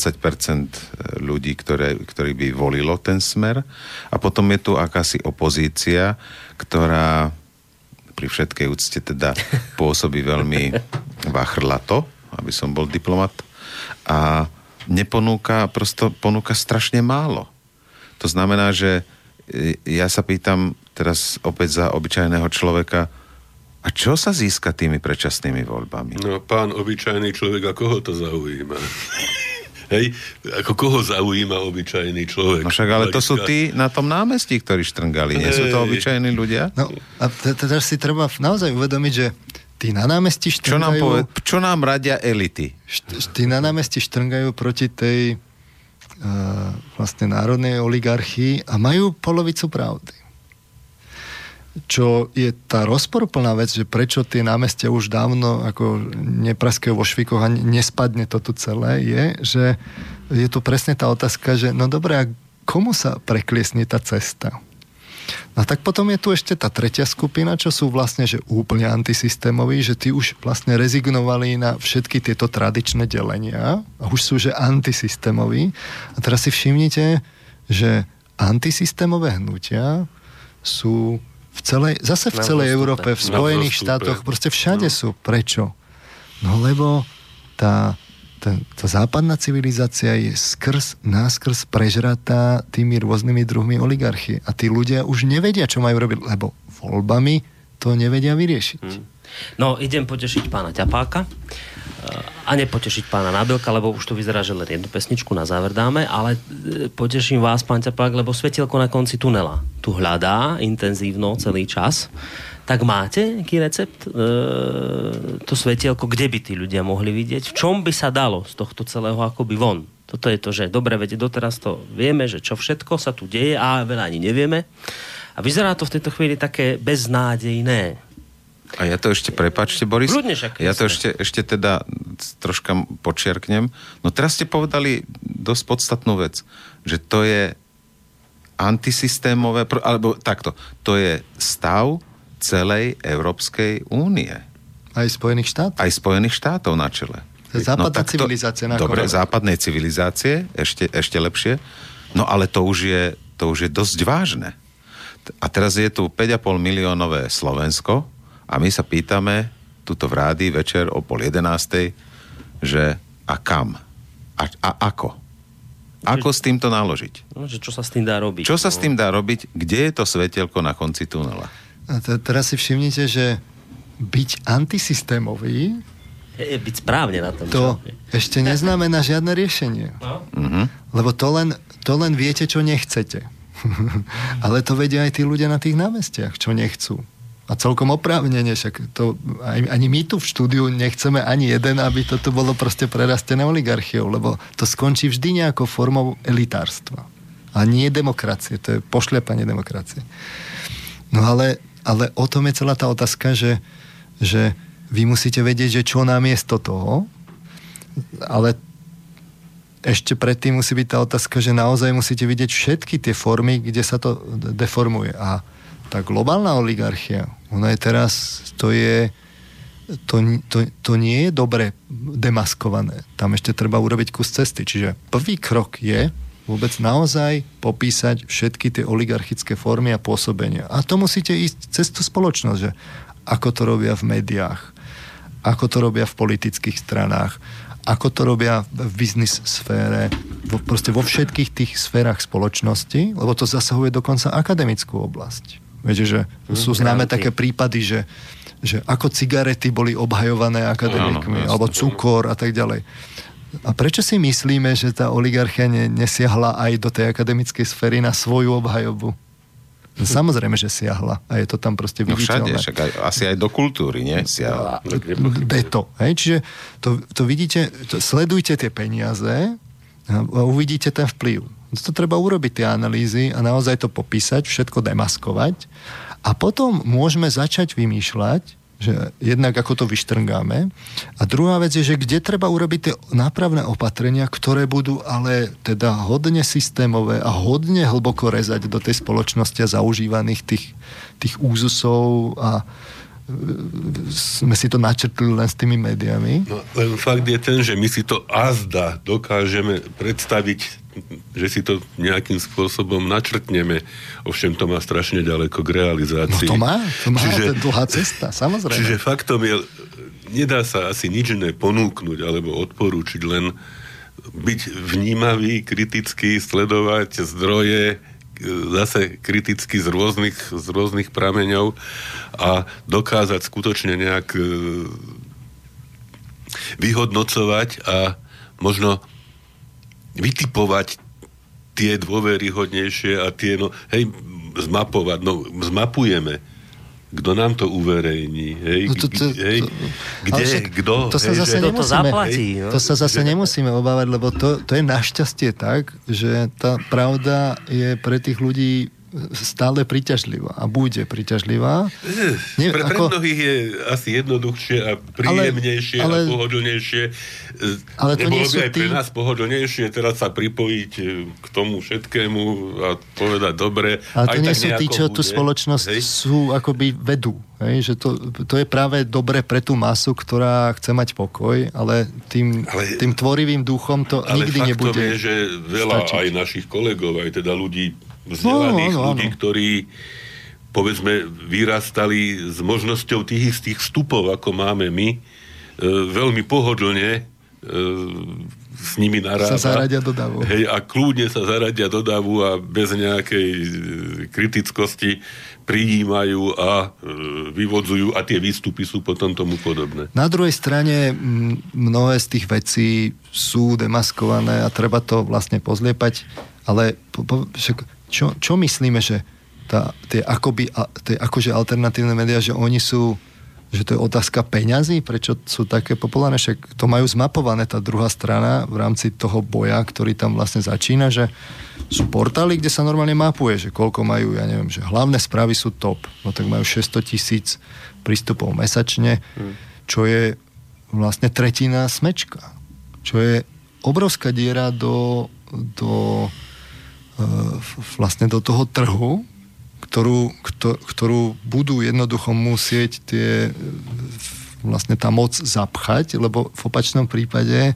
20% ľudí, ktorí by volilo ten Smer. A potom je tu akási opozícia, ktorá pri všetkej úcte teda pôsobí veľmi vachrlato, aby som bol diplomat, a ponúka strašne málo. To znamená, že ja sa pýtam teraz opäť za obyčajného človeka, a čo sa získa tými predčasnými voľbami? No, pán obyčajný človek, a koho to zaujíma? Hej, ako koho zaujíma obyčajný človek? No však, ale to sú tí na tom námestí, ktorí štrngali. Nie sú to obyčajní ľudia? No, a teraz si treba naozaj uvedomiť, že tí na námestí štrngajú... Čo nám radia elity? Tí na námestí štrngajú proti tej vlastne národnej oligarchii a majú polovicu pravdy. Čo je tá rozporuplná vec, že prečo tie námestia už dávno ako nepraskajú vo švikoch a nespadne to tu celé, je, že je tu presne tá otázka, že no dobré, a komu sa prekliesne tá cesta? No tak potom je tu ešte tá tretia skupina, čo sú vlastne že úplne antisystémoví, že tí už vlastne rezignovali na všetky tieto tradičné delenia a už sú že antisystémoví. A teraz si všimnite, že antisystémové hnutia sú v celej Európe, v Spojených štátoch, proste všade sú. Prečo? No lebo tá západná civilizácia je náskrz prežratá tými rôznymi druhmi oligarchie. A tí ľudia už nevedia, čo majú robiť, lebo voľbami to nevedia vyriešiť. No, idem potešiť pána Ťapáka a nepotešiť pána Nábielka, lebo už to vyzerá, že len jednu pesničku na záver dáme, ale poteším vás, pán Ťapák, lebo svetielko na konci tunela tu hľadá intenzívno celý čas. Tak máte aký recept? To svetielko, kde by tí ľudia mohli vidieť? V čom by sa dalo z tohto celého akoby von? Toto je to, že dobre, veď doteraz to vieme, že čo všetko sa tu deje a veľa ani nevieme. A vyzerá to v tejto chvíli také beznádejné. A ja to ešte, prepáčte, Boris, Ľudne však, ja to ešte teda troška počiarknem. No teraz ste povedali dosť podstatnú vec, že to je antisystémové, alebo takto, to je stav celej Európskej únie. Aj Spojených štátov. Aj Spojených štátov na čele. Západná civilizácia. Dobre, západnej civilizácie, ešte lepšie. No ale to už je dosť vážne. A teraz je tu 5,5 miliónové Slovensko a my sa pýtame tuto v rádi večer o 10:30, že a kam? A ako? Ako s týmto naložiť? No, že čo sa s tým dá robiť? Čo sa s tým dá robiť? Kde je to svetielko na konci tunela? A teraz si všimnite, že byť antisystémový byť správne na tom. To ešte neznamená žiadne riešenie. No. Lebo to len viete, čo nechcete. Ale to vedia aj tí ľudia na tých námestiach, čo nechcú. A celkom oprávnene, však to ani my tu v štúdiu nechceme ani jeden, aby toto bolo proste prerastené oligarchiou, lebo to skončí vždy nejakou formou elitárstva. A nie demokracie, to je pošľapanie demokracie. No ale o tom je celá tá otázka, že vy musíte vedieť, že čo namiesto toho, ale ešte predtým musí byť tá otázka, že naozaj musíte vidieť všetky tie formy, kde sa to deformuje. A tá globálna oligarchia, ona je teraz, to nie je dobre demaskované. Tam ešte treba urobiť kus cesty. Čiže prvý krok je vôbec naozaj popísať všetky tie oligarchické formy a pôsobenia. A to musíte ísť cez tú spoločnosť, že ako to robia v médiách, ako to robia v politických stranách, ako to robia v biznis sfére, proste vo všetkých tých sférach spoločnosti, lebo to zasahuje dokonca akademickú oblasť. Viete, že sú známe také prípady, že ako cigarety boli obhajované akademikmi, alebo cukor a tak ďalej. A prečo si myslíme, že tá oligarchia nesiahla aj do tej akademickej sféry na svoju obhajobu? Samozrejme, že siahla. A je to tam proste viditeľné. No všade, asi aj do kultúry, nie? Siahla. Čiže to vidíte, sledujte tie peniaze a uvidíte ten vplyv. To treba urobiť tie analýzy a naozaj to popísať, všetko demaskovať a potom môžeme začať vymýšľať, že jednak ako to vyštrngáme. A druhá vec je, že kde treba urobiť tie nápravné opatrenia, ktoré budú ale teda hodne systémové a hodne hlboko rezať do tej spoločnosti a zaužívaných tých úzusov a sme si to načrtli len s tými médiami. No, len fakt je ten, že my si to azda dokážeme predstaviť, že si to nejakým spôsobom načrtneme. Ovšem to má strašne ďaleko k realizácii. No to má to je dlhá cesta, samozrejme. Čiže faktom je, nedá sa asi nič iné ponúknuť alebo odporúčiť, len byť vnímavý, kritický, sledovať zdroje, zase kriticky z rôznych prameňov a dokázať skutočne nejak vyhodnocovať a možno vytipovať tie dôveryhodnejšie a tie, zmapovať. Zmapujeme. Kto nám to uverejní? Kto? To sa zase nemusíme, to sa zase nemusíme obávať, lebo to je našťastie tak, že tá pravda je pre tých ľudí stále príťažlivá a bude príťažlivá. Pre mnohých je asi jednoduchšie a príjemnejšie a pohodlnejšie. Ale to nebolo by aj pre nás pohodlnejšie teraz sa pripojiť k tomu všetkému a povedať dobre. Ale to nie sú tí, čo tú spoločnosť sú akoby vedú. Že to je práve dobre pre tú masu, ktorá chce mať pokoj, ale tým tvorivým duchom to nikdy nebude. Ale faktom je, že veľa stačiť. Aj našich kolegov, aj teda ľudí vzdelaných ľudí, ktorí povedzme vyrastali s možnosťou tých istých vstupov, ako máme my, veľmi pohodlne s nimi narába. Sa zaradia do davu. A kľudne sa zaradia do davu a bez nejakej kritickosti prijímajú a vyvodzujú a tie výstupy sú potom tomu podobné. Na druhej strane mnohé z tých vecí sú demaskované a treba to vlastne pozliepať, ale čo myslíme, že tie akože alternatívne médiá, že oni sú, že to je otázka peňazí, prečo sú také populárne, však to majú zmapované tá druhá strana v rámci toho boja, ktorý tam vlastne začína, že sú portály, kde sa normálne mapuje, že koľko majú, ja neviem, že hlavné správy sú top, no tak majú 600,000 prístupov mesačne, čo je vlastne tretina Smečka, čo je obrovská diera do vlastne do toho trhu, ktorú budú jednoducho musieť vlastne tá moc zapchať, lebo v opačnom prípade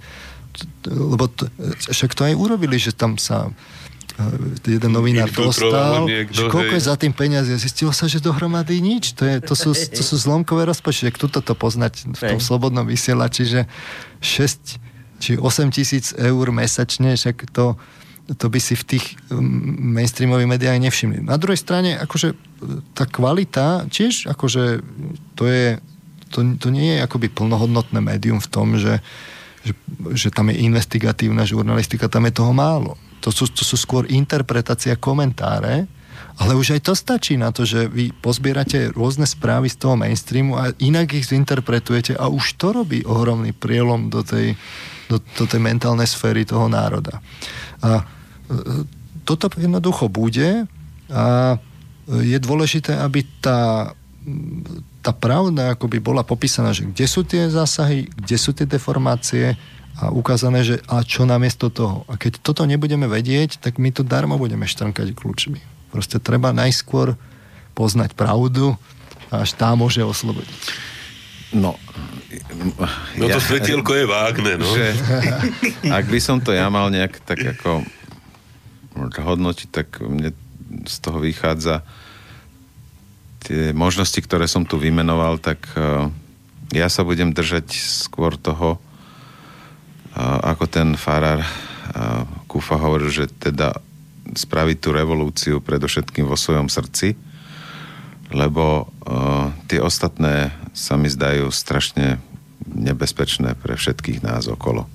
však to aj urobili, že tam sa jeden novinár dostal, že koľko je za tým peniazy. Zistilo sa, že dohromady nič. To sú zlomkové rozpočty. Kto to poznať v tom slobodnom vysielači, že 6 či 8 000 eur mesačne, však to by si v tých mainstreamových médiách nevšimli. Na druhej strane, akože tá kvalita, tiež akože to nie je akoby plnohodnotné médium v tom, že tam je investigatívna žurnalistika, tam je toho málo. To sú skôr interpretácia, komentáre, ale už aj to stačí na to, že vy pozbierate rôzne správy z toho mainstreamu a inak ich zinterpretujete a už to robí ohromný prielom do tej mentálnej sféry toho národa. A toto jednoducho bude a je dôležité, aby tá pravda akoby bola popísaná, že kde sú tie zásahy, kde sú tie deformácie A ukázané, že a čo namiesto toho. A keď toto nebudeme vedieť, tak my to darmo budeme štrnkať kľúčmi. Proste treba najskôr poznať pravdu a až tá môže oslobodiť. No to svetielko je vágne, no. Že, ak by som to ja mal nejak tak ako hodnotiť, tak mne z toho vychádza tie možnosti, ktoré som tu vymenoval, tak ja sa budem držať skôr toho, ako ten farár Kufa hovoril, že teda spraviť tú revolúciu predovšetkým vo svojom srdci, lebo tie ostatné sa mi zdajú strašne nebezpečné pre všetkých nás okolo.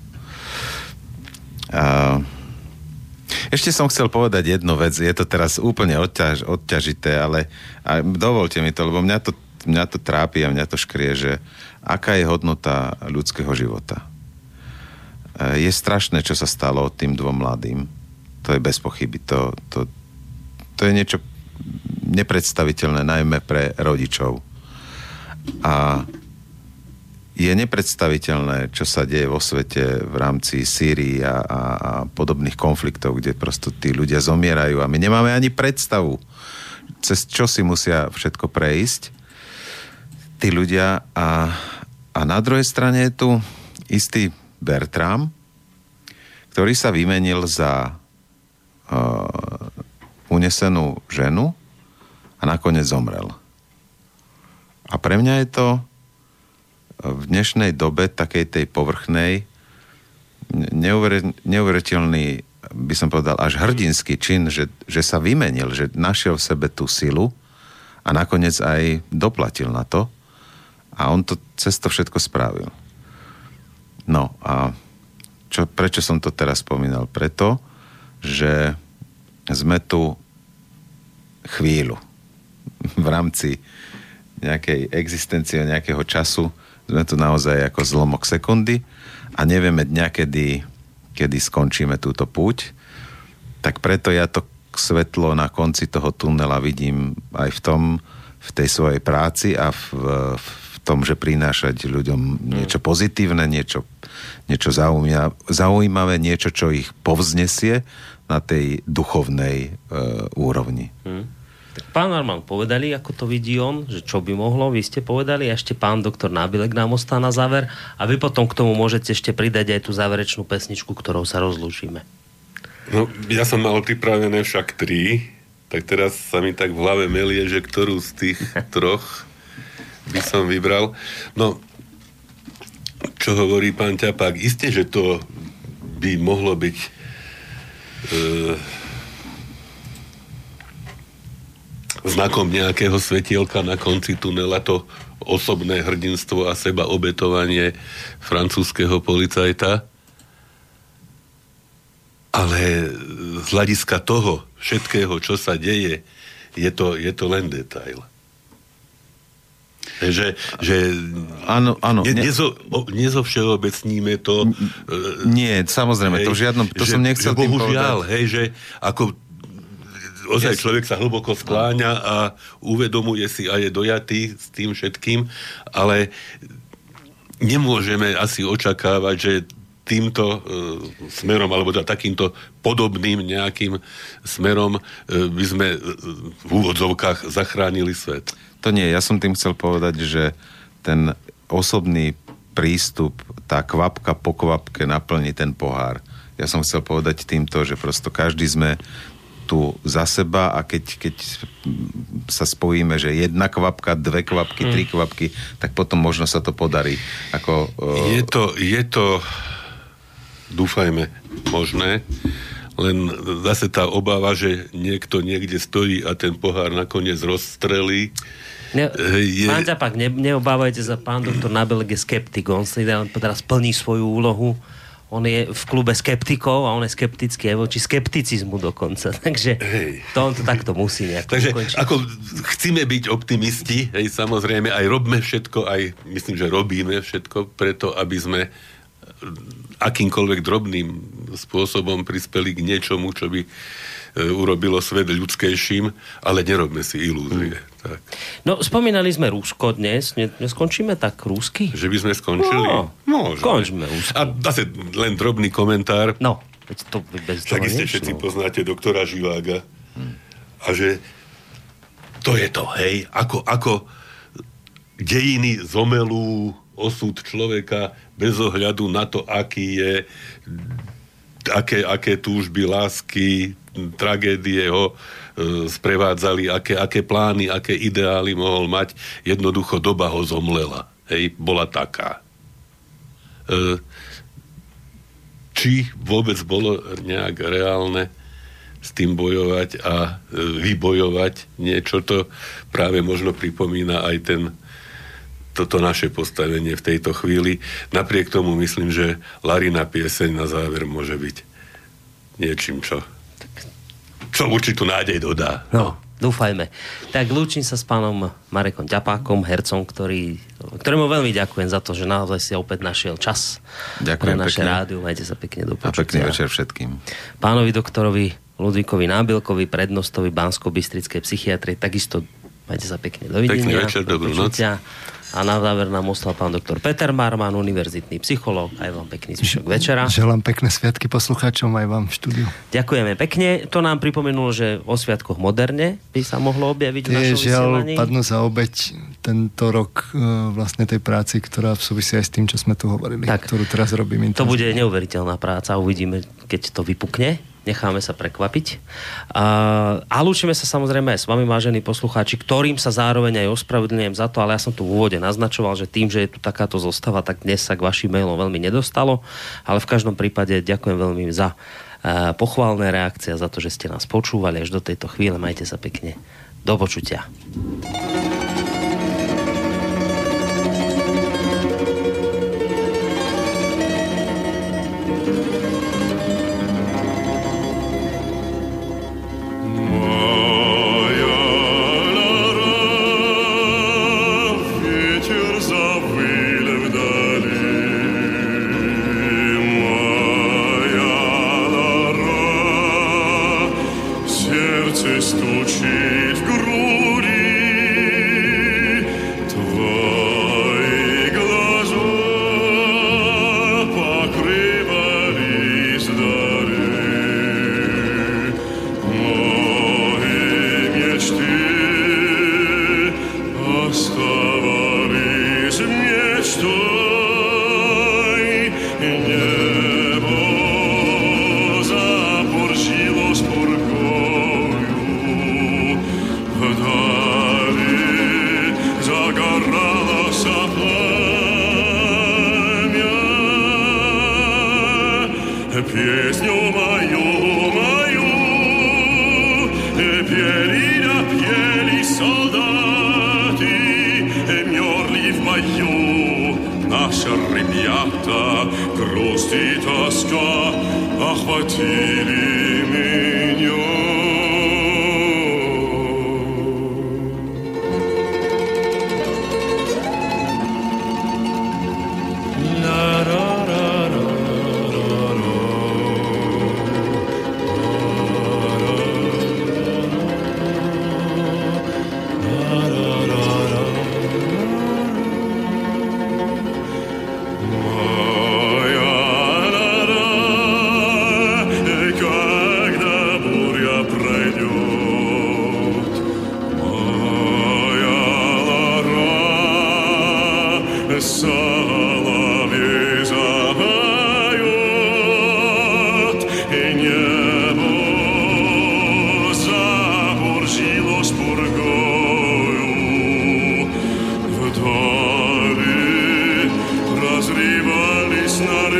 Ešte som chcel povedať jednu vec, je to teraz úplne odťažité, ale dovolte mi to, lebo mňa to trápi a mňa to škrie, že aká je hodnota ľudského života. Je strašné, čo sa stalo tým dvom mladým. To je bez pochyby. To je niečo nepredstaviteľné, najmä pre rodičov. A je nepredstaviteľné, čo sa deje vo svete v rámci Sýrii a podobných konfliktov, kde prosto tí ľudia zomierajú a my nemáme ani predstavu, cez čo si musia všetko prejsť tí ľudia. A na druhej strane je tu istý Bertram, ktorý sa vymenil za unesenú ženu a nakoniec zomrel. A pre mňa je to v dnešnej dobe takej tej povrchnej neuveriteľný, by som povedal, až hrdinský čin, že sa vymenil, že našiel v sebe tú silu a nakoniec aj doplatil na to a on to cez to všetko spravil. No a prečo som to teraz spomínal? Preto, že sme tu chvíľu v rámci nejakej existencie, nejakého času, sme tu naozaj ako zlomok sekundy a nevieme dňa, kedy skončíme túto púť. Tak preto ja to svetlo na konci toho tunela vidím aj v tej svojej práci a v tom, že prinášať ľuďom niečo pozitívne, niečo zaujímavé, niečo, čo ich povznesie na tej duchovnej úrovni. Tak pán Arman, povedali, ako to vidí on, že čo by mohlo, vy ste povedali, a ešte pán doktor Nábilek nám ostá na záver a vy potom k tomu môžete ešte pridať aj tú záverečnú pesničku, ktorou sa rozlúčime. No, ja som mal pripravené však 3, tak teraz sa mi tak v hlave melie, že ktorú z tých 3 by som vybral. No, čo hovorí pán Ťapák, isté, že to by mohlo byť znakom nejakého svetielka na konci tunela, to osobné hrdinstvo a seba obetovanie francúzskeho policajta. Ale z hľadiska toho všetkého, čo sa deje, je to len detail. Že áno, nezovšeobecníme to. Nie, samozrejme, to v žiadnom, to som nechcel tým povedať. Bohužiaľ, že ako ozaj človek sa hlboko skláňa a uvedomuje si a je dojatý s tým všetkým, ale nemôžeme asi očakávať, že týmto smerom, alebo takýmto podobným nejakým smerom by sme v úvodzovkách zachránili svet. To nie, ja som tým chcel povedať, že ten osobný prístup, tá kvapka po kvapke naplní ten pohár. Ja som chcel povedať týmto, že prosto každý sme tu za seba a keď sa spojíme, že 1 kvapka, 2 kvapky, 3 kvapky, tak potom možno sa to podarí. Je to dúfajme možné, len zase tá obava, že niekto niekde stojí a ten pohár nakoniec rozstrelí. Pán Ťapák, neobávajte sa, pán doktor Nábilek je skeptik, on si teraz plní svoju úlohu. On je v klube skeptikov a on je skeptický aj voči skepticizmu dokonca. Takže on to takto musí nejako ukončiť. Ako chceme byť optimisti, samozrejme, aj robíme všetko, aj myslím, že robíme všetko preto, aby sme akýmkoľvek drobným spôsobom prispeli k niečomu, čo by urobilo svet ľudskejším, ale nerobme si ilúzie. Tak. No, spomínali sme Rusko dnes. Neskončíme tak rúsky? Že by sme skončili? No, Môžeme. Končme už. A zase len drobný komentár. No, veď to bez toho Tak iste všetci poznáte doktora Živága. A že to je to, hej, ako dejiny zomelú osud človeka bez ohľadu na to, aký je, aké túžby, lásky, tragédie ho sprevádzali, aké plány, aké ideály mohol mať. Jednoducho doba ho zomlela. Hej, bola taká. Či vôbec bolo nejak reálne s tým bojovať a vybojovať niečo, to práve možno pripomína aj toto naše postavenie v tejto chvíli. Napriek tomu myslím, že Larina pieseň na záver môže byť niečím, čo určitú nádej dodá. No, dúfajme. Tak lúčim sa s pánom Marekom Ťapákom, hercom, ktorému veľmi ďakujem za to, že naozaj si opäť našiel čas. Ďakujem pre naše pekne. rádiu. Majte sa pekne do počutia. A pekný večer všetkým. Pánovi doktorovi Ludvíkovi Nábielkovi, prednostovi Banskobystrickej psychiatrie, takisto majte sa pekne. Dovidenia. Pekný večer, dobrú noc. A na záver nám ostal pán doktor Peter Marman, univerzitný psychológ. Aj vám pekný zvyšok večera. Želám pekné sviatky poslucháčom aj vám v štúdiu. Ďakujeme pekne. To nám pripomenulo, že o sviatkoch moderne by sa mohlo objaviť v našom vysielaní. Padnú za obeť tento rok vlastne tej práci, ktorá súvisí aj s tým, čo sme tu hovorili, tak, ktorú teraz robím. To bude neuveriteľná práca. Uvidíme, keď to vypukne. Necháme sa prekvapiť. A lúčime sa samozrejme aj s vami, vážení poslucháči, ktorým sa zároveň aj ospravedlňujem za to, ale ja som tu v úvode naznačoval, že tým, že je tu takáto zostava, tak dnes sa k vašim mailom veľmi nedostalo, ale v každom prípade ďakujem veľmi za pochválne reakcie, za to, že ste nás počúvali až do tejto chvíle. Majte sa pekne. Do počutia. Стучит в груди твои глаза покрывались дары мои мечты оставались мечтой. Небо запоржилось пургою, вдали загоралось пламя. Песню мою напели солдаты, мерли в бою наши ребята. Грусть и тоска охватили меня. Соловей запоет, и небо забуржилось пургою. Вдали разрывались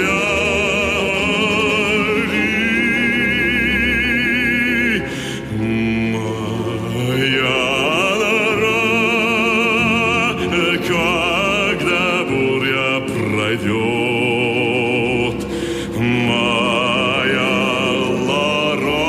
снаряды. Моя пройдет, моя Лара,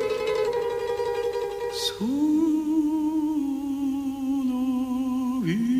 соловей.